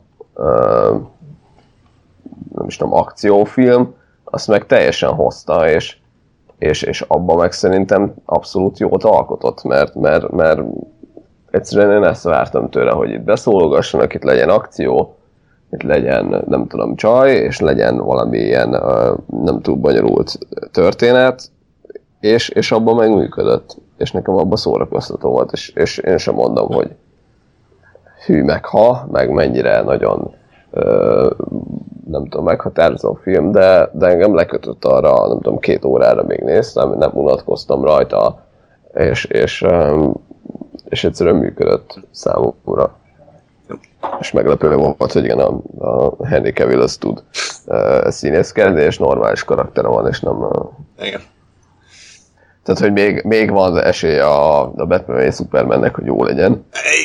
nem is tudom, akciófilm, azt meg teljesen hozta, és abban meg szerintem abszolút jót alkotott, mert egyszerűen én ezt vártam tőle, hogy itt beszólogassanak, itt legyen akció, itt legyen, nem tudom, csaj, és legyen valami ilyen nem túl bonyolult történet, és abban meg működött. És nekem abban szórakoztató volt, és én sem mondom, hogy hű meg ha, meg mennyire nagyon nem tudom, meghatározó film, de engem lekötött arra, nem tudom, 2 órára még néztem, nem unatkoztam rajta, és egyszerűen működött számomra. És meglepő volt, hogy igen, a Henry Cavill az tud színészkedni, és normális karaktere van, és nem... Igen. Tehát, hogy még van esélye a Batman és Supermannek, hogy jó legyen.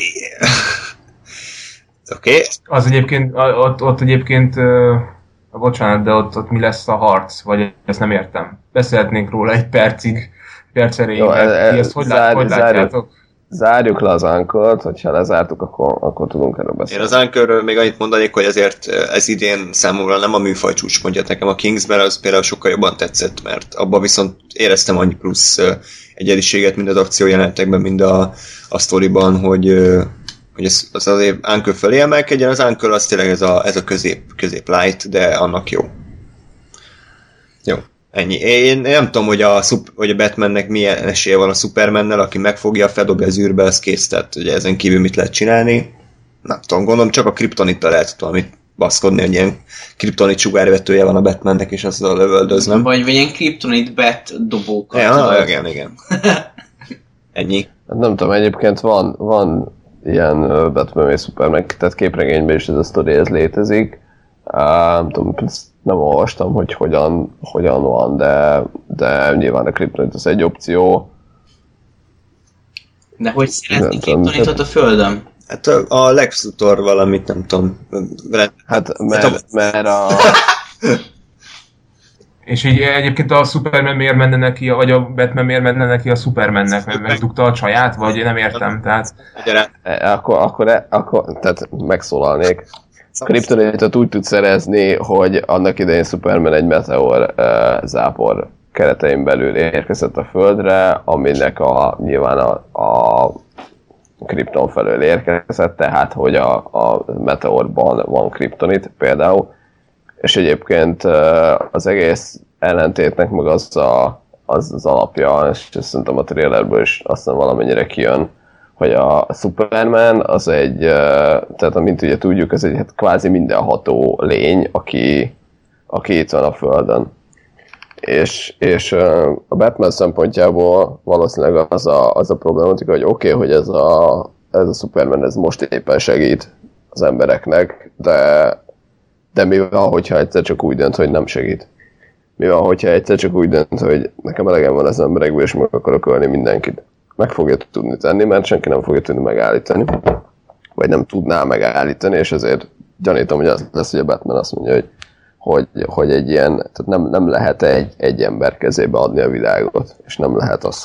Oké. Az egyébként, ott egyébként, bocsánat, de ott mi lesz a harc? Vagy ezt nem értem. Beszélhetnénk róla egy perc erejéig. Ezt hogy látjátok? Zárjuk le az Anchor-t, hogyha lezártuk, akkor tudunk erről beszélni. Én az Anchorről még annyit mondanék, hogy ezért ez idén számomra nem a műfaj csúcspontja nekem a Kingsman, az például sokkal jobban tetszett, mert abban viszont éreztem annyi plusz egyediséget, mind az akciójelentekben, mind a sztoriban, hogy az azért Anchor fölé emelkedjen, az Anchor az tényleg ez a közép light, de annak jó. Jó. Ennyi. Én nem tudom, hogy a Batmannek milyen esélye van a Supermannel, aki megfogja, feldobja az űrbe, az kész. Tehát ugye ezen kívül mit lehet csinálni? Nem tudom, gondolom csak a kriptonittal lehet valamit baszkodni, hogy ilyen kriptonit sugárvetője van a Batmannek, és azzal lövöldöz, nem? Vagy ilyen kriptonit bat dobókat. Ja, igen. Ennyi. Hát nem tudom, egyébként van ilyen Batman és Superman, tehát képregényben is ez a sztori, ez létezik. Nem tudom, nem olvastam, hogy hogyan van, de nyilván a kriptonit az egy opció. De hogy szeretni kriptonitot a Földön? Hát a Lex Luthor valamit, nem tudom. Hát mert a... És így egyébként a Superman miért menne neki, vagy a Batman miért menne neki a Supermannek, mert megdugta a csaját, vagy nem értem, tehát... Akkor tehát megszólalnék. Kriptonitot úgy tud szerezni, hogy annak idején Superman egy meteor zápor keretein belül érkezett a Földre, aminek nyilván a kripton felől érkezett, tehát hogy a meteorban van kriptonit például, és egyébként az egész ellentétnek meg az alapja, és szerintem a trailerből is aztán valamennyire kijön, hogy a Superman az egy, tehát amint ugye tudjuk, ez egy hát kvázi mindenható lény, aki itt van a Földön. És a Batman szempontjából valószínűleg az a problematika, hogy oké, hogy ez a Superman ez most éppen segít az embereknek, de mi van, hogyha egyszer csak úgy dönt, hogy nem segít? Mi van, hogyha egyszer csak úgy dönt, hogy nekem elegem van az emberekből, és meg akarok ölni mindenkit? Meg fogja tudni tenni, mert senki nem fogja tudni megállítani. Vagy nem tudná megállítani, és ezért gyanítom, hogy az lesz, hogy a Batman azt mondja, hogy egy ilyen, tehát nem lehet egy ember kezébe adni a világot, és nem lehet az,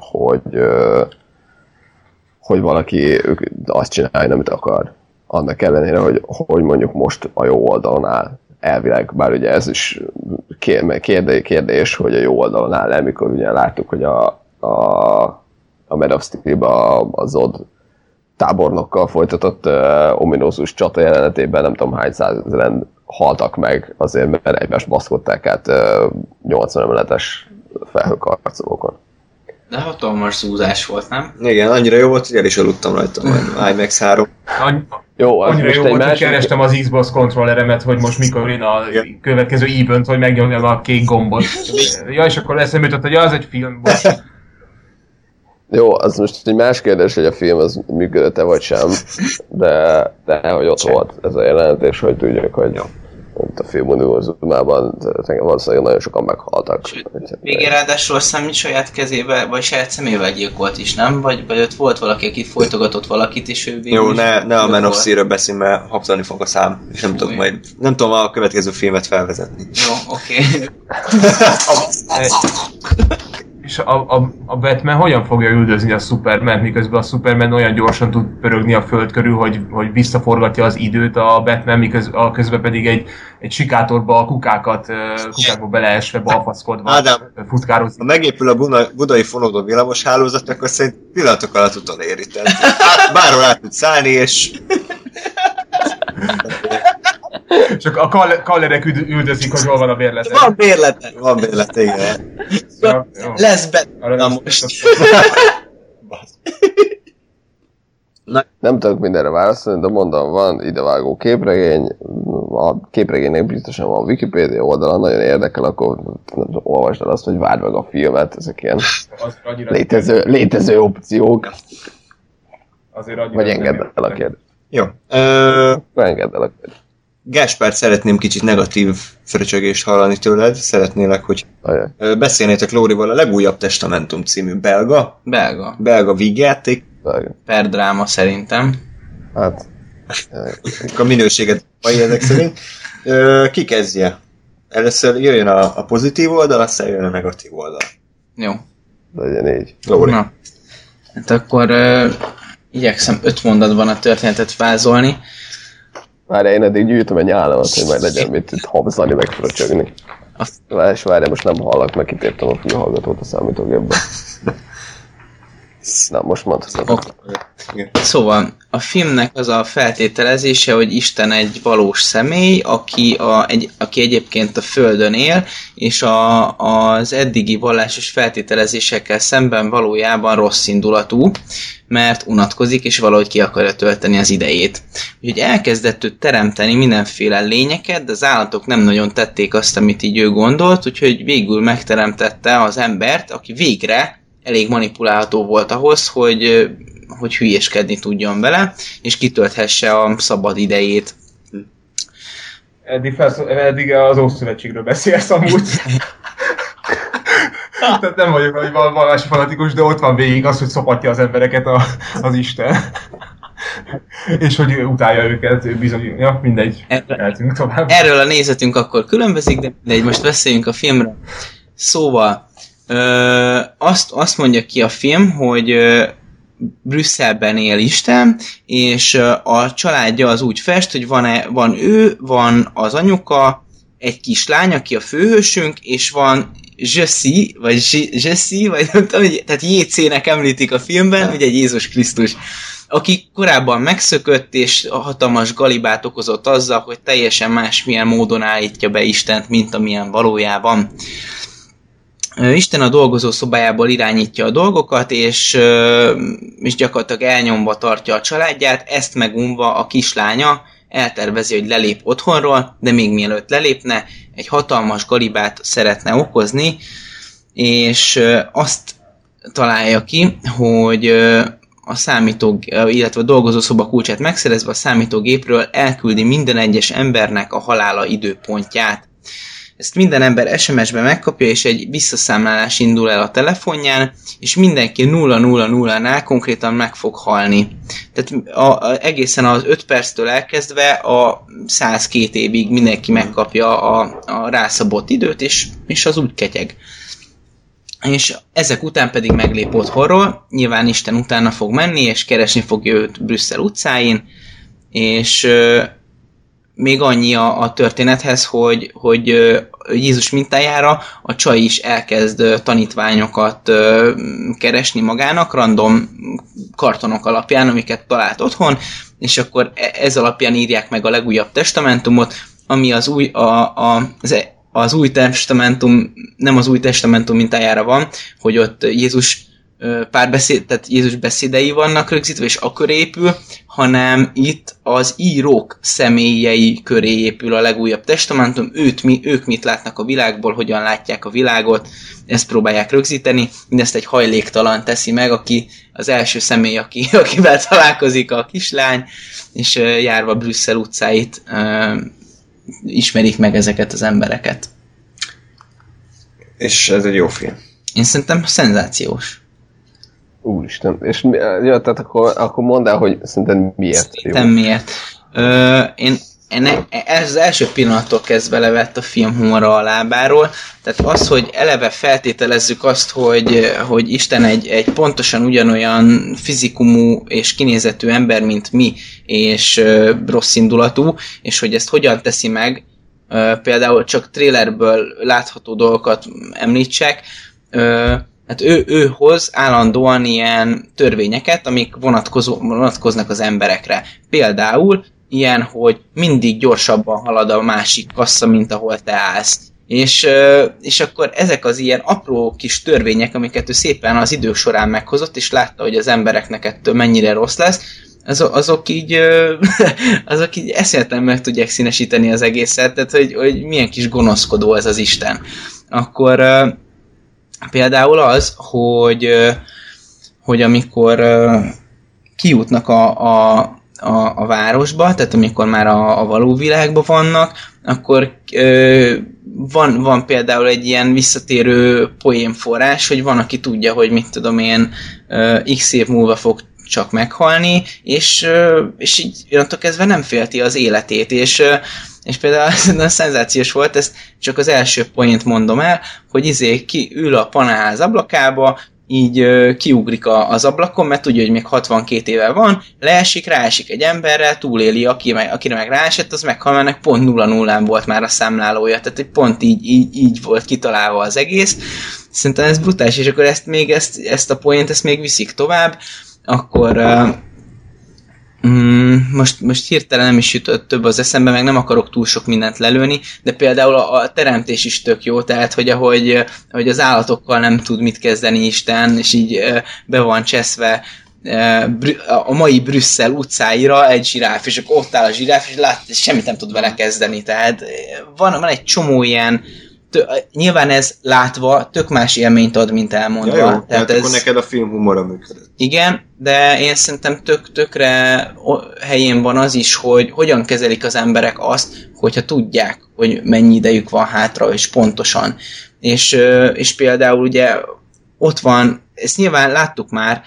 hogy valaki azt csinálja, amit akar. Annak ellenére, hogy mondjuk most a jó oldalon áll. Elvileg, bár ugye ez is kérdés, hogy a jó oldalon áll el, mikor ugye láttuk, hogy a Man of Steel-ben a Zod tábornokkal folytatott ominózus csata jelenetében nem tudom hány százezren haltak meg azért, mert egymást baszkodták át 80 emeletes felhőkarcolókon. De hatalmas zúzás volt, nem? Igen, annyira jó volt, hogy el is aludtam rajta, majd IMAX 3. Jó, annyira jó volt, hogy kerestem az Xbox kontrolleremet, hogy most mikor jön a következő event, hogy megnyomjam a kék gombot. Ja, és akkor eszembe jutott, hogy az egy film. Jó, az most egy más kérdés, hogy a film az működött-e vagy sem, de hogy ott volt ez a jelenet, és hogy tudjuk, hogy a film univerzumában valószínűleg nagyon sokan meghaltak. Végén ráadásul azt saját kezébe, vagy saját szemével gyilkolt is, nem? Vagy ott volt valaki, aki folytogatott valakit, és ő végül. Jó, ne a Man of Steel-ről beszélj, mert habzani fog a szám, és nem tudom a következő filmet felvezetni. Jó, oké. És a Batman hogyan fogja üldözni a Superman, miközben a Superman olyan gyorsan tud pörögni a föld körül, hogy visszaforgatja az időt, a Batman közben pedig egy sikátorba a kukákba beleesve, balfaszkodva futkározik. Ha megépül a budai fonódó villamos hálózat, akkor szerint pillanatok alatt utoléri. Bárhol át tud szállni, és... Csak a kallerek üldözik, hogy hol van a bérlete. Van bérlete, igen. Lesz Batman most. Nem tudok mindenre válaszolni, de mondom, van idevágó képregény, a képregénynek biztosan van Wikipédia oldala, nagyon érdekel, akkor olvasd el azt, hogy várd meg a filmet, ezek ilyen létező opciók. Vagy engedd el a kérdést. Jó. Engedd el a kérdést. Gáspár, szeretném kicsit negatív fröcsögést hallani tőled. Szeretnélek, hogy beszélnétek Lórival a legújabb Testamentum című belga vígjáték. Per dráma szerintem. Hát... a minőséget vagy ezek szerint. Ki kezdje? Először jöjjön a pozitív oldal, aztán jöjjön a negatív oldal. Jó. Legyen így. Lóri. Na. Hát akkor igyekszem 5 mondatban a történetet vázolni. Várjál, én eddig gyűjtöm egy nyálamat, hogy majd legyen mit itt habzani, meg fröcsögni. Várjál, most nem hallak, meg kitéptem a fülhallgatót a számítógépbe. Na, most mondhatod. Okay. Szóval, a filmnek az a feltételezése, hogy Isten egy valós személy, aki egyébként a Földön él, és az eddigi vallásos feltételezésekkel szemben valójában rossz indulatú, mert unatkozik, és valahogy ki akarja tölteni az idejét. Úgyhogy elkezdett ő teremteni mindenféle lényeket, de az állatok nem nagyon tették azt, amit így ő gondolt, úgyhogy végül megteremtette az embert, aki végre elég manipulálható volt ahhoz, hogy hülyéskedni tudjon és kitölthesse a szabad idejét. Eddig az Ószövetségről beszélsz amúgy. Tehát nem vagyok nagy vallási fanatikus, de ott van végig az, hogy szopatja az embereket az Isten. És hogy utálja őket, bizony, ja, mindegy, eltűnünk tovább. Erről a nézetünk akkor különbözik, de mindegy, most beszéljünk a filmről. Szóval, azt mondja ki a film, hogy Brüsszelben él Isten, és a családja az úgy fest, hogy van ő, van az anyuka, egy kislány, aki a főhősünk, és van Jessie, vagy nem tudom, tehát JC-nek említik a filmben, ugye egy Jézus Krisztus, aki korábban megszökött, és hatalmas galibát okozott azzal, hogy teljesen másmilyen módon állítja be Istent, mint amilyen valójában. Isten a dolgozó szobájából irányítja a dolgokat, és gyakorlatilag elnyomva tartja a családját, ezt megunva a kislánya eltervezi, hogy lelép otthonról, de még mielőtt lelépne, egy hatalmas galibát szeretne okozni, és azt találja ki, hogy illetve a dolgozószoba kulcsát megszerezve a számítógépről elküldi minden egyes embernek a halála időpontját. Ezt minden ember SMS-ben megkapja, és egy visszaszámlálás indul el a telefonján, és mindenki 000-nál konkrétan meg fog halni. Tehát egészen az 5 perctől elkezdve a 102 évig mindenki megkapja a rászabott időt, és az úgy ketyeg. És ezek után pedig meglép otthonról, nyilván Isten utána fog menni, és keresni fogja őt Brüsszel utcáin, és még annyi a történethez, hogy Jézus mintájára a csaj is elkezd tanítványokat keresni magának, random kartonok alapján, amiket talált otthon, és akkor ez alapján írják meg a legújabb testamentumot, ami az új testamentum, nem az új testamentum mintájára van, hogy ott Jézus párbeszéd, tehát Jézus beszédei vannak rögzítve, és akkor épül, hanem itt az írók személyei köré épül a legújabb testamentum, ők mit látnak a világból, hogyan látják a világot, ezt próbálják rögzíteni, mindezt egy hajléktalan teszi meg, aki az első személy, akivel találkozik a kislány, és járva Brüsszel utcáit ismerik meg ezeket az embereket. És ez egy jó film. Én szerintem szenzációs. Úristen, és ja, tehát akkor mondd el, hogy szerinted miért jó. Szerintem miért. Ez az első pillanattól kezdve levett a film humora a lábáról, tehát az, hogy eleve feltételezzük azt, hogy Isten egy pontosan ugyanolyan fizikumú és kinézetű ember, mint mi, és rossz indulatú, és hogy ezt hogyan teszi meg, például csak trailerből látható dolgokat említsek, hát ő hoz állandóan ilyen törvényeket, amik vonatkoznak az emberekre. Például ilyen, hogy mindig gyorsabban halad a másik kassa, mint ahol te állsz. És akkor ezek az ilyen apró kis törvények, amiket ő szépen az idők során meghozott, és látta, hogy az embereknek ettől mennyire rossz lesz, azok így eszméletlen meg tudják színesíteni az egészet, tehát hogy milyen kis gonoszkodó ez az Isten. Akkor például az, hogy amikor kijutnak a városba, tehát amikor már a való világban vannak, akkor van például egy ilyen visszatérő poénforrás, hogy van, aki tudja, hogy mit tudom én, x év múlva fog csak meghalni, és így onnantól kezdve nem félti az életét, és például nagyon szenzációs volt, ezt csak az első poént mondom el, hogy ül a panelház ablakába, így kiugrik az ablakon, mert tudja, hogy még 62 éve van, ráesik egy emberrel, túléli, akire meg ráesett, az meghal, mert pont 0-0-án volt már a számlálója, tehát pont így volt kitalálva az egész. Szerintem ez brutális, és akkor ezt a poént még viszik tovább, akkor most hirtelen nem is jutott több az eszembe, meg nem akarok túl sok mindent lelőni, de például a teremtés is tök jó, tehát hogy az állatokkal nem tud mit kezdeni Isten, és így be van cseszve a mai Brüsszel utcáira egy zsiráf, és akkor ott áll a zsiráf, és semmit nem tud vele kezdeni, tehát van egy csomó ilyen, nyilván ez látva tök más élményt ad, mint elmondva. Ja, jó, tehát akkor neked a film humora működött. Igen, de én szerintem tökre helyén van az is, hogy hogyan kezelik az emberek azt, hogyha tudják, hogy mennyi idejük van hátra, és pontosan. És például ugye ott van, ezt nyilván láttuk már,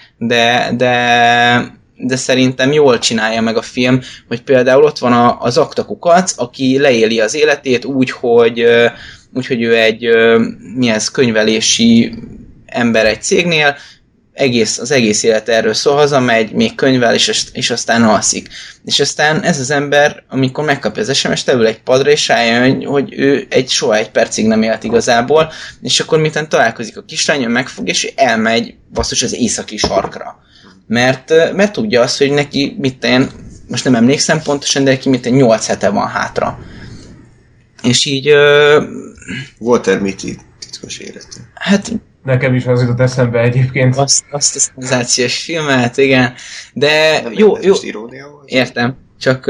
de szerintem jól csinálja meg a film, hogy például ott van az Aktakukac, aki leéli az életét úgy, hogy ő egy könyvelési ember egy cégnél, az egész élet erről szól, hazamegy, még könyvel, és aztán alszik. És aztán ez az ember, amikor megkapja az SMS-t, leül egy padra, és rájön, hogy ő soha egy percig nem élt igazából, és akkor miután találkozik a kislányon, megfog, és elmegy basszus az északi sarkra. Mert tudja azt, hogy neki most nem emlékszem pontosan, de neki 8 hete van hátra. És így... Walter Mitty titkos élete. Hát... Nekem is az jutott eszembe egyébként. Azt a szenzációs filmet, igen. De jó. Értem. Csak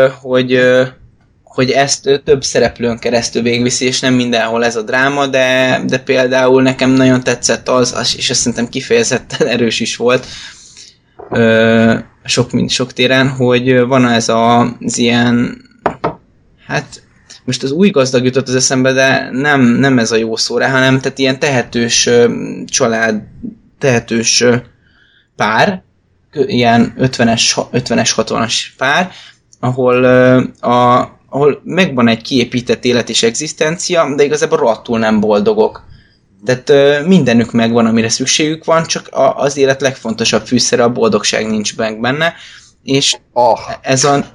hogy ezt több szereplőn keresztül végviszi, és nem mindenhol ez a dráma, de például nekem nagyon tetszett az, és azt szerintem kifejezetten erős is volt, sok téren, hogy van ez az ilyen, hát most az új gazdag jutott az eszembe, de nem ez a jó szó rá, hanem tehát ilyen tehetős család, tehetős pár, ilyen 50-es, 60-as pár, ahol megvan egy kiépített élet és egzisztencia, de igazából rohadtul nem boldogok. Tehát mindenük megvan, amire szükségük van, csak az élet legfontosabb fűszere, a boldogság nincs benne, és ez a...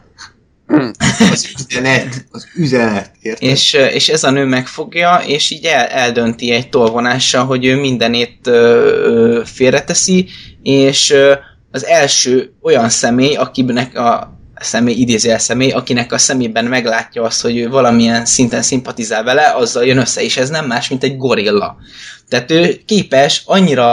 Az üzenet, érted? És ez a nő megfogja, és így eldönti egy tolvonással, hogy ő mindenét félreteszi, és az első olyan személy, akinek idézőjel személy, akinek a szemében meglátja azt, hogy ő valamilyen szinten szimpatizál vele, azzal jön össze, és ez nem más, mint egy gorilla. Tehát ő képes annyira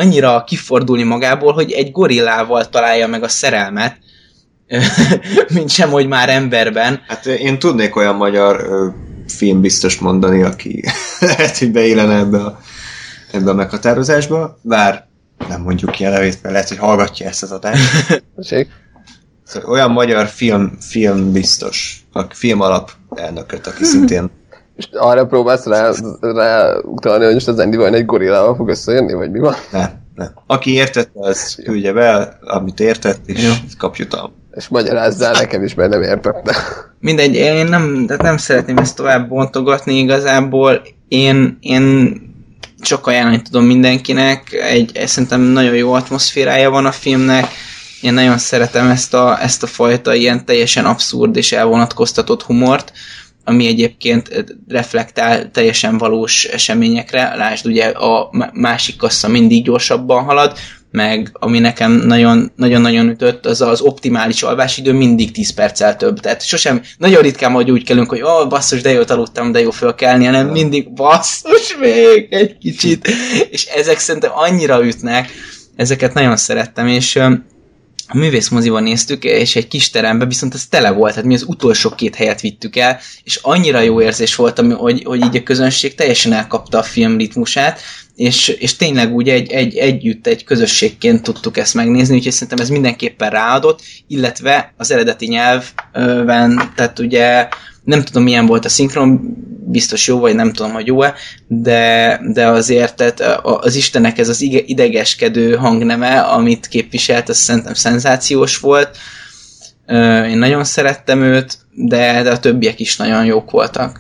annyira kifordulni magából, hogy egy gorillával találja meg a szerelmet, mint sem, hogy már emberben. Hát én tudnék olyan magyar film biztos mondani, aki lehet, hogy beillene ebbe a meghatározásba, bár nem mondjuk ki a nevét, mert lehet, hogy hallgatja ezt az adást. Szóval olyan magyar film biztos, a film alap elnököt, aki szintén... És arra próbálsz rá utalni, hogy most az Andy Vine egy gorillával fog összejönni, vagy mi van? Nem. Aki értette, az küldje be, amit értett, és kap jutalmat. És magyarázzál nekem is, mert nem értettem. Mindegy, én nem szeretném ezt tovább bontogatni igazából. Én csak ajánlani tudom mindenkinek. Szerintem nagyon jó atmoszférája van a filmnek. Én nagyon szeretem ezt a fajta ilyen teljesen abszurd és elvonatkoztatott humort, ami egyébként reflektál teljesen valós eseményekre. Lásd, ugye a másik kassa mindig gyorsabban halad, meg ami nekem nagyon-nagyon ütött, az az optimális alvásidő mindig 10 perccel több. Tehát sosem, nagyon ritkán majd úgy kelünk, hogy basszus, de jót aludtam, de jó fölkelni, hanem mindig basszus még egy kicsit. És ezek szerintem annyira ütnek, ezeket nagyon szerettem, és a művészmoziban néztük, és egy kis teremben viszont ez tele volt, tehát mi az utolsó 2 helyet vittük el, és annyira jó érzés volt, hogy így a közönség teljesen elkapta a film ritmusát, és tényleg úgy együtt, egy közösségként tudtuk ezt megnézni, úgyhogy szerintem ez mindenképpen ráadott, illetve az eredeti nyelvben, tehát ugye nem tudom milyen volt a szinkron, biztos jó, vagy nem tudom, hogy jó-e, de azért tehát az Istennek ez az idegeskedő hangneme, amit képviselt, az szerintem szenzációs volt. Én nagyon szerettem őt, de a többiek is nagyon jók voltak.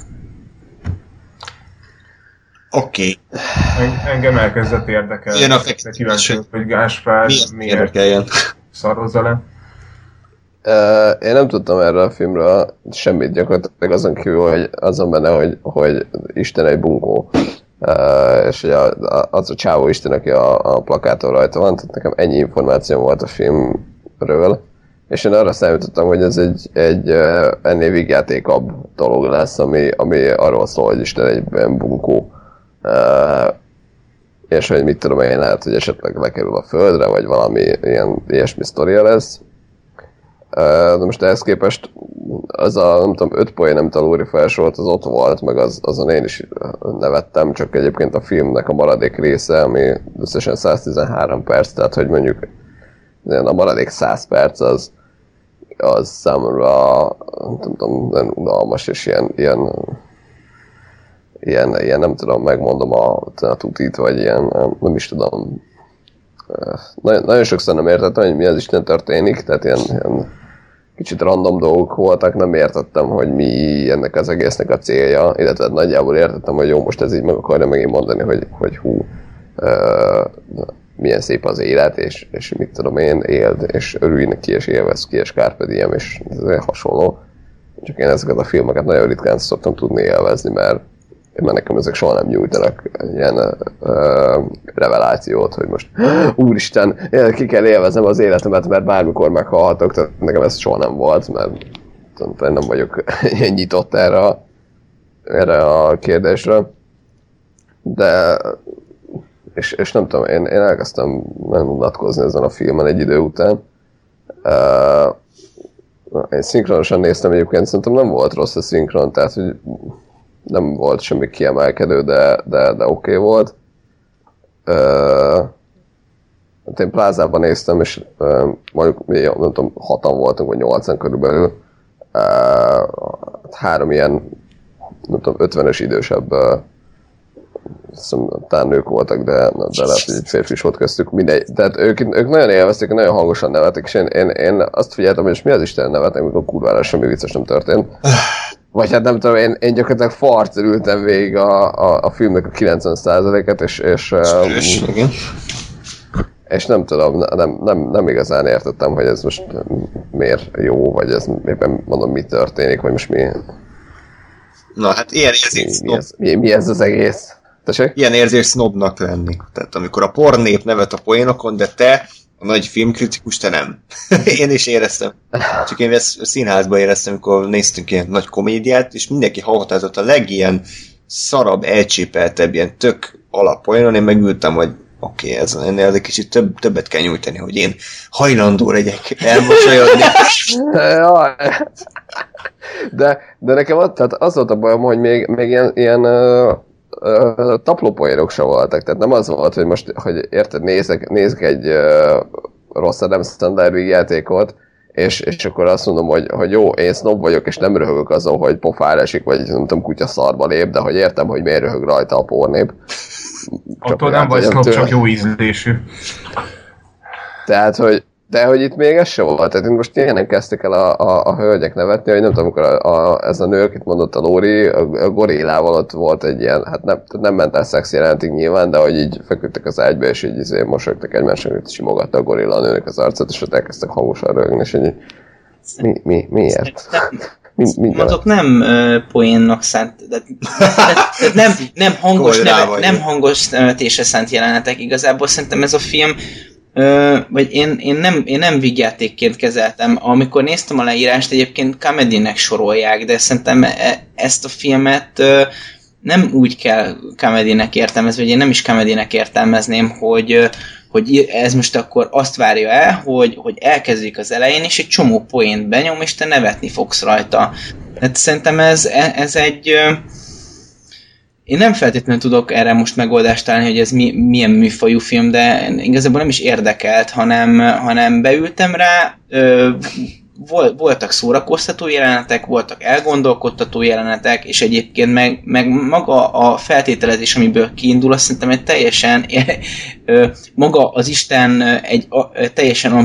Oké. Engem elkezdett érdekelni. Jön a kíváncsi, hogy Gáspár miért szarozza le. Én nem tudtam erről a filmről semmit gyakorlatilag azon kívül, hogy azon benne, hogy Isten egy bunkó. És hogy az a csávó Isten, aki a plakáton rajta van, tehát nekem ennyi információ volt a filmről, és én arra számítottam, hogy ez egy ennél vígjátékabb dolog lesz, ami arról szól, hogy Isten egy bunkó. És hogy mit tudom én, lehet, hogy esetleg lekerül a földre, vagy valami ilyen ilyesmi sztoria lesz. De most ehhez képest az a, nem tudom, 5 poén, amit a Lóri felsorolt, az ott volt, meg azon én is nevettem, csak egyébként a filmnek a maradék része, ami összesen 113 perc, tehát hogy mondjuk a maradék 100 perc az számomra nem tudom, nem unalmas, és ilyen nem tudom, megmondom a tutit, vagy ilyen, nem is tudom. Nagyon sokszor nem értettem, hogy mi az Isten történik, tehát ilyen kicsit random dolgok voltak, nem értettem, hogy mi ennek az egésznek a célja, illetve nagyjából értettem, hogy jó, most ez így meg akarja megint mondani, hogy milyen szép az élet, és mit tudom én, éld, és örülj neki, és élvezd ki, és carpe diem, és ez hasonló. Csak én ezeket a filmeket nagyon ritkán szoktam tudni élvezni, mert nekem ezek soha nem nyújtanak ilyen revelációt, hogy most úristen, ki kell élveznem az életemet, mert bármikor meghalhatok, tehát nekem ez soha nem volt, mert nem vagyok nyitott erre a kérdésre. De és nem tudom, én elkezdtem nem unatkozni ezen a filmen egy idő után. Én szinkronosan néztem egyébként, szerintem nem volt rossz a szinkron, tehát hogy nem volt semmi kiemelkedő, de oké volt. Én plázában néztem, és mondjuk, nem tudom, 6-an voltunk, vagy 8-an körülbelül. 3 ilyen, nem tudom, 50-ös idősebb, talán nők voltak, de lehet, hogy egy férfi is volt köztük, mindegy. Tehát ők nagyon élvezték, nagyon hangosan nevetek, és én azt figyeltem, hogy mi az Isten nevetnek, amikor kurvára semmi vicces nem történt. Vagy hát nem tudom, én gyakorlatilag farccal ültem végig a filmnek a 90%-et, és nem tudom, nem igazán értettem, hogy ez most miért jó, vagy ez éppen mondom, mi történik, vagy most mi... Na hát ilyen érzés snob. Mi ez az egész? Tessék? Ilyen érzés sznobnak lenni. Tehát amikor a pornép nevet a poénokon, de te, a nagy filmkritikus, te nem. Én is éreztem. Csak én ezt színházban éreztem, amikor néztünk ilyen nagy komédiát, és mindenki hallgatázott a legilyen szarabb, elcsépeltebb, ilyen tök alappoénon, én megültem, hogy oké, ennél egy kicsit többet kell nyújtani, hogy én hajlandó legyek elmosolyodni. De nekem az volt a bajom, hogy még ilyen taplópoérok se voltak, tehát nem az volt, hogy most, hogy érted, nézek egy rossz Adam Sandler játékot, és akkor azt mondom, hogy jó, én snob vagyok, és nem röhögök azon, hogy pofára esik, vagy nem tudom, kutya szarba lép, de hogy értem, hogy miért röhög rajta a pornép. Attól nem vagy snob, csak jó ízlésű. Tehát, hogy itt még ez se volt. Tehát most ilyenek kezdtek el a hölgyek nevetni, hogy nem tudom, amikor ez a nő, akit mondott a Lóri, a gorillával ott volt egy ilyen, hát nem ment el szex jelentig nyilván, de hogy így feküdtek az ágyba, és így mosolyogtak egymásnak, és simogatta a gorilla a nőnek az arcát, és ott elkezdtek hangosan röhögni, és így miért? Azok nem poénnak szánt, nem hangos nevetésre szánt jelenetek. Igazából szerintem ez a film, vagy én nem vígjátékként kezeltem. Amikor néztem a leírást, egyébként comedynek sorolják, de szerintem ezt a filmet nem úgy kell comedynek értelmezni, vagy én nem is comedynek értelmezném, hogy ez most akkor azt várja el, hogy elkezdjük az elején, és egy csomó poént benyom, és te nevetni fogsz rajta. Tehát szerintem ez egy... Én nem feltétlenül tudok erre most megoldást találni, hogy ez milyen műfajú film, de igazából nem is érdekelt, hanem beültem rá, voltak szórakoztató jelenetek, voltak elgondolkodtató jelenetek, és egyébként meg maga a feltételezés, amiből kiindul, azt szerintem egy teljesen maga az Isten egy teljesen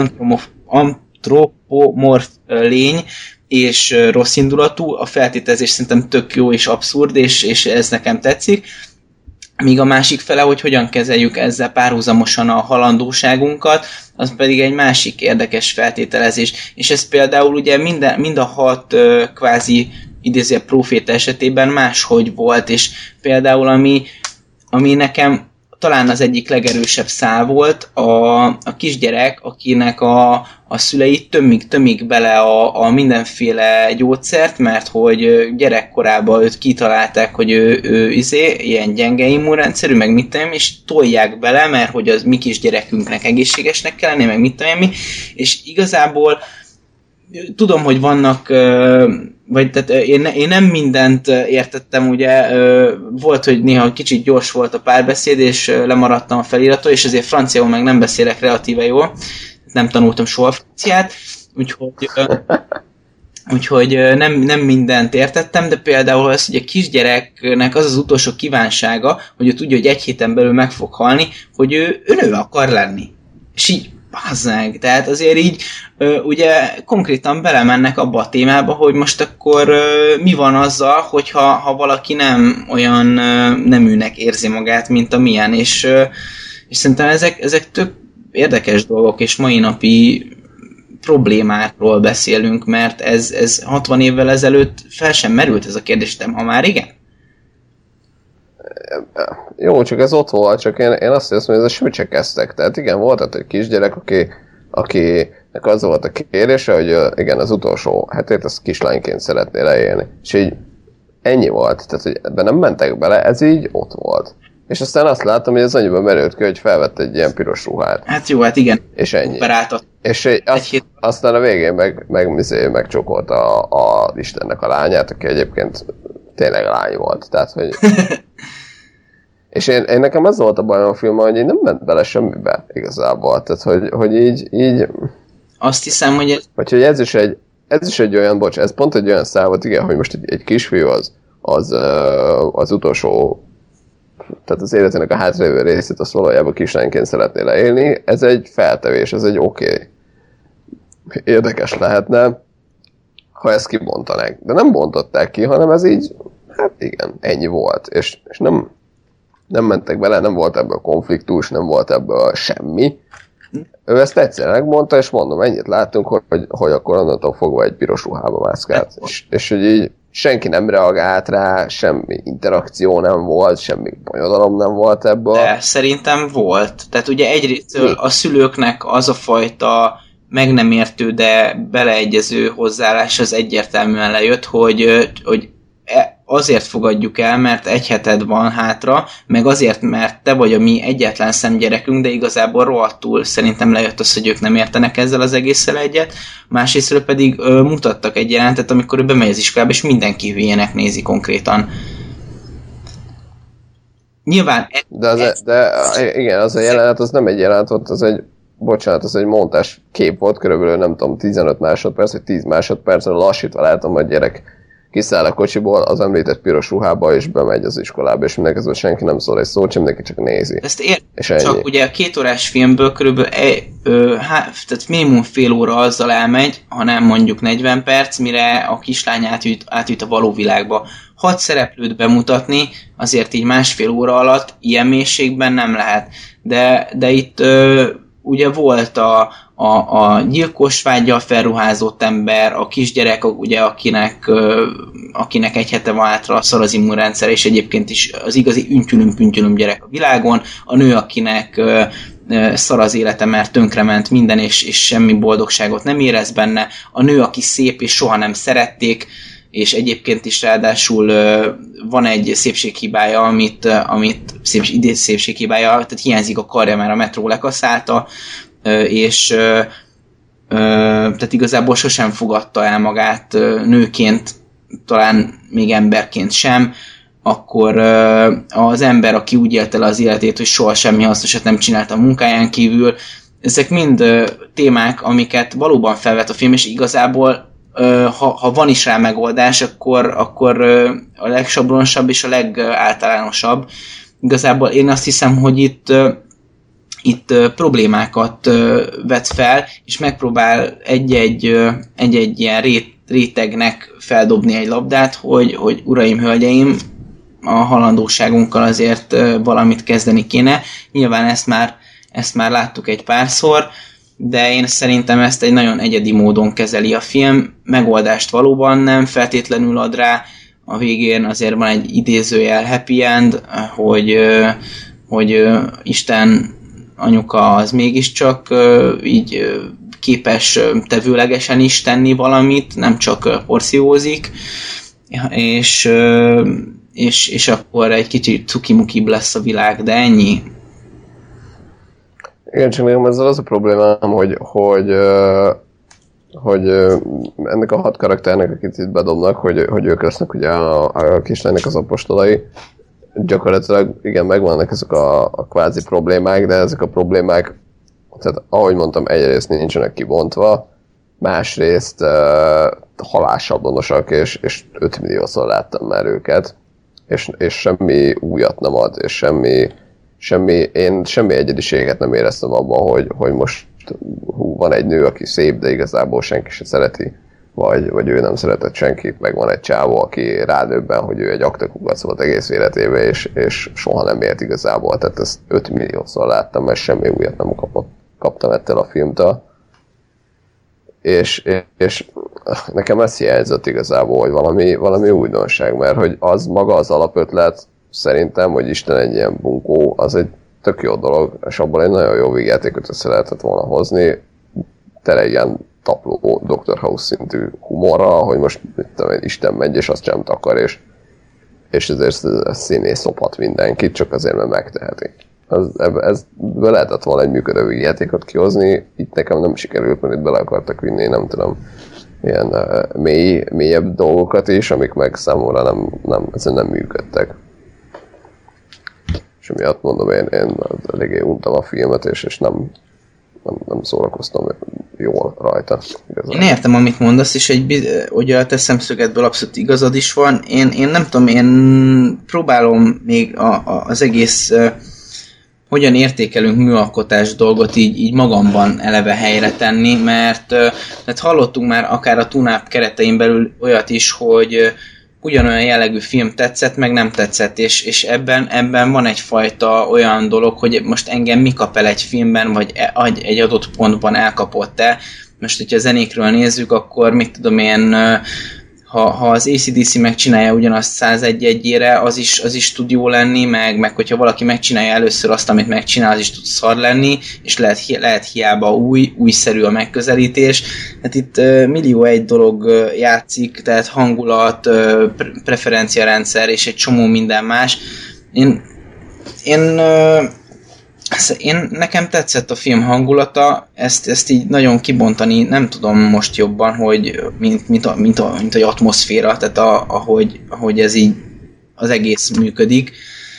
antropomorf lény, és rossz indulatú, a feltételezés szerintem tök jó és abszurd, és ez nekem tetszik. Míg a másik fele, hogy hogyan kezeljük ezzel párhuzamosan a halandóságunkat, az pedig egy másik érdekes feltételezés. És ez például ugye mind a 6 kvázi idéző proféta esetében máshogy volt, és például ami nekem talán az egyik legerősebb szál volt, a kisgyerek, akinek a szülei tömik bele a mindenféle gyógyszert, mert hogy gyerekkorában őt kitalálták, hogy ő ilyen gyenge immunrendszerű, meg mit tudom, és tolják bele, mert hogy az mi kisgyerekünknek egészségesnek kell lenni, meg mit tudom mi, és igazából tudom, hogy vannak, vagy tehát én nem mindent értettem, ugye volt, hogy néha kicsit gyors volt a párbeszéd, és lemaradtam a felirattól, és ezért franciául meg nem beszélek relatíve jól, nem tanultam soha franciát, úgyhogy nem mindent értettem, de például az, hogy a kisgyereknek az utolsó kívánsága, hogy ő tudja, hogy egy héten belül meg fog halni, hogy ő nő akar lenni. És így bazzeg, tehát azért így ugye konkrétan belemennek abba a témába, hogy most akkor mi van azzal, hogyha valaki nem olyan neműnek érzi magát, mint a milyen, és szerintem ezek tök érdekes dolgok, és mai napi problémákról beszélünk, mert ez 60 évvel ezelőtt fel sem merült ez a kérdés, nem, ha már igen? Jó, csak ez ott volt, csak én azt hiszem, hogy ez a smücsekeztek. Tehát igen, volt egy kisgyerek, akinek az volt a kérdése, hogy igen, az utolsó hetét azt kislányként szeretné leélni. És így ennyi volt. Tehát, hogy ebben nem mentek bele, ez így ott volt. És aztán azt láttam, hogy ez annyiban merült ki, hogy felvett egy ilyen piros ruhát. Hát jó, hát igen. És ennyi. Operáltat. És aztán a végén megcsókolta az Istennek a lányát, aki egyébként tényleg lány volt. Tehát, hogy... És én nekem ez volt a bajom a filmben, hogy én nem ment bele semmibe igazából. Tehát, hogy így... Azt hiszem, hogy... Hogy ez is egy olyan, ez pont egy olyan szál volt, igen, hogy most egy kisfiú az utolsó, tehát az életének a hátralévő részét azt valójában kislányként szeretné leélni. Ez egy feltevés, ez egy oké. Érdekes lehetne, ha ezt kibontanák. De nem bontották ki, hanem ez így, hát igen, ennyi volt. És nem mentek bele, nem volt ebből konfliktus, nem volt ebből semmi. Ő ezt egyszer megmondta, és mondom, ennyit láttunk, hogy akkor onnantól fogva egy piros ruhába mászkált. És hogy így senki nem reagált rá, semmi interakció nem volt, semmi bonyodalom nem volt ebből. De szerintem volt. Tehát ugye egyrészt a szülőknek az a fajta meg nem értő, de beleegyező hozzáállás az egyértelműen lejött, hogy azért fogadjuk el, mert egy heted van hátra, meg azért, mert te vagy a mi egyetlen szemgyerekünk, de igazából rohadtul szerintem lejött az, hogy ők nem értenek ezzel az egésszel egyet. Másrésztről pedig mutattak egy jelentet, amikor ő bemegy az iskolába, és mindenki hülyének nézi konkrétan. Nyilván... Igen, az a jelenet, az nem egy jelenet volt, az egy montás kép volt, körülbelül nem tudom, 15 másodperc, vagy 10 másodpercre lassítva látom, hogy gyerek kiszáll a kocsiból, az említett piros ruhába, és bemegy az iskolába, és mindenkezben senki nem szól egy szót, sem mindenki csak nézi. Ezt értem, csak ugye a 2 órás filmből körülbelül tehát minimum fél óra azzal elmegy, ha nem mondjuk 40 perc, mire a kislány átjut a való világba. 6 szereplőt bemutatni, azért így másfél óra alatt ilyen mélységben nem lehet. De itt ugye volt a gyilkos vággyal felruházott ember, a kisgyerek, ugye, akinek egy hete van hátra a szar az immunrendszer, és egyébként is az igazi üntyülüm gyerek a világon, a nő, akinek szar az élete, mert tönkrement minden, és semmi boldogságot nem érez benne, a nő, aki szép, és soha nem szerették, és egyébként is ráadásul van egy szépséghibája, amit szépséghibája, tehát hiányzik a karja, mert a metró lekaszálta, és tehát igazából sosem fogadta el magát nőként, talán még emberként sem, akkor az ember, aki úgy élte le az életét, hogy soha semmi hasznosat nem csinált a munkáján kívül, ezek mind témák, amiket valóban felvet a film, és igazából ha van is rá megoldás, akkor a legsablonosabb és a legáltalánosabb. Igazából én azt hiszem, hogy itt problémákat vet fel, és megpróbál egy-egy ilyen rétegnek feldobni egy labdát, hogy uraim, hölgyeim, a halandóságunkkal azért valamit kezdeni kéne. Nyilván ezt már láttuk egy párszor, de én szerintem ezt egy nagyon egyedi módon kezeli a film. Megoldást valóban nem feltétlenül ad rá. A végén azért van egy idézőjel happy end, hogy Isten anyuka az mégiscsak így képes tevőlegesen is tenni valamit, nem csak porciózik, és akkor egy kicsit cukimukibb lesz a világ, de ennyi. Igen, csak nekem ezzel az a problémám, hogy ennek a 6 karakternek, akit itt bedobnak, hogy ők lesznek ugye a kislánynak az apostolai, gyakorlatilag igen, megvannak ezek a kvázi problémák, de ezek a problémák, tehát ahogy mondtam, egyrészt nincsenek kibontva, másrészt halálsablonosak, és 5 milliószor láttam már őket, és semmi újat nem ad, és én semmi egyediséget nem éreztem abban, hogy most van egy nő, aki szép, de igazából senki se szereti, vagy ő nem szeretett senkit, meg van egy csávó, aki rádöbben, hogy ő egy aktakukac volt egész életében, és soha nem ért igazából, tehát ezt 5 milliószor láttam, mert semmi újat nem kaptam ettől a filmtől. És nekem ez hiányzott igazából, hogy valami újdonság, mert hogy az maga az alapötlet, szerintem, hogy Isten egy ilyen bunkó, az egy tök jó dolog, és abban egy nagyon jó vígjátékot össze lehetett volna hozni, tele ilyen tapló Dr. House szintű humorra, hogy most Isten megy, és azt sem takar, és ezért színész szophat mindenkit, csak azért, mert megteheti. Ebből lehetett volna egy működő vígjátékot kihozni, itt nekem nem sikerült, mert itt bele akartak vinni, nem tudom, ilyen mélyebb dolgokat is, amik meg számomra nem működtek. És miatt mondom, én eléggé untam a filmet, és nem szórakoztam jól rajta. Igazán. Én értem, amit mondasz, és hogy a te szemszögedből abszolút igazad is van. Én nem tudom, én próbálom még az egész hogyan értékelünk műalkotás dolgot így magamban eleve helyre tenni, mert hallottunk már akár a TUNAP keretein belül olyat is, hogy ugyanolyan jellegű film tetszett, meg nem tetszett, és ebben van egyfajta olyan dolog, hogy most engem mi kap el egy filmben, vagy egy adott pontban elkapott-e. Most, hogyha a zenékről nézzük, akkor mit tudom én, ha az AC/DC megcsinálja ugyanazt 101-1-ére, az is tud jó lenni, meg hogyha valaki megcsinálja először azt, amit megcsinál, az is tud szar lenni, és lehet hiába újszerű a megközelítés. Hát itt millió egy dolog játszik, tehát hangulat, preferenciarendszer és egy csomó minden más. Nekem tetszett a film hangulata, ezt így nagyon kibontani nem tudom most jobban, hogy mint egy atmoszféra, tehát ahogy ez így az egész működik.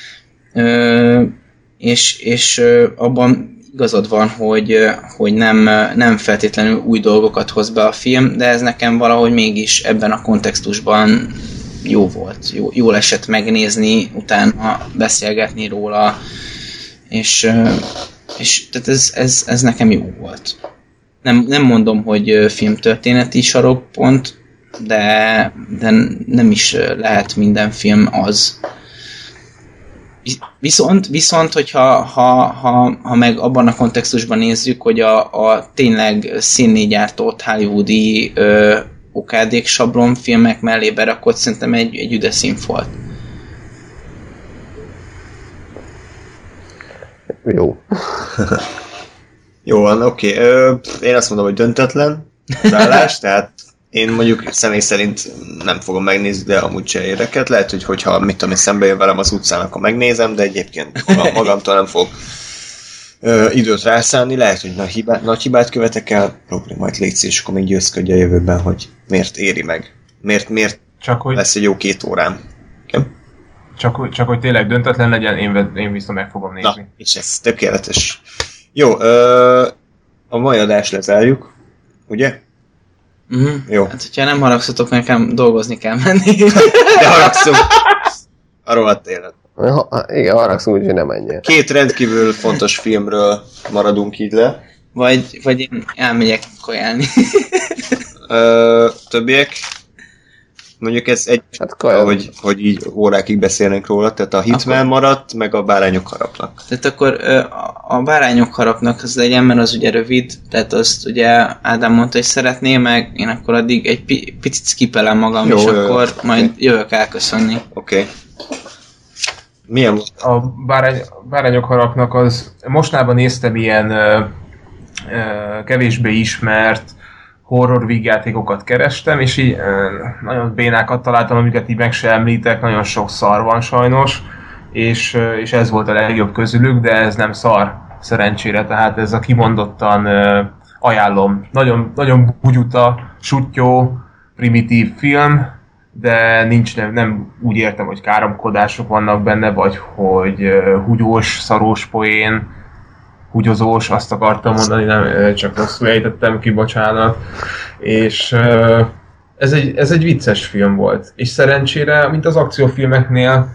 És abban igazad van, hogy nem feltétlenül új dolgokat hoz be a film, de ez nekem valahogy mégis ebben a kontextusban jó volt. Jól esett megnézni, utána beszélgetni róla, és tehát ez nekem jó volt. Nem mondom, hogy filmtörténeti sarokpont, de nem is lehet minden film az. Viszont hogyha meg abban a kontextusban nézzük, hogy a tényleg színné gyártott hollywoodi okádék sablon filmek mellé berakott, szerintem egy üde színfolt. Jó. Jó van, oké. Én azt mondom, hogy döntetlen szállás, tehát én mondjuk személy szerint nem fogom megnézni, de amúgy se érdekelt. Lehet, hogyha mit tudom, szembe jön velem az utcán, akkor megnézem, de egyébként magamtól nem fog időt rászállni. Lehet, hogy nagy hibát követek el, majd légy és akkor még győzködj a jövőben, hogy miért éri meg. Miért csak lesz egy jó 2 órám. Okay? Csak hogy tényleg döntetlen legyen, én viszont meg fogom nézni. Na, és ez tökéletes. Jó, a mai adást lezárjuk, ugye? Mm-hmm. Jó. Hát, hogyha nem haragszatok, nekem dolgozni kell menni. De haragszunk. A rohadt élet. Igen, haragszunk, úgyhogy nem menjél. 2 rendkívül fontos filmről maradunk így le. Vagy én elmegyek kajálni. Többiek? Mondjuk ez egy, hát hogy így órákig beszélnek róla, tehát a Hitman maradt, meg a Bárányok harapnak. Tehát akkor a Bárányok harapnak az legyen, mert az ugye rövid, tehát azt ugye Ádám mondta, hogy szeretné, meg én akkor addig egy picit skipelem magam, jó, és akkor majd jövök elköszönni. Oké. Milyen volt? A Bárányok harapnak az, mostában néztem ilyen kevésbé ismert horror vígjátékokat kerestem, és így nagyon bénákat találtam, amiket így meg se említek, nagyon sok szar van sajnos, és ez volt a legjobb közülük, de ez nem szar, szerencsére, tehát ez a kimondottan ajánlom. Nagyon, nagyon bugyuta, suttyó, primitív film, de nem úgy értem, hogy káromkodások vannak benne, vagy hogy húgyós, szarós poén, húgyozós, azt akartam mondani, nem, csak rosszul ejtettem ki, bocsánat. És ez egy vicces film volt. És szerencsére, mint az akciófilmeknél,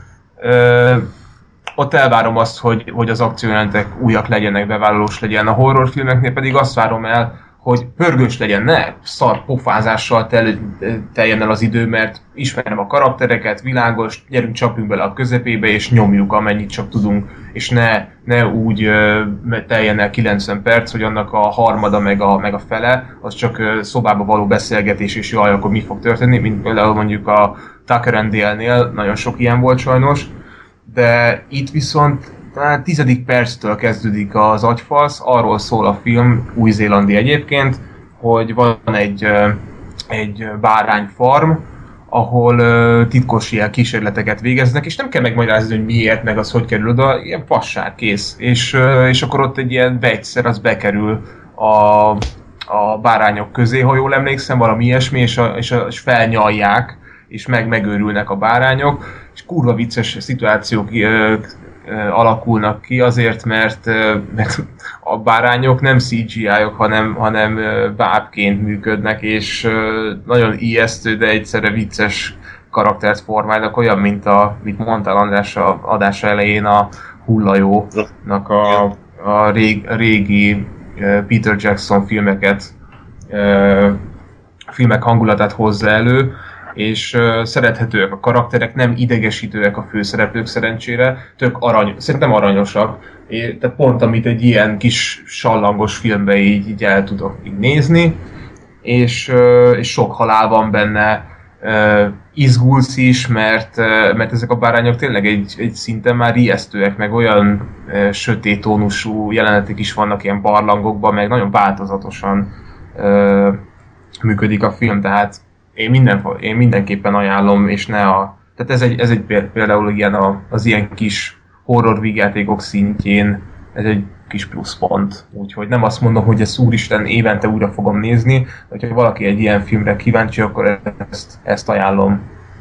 ott elvárom azt, hogy az akciójelentek újak legyenek, bevállalós legyen. A horrorfilmeknél pedig azt várom el, hogy pörgős legyen, ne szar pofázással teljen el az idő, mert ismerem a karaktereket, világos, gyerünk, csapjunk bele a közepébe, és nyomjuk amennyit csak tudunk, és ne úgy teljen el 90 perc, hogy annak a harmada meg a fele, az csak szobába való beszélgetés, és jaj, akkor mi fog történni, mint például mondjuk a Tucker and Dale-nél, nagyon sok ilyen volt sajnos, de itt viszont 10. perctől kezdődik az agyfalsz, arról szól a film, új-zélandi egyébként, hogy van egy bárányfarm, ahol titkos ilyen kísérleteket végeznek, és nem kell megmagyarázni, hogy miért, meg az hogy kerül oda, ilyen fasság, kész. És akkor ott egy ilyen vegyszer, az bekerül a bárányok közé, ha jól emlékszem, valami ilyesmi, és felnyalják, és megőrülnek a bárányok, és kurva vicces szituációk alakulnak ki azért, mert a bárányok nem CGI-ok, hanem bábként működnek, és nagyon ijesztő, de egyszerre vicces karaktert formálnak, olyan, mint mit mondtál András a adása elején, a Hullajónak a régi Peter Jackson filmek hangulatát hozza elő, és szerethetőek a karakterek, nem idegesítőek a főszereplők szerencsére, szerintem aranyosak. Tehát pont amit egy ilyen kis sallangos filmben így el tudok így nézni, és sok halál van benne, izgulsz is, mert ezek a bárányok tényleg egy szinten már ijesztőek, meg olyan sötét tónusú jelenetek is vannak ilyen barlangokban, meg nagyon változatosan működik a film, tehát én mindenképpen ajánlom, és tehát ez egy például ilyen az ilyen kis horror vígjátékok szintjén ez egy kis pluszpont. Úgyhogy nem azt mondom, hogy ezt úristen évente újra fogom nézni, de hogyha valaki egy ilyen filmre kíváncsi, akkor ezt ajánlom.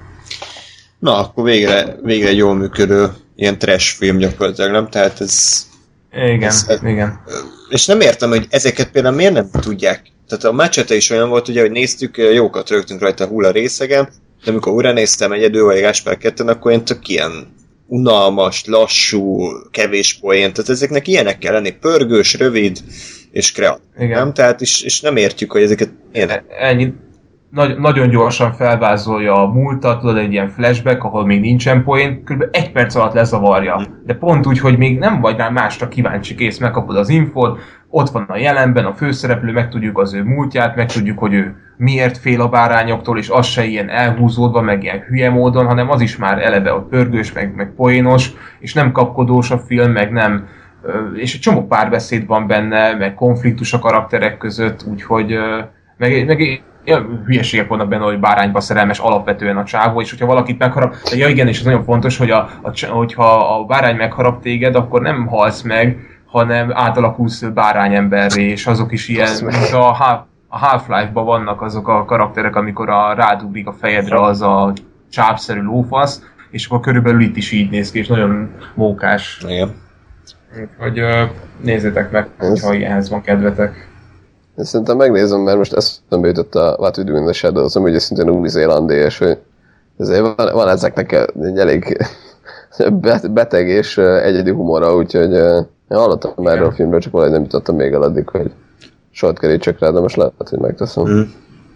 Na, akkor végre egy jól működő ilyen trash film gyakorlatilag, nem? Tehát ez... Igen. És nem értem, hogy ezeket például miért nem tudják. Tehát a Machete is olyan volt, ugye, hogy néztük, jókat rögtünk rajta hull a részegen, de amikor újra néztem egyedül, vagy Gáspár 2-en, akkor én tök ilyen unalmas, lassú, kevés poén, tehát ezeknek ilyenek kell lenni, pörgős, rövid és kreatív, nem? Tehát és nem értjük, hogy ezeket ennyi. Nagyon gyorsan felvázolja a múltat, tudod, egy ilyen flashback, ahol még nincsen poén, kb. 1 perc alatt lezavarja. De pont úgy, hogy még nem vagy rá másra kíváncsi, kész, megkapod az infót, ott van a jelenben a főszereplő, megtudjuk az ő múltját, megtudjuk, hogy ő miért fél a bárányoktól, és az se ilyen elhúzódva, meg ilyen hülye módon, hanem az is már eleve a pörgős, meg poénos, és nem kapkodós a film, meg nem... És egy csomó párbeszéd van benne, meg konfliktus a karakterek között, úgyhogy... meg hülyeségek vannak benne, hogy bárányba szerelmes alapvetően a csávó, és hogyha valakit megharap, de ja igen, és ez nagyon fontos, hogy hogyha a bárány megharap téged, akkor nem halsz meg, hanem átalakulsz bárányemberré, és azok is ilyen, mint a Half-Life-ban vannak azok a karakterek, amikor rádugrik a fejedre az a csápszerű lófasz, és akkor körülbelül itt is így néz ki, és nagyon mókás. Igen. Úgyhogy nézzétek meg, ha ilyenhez van kedvetek. Én szerintem megnézem, mert most eszembe jutott a What We Do in the Shadows, ami ugye szintén új-zélandi, és ezért van ezeknek egy elég beteg és egyedi humora, úgyhogy én hallottam erről a filmről, csak valahogy nem jutottam még el addig, hogy sort kerítsek rá, de most lehet, hogy megteszem.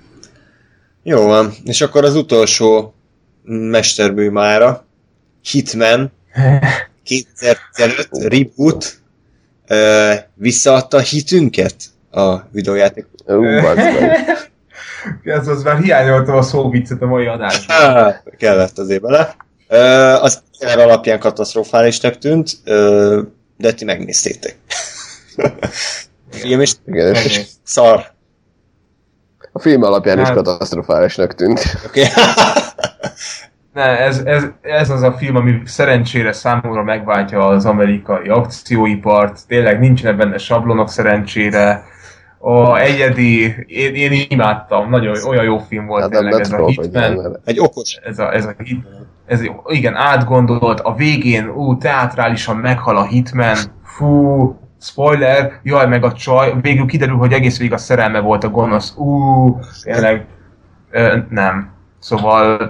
Jó van, és akkor az utolsó mesterbű mára, Hitman 2015 reboot visszaadta a hitünket a videójáték. Ez az már hiányoltam a szóviccet a mai adásban. Kellett azért bele. Az trailer alapján katasztrofálisnak tűnt, de ti megnéztétek. Film is szar. A film alapján is katasztrofálisnak tűnt. Okay. Ne, ez az a film, ami szerencsére számomra megváltja az amerikai akcióipart. Tényleg nincsenek benne sablonok szerencsére. Egyedi, én imádtam, nagyon olyan jó film volt hát tényleg ez a Hitman. Egy okos. Ez igen, átgondolt, a végén, teátrálisan meghal a Hitman, spoiler, jaj, meg a csaj, végül kiderül, hogy egész végig a szerelme volt a gonosz, tényleg, nem. Szóval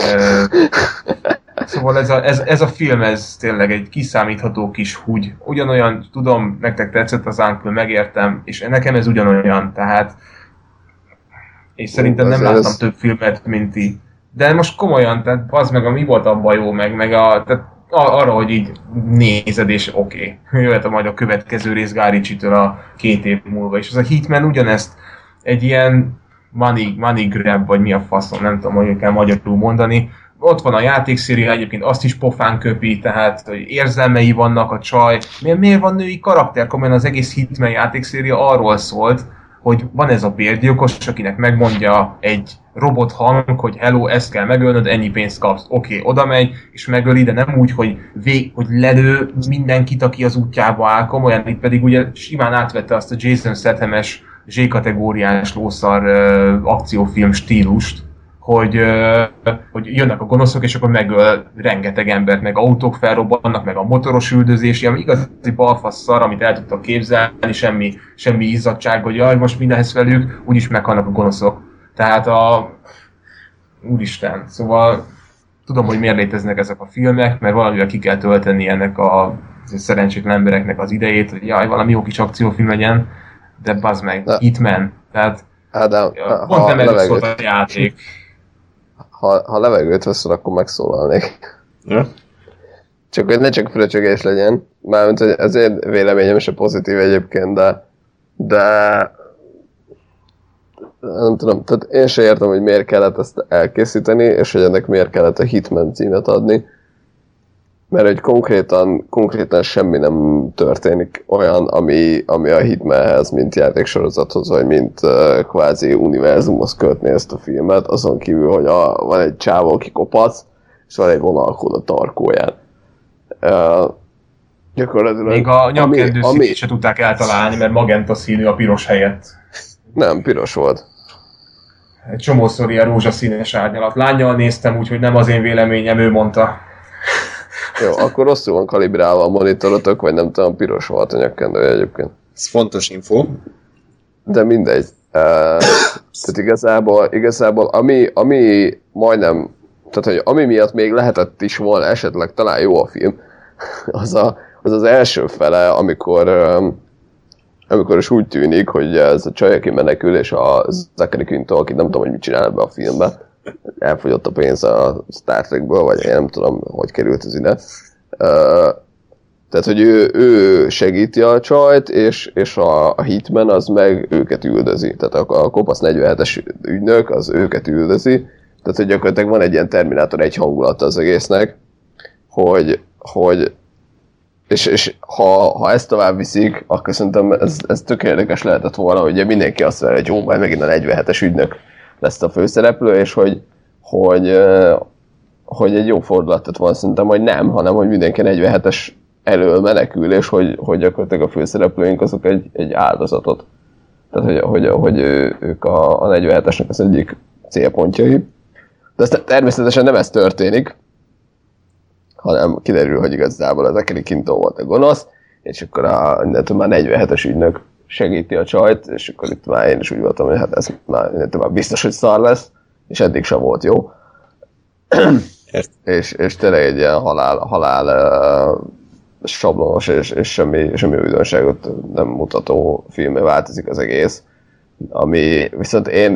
ez a film, ez tényleg egy kiszámítható kis húgy. Ugyanolyan, tudom, nektek tetszett az Uncle, megértem, és nekem ez ugyanolyan, tehát és szerintem nem láttam több filmet, mint ti. De most komolyan, tehát az meg mi volt abban jó, tehát arra, hogy így nézed, és oké. Jöhet majd a következő rész Guy Ritchie-től a 2 év múlva, és az a Hitman ugyanezt egy ilyen money grab, vagy mi a faszom, nem tudom, hogy kell magyarul mondani. Ott van a játékszéria, egyébként azt is pofán köpi, tehát hogy érzelmei vannak a csaj. Miért van női karakter? Komolyan az egész Hitman játékszéria arról szólt, hogy van ez a bérgyilkos, akinek megmondja egy robot hang, hogy hello, ezt kell megölnöd, ennyi pénzt kapsz. Oké, oda megy, és megöli, de nem úgy, hogy lelő mindenkit, aki az útjába áll. Komolyan itt pedig ugye simán átvette azt a Jason Statham-es Z-kategóriás lószar akciófilm stílust, hogy jönnek a gonoszok, és akkor megöl rengeteg embert, meg autók felrobbannak, meg a motoros üldözés, ilyen igazi balfasz szar, amit el tudtak képzelni, semmi izzadság, hogy jaj, most mindenhez velük, úgyis meghalnak a gonoszok. Tehát úristen, szóval tudom, hogy miért léteznek ezek a filmek, mert valamivel ki kell tölteni ennek a szerencsétlen embereknek az idejét, hogy jaj, valami jó kis akciófilm legyen, de bazd meg, Hitman, tehát pont nem erről szólt a játék. Ha levegőt veszel, akkor megszólalnék. Csak hogy ne csak fröcsögés legyen, mármint hogy ezért véleményem se pozitív egyébként, de nem tudom, tehát én se értem, hogy miért kellett ezt elkészíteni, és hogy ennek miért kellett a Hitman címet adni. Mert hogy konkrétan semmi nem történik olyan, ami a Hitmanhez, mint játéksorozathoz, vagy mint kvázi univerzumhoz kötni ezt a filmet, azon kívül, hogy van egy csávó, aki kopac, és van egy vonalkód a tarkóján. Gyakorlatilag... Még a nyakendő színét se tudták eltalálni, mert magenta színű a piros helyett. Nem, piros volt. Egy csomószor ilyen rózsaszínes árnyalat. Lánnyal néztem, úgyhogy nem az én véleményem, ő mondta. Jó, akkor rosszul van kalibrálva a monitorotok, vagy nem tudom, piros volt a nyakkendője egyébként. Ez fontos info. De mindegy. Tehát igazából ami majdnem, tehát hogy ami miatt még lehetett is volna esetleg talán jó a film, az első fele, amikor is úgy tűnik, hogy ez a csaj, aki menekül, és a Zachary Quinto, aki nem tudom, hogy mit csinál ebbe a filmbe, elfogyott a pénz a Star Trekből, vagy én nem tudom, hogy került ez ide. Tehát, hogy ő segíti a csajt, és a Hitman az meg őket üldözi. Tehát a kopasz 47-es ügynök az őket üldözi. Tehát, hogy gyakorlatilag van egy ilyen Terminátor egy hangulata az egésznek, hogy és ha ezt tovább viszik, akkor szerintem ez tök érdekes lehetett volna, hogy mindenki azt mondja, hogy jó, majd megint a 47-es ügynök lesz a főszereplő, és hogy egy jó fordulatot van szerintem, hogy nem, hanem hogy mindenki 47-es elől menekül, és hogy gyakorlatilag a főszereplőink azok egy áldozatot. Tehát, hogy ők a 47-esnek az egyik célpontjai. De aztán természetesen nem ez történik, hanem kiderül, hogy igazából az Zachary Quinto volt a gonosz, és akkor már 47-es ügynök segíti a csajt, és akkor itt már én is úgy voltam, hogy hát ez már biztos, hogy szar lesz, és eddig sem volt jó. és tényleg egy ilyen halál sablonos, és semmi újdonságot nem mutató filmé változik az egész. Ami viszont én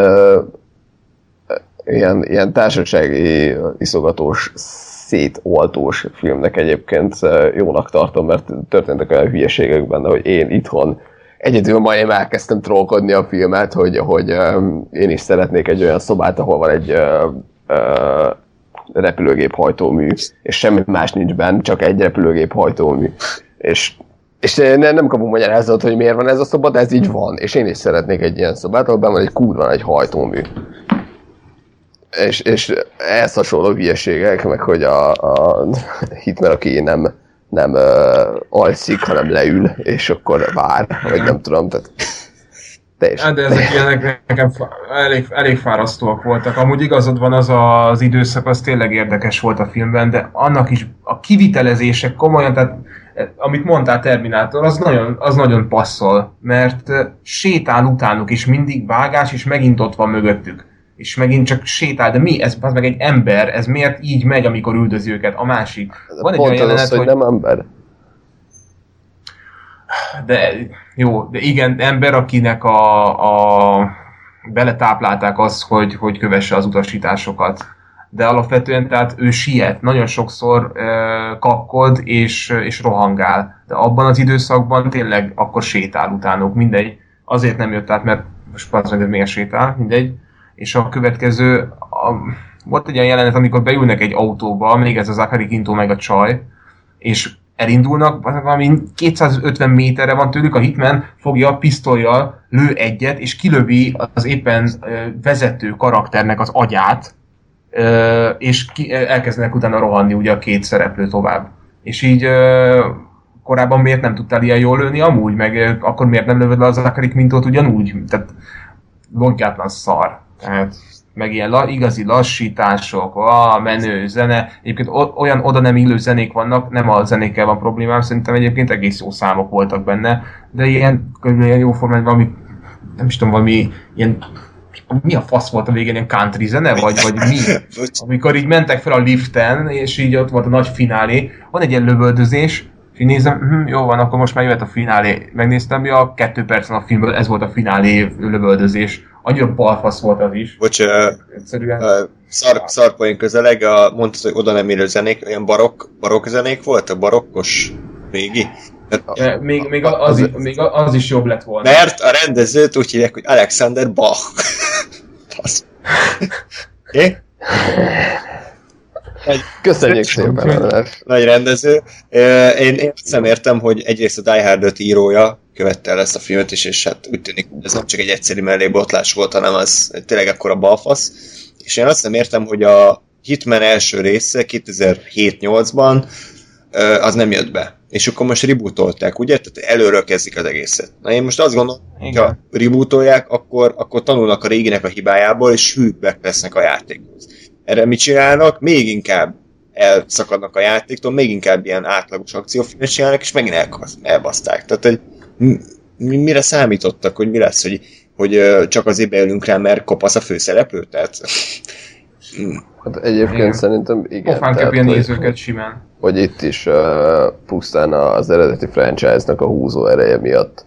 ilyen társasági iszogatós, szétoltós filmnek egyébként jónak tartom, mert történtek olyan hülyeségek benne, hogy én itthon egyedül majdnem elkezdtem trollkodni a filmet, hogy én is szeretnék egy olyan szobát, ahol van egy repülőgép hajtómű, és semmi más nincs benne, csak egy repülőgép hajtómű. És nem kapunk magyarázatot, hogy miért van ez a szoba, de ez így van. És én is szeretnék egy ilyen szobát, ahol benne van egy kurva egy hajtómű. És ehhez hasonló hülyeségek, meg hogy a Hitman, aki nem alszik, hanem leül, és akkor vár, vagy nem tudom, tehát teljesen. De ezek ilyenek nekem elég fárasztóak voltak. Amúgy igazad van, az időszak, az tényleg érdekes volt a filmben, de annak is a kivitelezések komolyan, tehát amit mondtál, Terminátor, az nagyon passzol, mert sétál utánuk, és mindig vágás, és megint ott van mögöttük. És megint csak sétál, de mi? Ez az meg egy ember, ez miért így megy, amikor üldözi őket? A másik. Van egy olyan jelenet, az, hogy nem ember. De jó, de igen, ember, akinek beletáplálták azt, hogy kövesse az utasításokat. De alapvetően, tehát ő siet, nagyon sokszor kapkod és rohangál. De abban az időszakban tényleg akkor sétál utánuk, mindegy. Azért nem jött át, mert most az meg miért sétál, mindegy. És a következő, volt egy olyan jelenet, amikor beülnek egy autóba, még ez a Zachary Quinto meg a csaj, és elindulnak, valami 250 méterre van tőlük, a Hitman fogja a pisztollyal, lő egyet, és kilövi az éppen vezető karakternek az agyát, és elkezdenek utána rohanni ugye a két szereplő tovább. És így korábban miért nem tudtál ilyen jól lőni amúgy, meg akkor miért nem lövöd le a Zachary Quintót ugyanúgy? Tehát logikátlan szar. Tehát, meg ilyen igazi lassítások, menő zene. Egyébként olyan oda nem illő zenék vannak, nem a zenékkel van problémám, szerintem egyébként egész jó számok voltak benne, de ilyen jó formán valami, nem is tudom, valami ilyen, mi a fasz volt a végén, ilyen country zene, vagy mi? Amikor így mentek fel a liften, és így ott volt a nagy finálé, van egy ilyen lövöldözés, és így nézem, jó van, akkor most már jöhet a finálé. Megnéztem, a 2 percen a filmből, ez volt a finálé lövöldözés. Annyira balfasz volt az is. Bocs, szarpoén közeleg, mondtad, hogy oda nem érő zenék, olyan barokk zenék voltak, barokkos régi. Még az is jobb lett volna. Mert a rendezőt úgy hívják, hogy Alexander Bach. Oké? Köszönjük szépen! Nagy rendező. Én nem értem, hogy egyrészt a Die Hard 5 írója követte el ezt a filmet is, és hát úgy tűnik, hogy ez nem csak egy egyszerű mellébotlás volt, hanem az tényleg akkora balfasz. És én azt nem értem, hogy a Hitman első része 2007-8-ban az nem jött be. És akkor most rebootolták, ugye? Tehát előről kezdik az egészet. Na én most azt gondolom, hogy ha rebootolják, akkor tanulnak a réginek a hibájából, és hűbbek lesznek a játékhoz. Erre mit csinálnak? Még inkább elszakadnak a játéktól, még inkább ilyen átlagos akciófilmet csinálnak, és megint elbaszták. Tehát, hogy mire számítottak, hogy mi lesz, hogy csak azért beülünk rá, mert kopasz a főszereplő? Tehát... Hát egyébként szerintem igen. Pofán köpi a nézőket simán. Hogy itt is pusztán az eredeti franchise-nak a húzó ereje miatt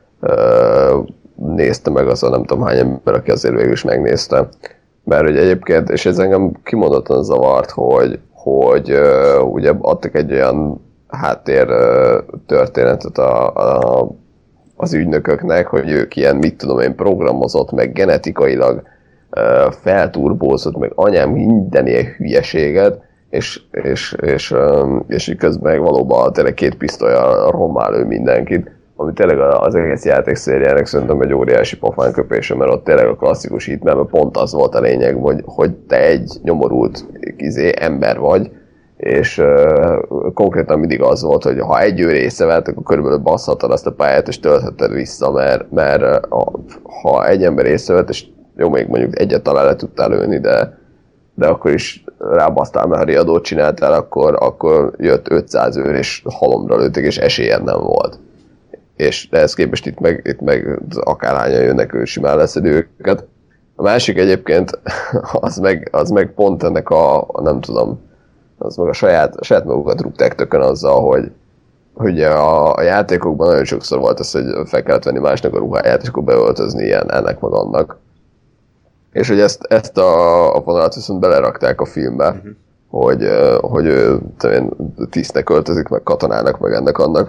nézte meg az a nem tudom hány ember, aki azért végül is megnézte. Mert hogy egyébként, és ez engem kimondottan zavart, hogy ugye adtak egy olyan háttér történetet az ügynököknek, hogy ők ilyen, mit tudom én, programozott, meg genetikailag felturbózott, meg anyám minden ilyen hülyeséget, és közben valóban tényleg 2 pisztollyal rommál ő mindenkit, ami tényleg az egész játékszériának szerintem egy óriási pofánköpése, mert ott tényleg a klasszikus Hitmanben pont az volt a lényeg, hogy te egy nyomorult ember vagy, és konkrétan mindig az volt, hogy ha egy őr észrevett, akkor körülbelül basszhatod azt a pályát, és töltheted vissza, mert ha egy ember észrevett, és jó, még mondjuk egyet talán le tudtál lőni, de akkor is rábasztál, mert ha riadót csináltál, akkor jött 500 őr, és halomra lőttek, és esélyed nem volt. És de ezt képest itt meg akárhányan jönnek, ő simán leszed őket. A másik egyébként, az meg pont ennek nem tudom, az meg a saját magukat rúgták tökön azzal, hogy a játékokban nagyon sokszor volt az, hogy fel kellett venni másnak a ruháját, és akkor beöltözni ilyen ennek meg annak. És hogy ezt a vonalat viszont belerakták a filmbe, hogy ő tisztnek öltözik, meg katonának, meg ennek annak.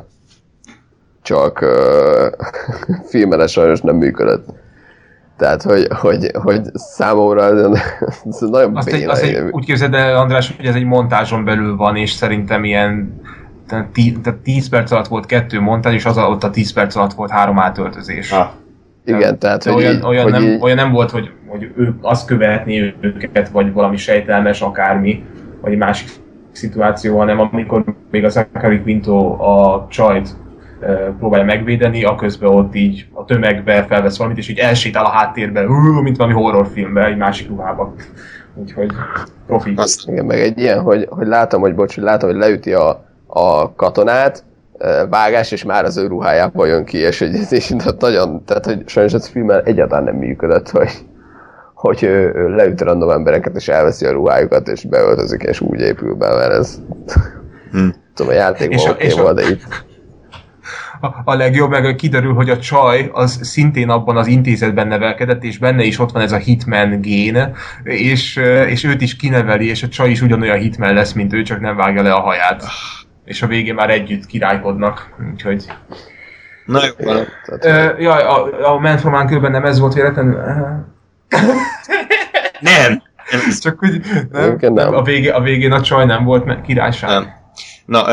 Csak filmben sajnos nem működött. Tehát, hogy számomra ez nagyon béna. Azt úgy képzeld el, András, hogy ez egy montázson belül van, és szerintem ilyen tehát 10 perc alatt volt 2 montázs, és az alatt a 10 perc alatt volt 3 átöltözés. Igen, tehát olyan nem volt, hogy ők azt követné őket, vagy valami sejtelmes akármi, vagy egy másik szituáció, hanem amikor még a Zachary Quinto a csajt próbálja megvédeni, aközben ott így a tömegbe felvesz valamit, és így elsétál a háttérbe, mint valami horrorfilmbe, egy másik ruhába. Úgyhogy profi. Igen, meg egy ilyen, hogy látom, hogy leüti a katonát, vágás, és már az ő ruhájából jön ki, és nagyon, tehát hogy sajnos ez a filmmel egyáltalán nem működött, hogy ő leüt random embereket, és elveszi a ruhájukat, és beöltözik, és úgy épül be, mert ez tudom, a játékban oké volt, de itt a legjobb, meg kiderül, hogy a csaj az szintén abban az intézetben nevelkedett, és benne is ott van ez a Hitman gén, és őt is kineveli, és a csaj is ugyanolyan Hitman lesz, mint ő, csak nem vágja le a haját. És a végén már együtt királykodnak, úgyhogy... Na jó, van. Jaj, a Man from U.N.C.L.-ben nem ez volt véletlenül? Nem! Csak úgy... Nem. A végén a csaj nem volt királyság. Nem. Na,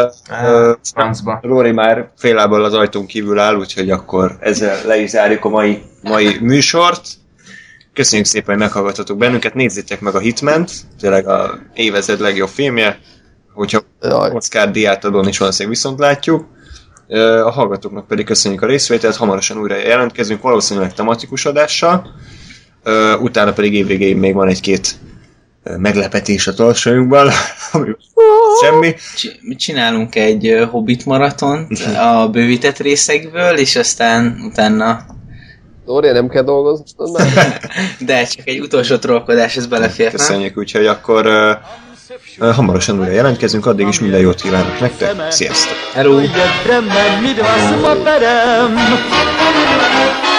Rory már fél lábbal az ajtón kívül áll, úgyhogy akkor ezzel le is zárjuk a mai műsort. Köszönjük szépen, hogy meghallgattatok bennünket, nézzétek meg a Hitmant, tényleg a évezred legjobb filmje, hogyha Oscar díjátadón is valószínűleg viszont látjuk. A hallgatóknak pedig köszönjük a részvételt, hamarosan újra jelentkezünk, valószínűleg tematikus adással, utána pedig évvégéig még van egy-két meglepetés a talsajukban, semmi. Mi csinálunk egy Hobbit maratont a bővített részekből, és aztán utána... Dóri, nem kell dolgoznod már? De csak egy utolsó trollkodás, ez belefér. Köszönjük, úgyhogy akkor hamarosan újra jelentkezünk, addig is minden jót kívánok nektek, sziasztok! Hello! Mit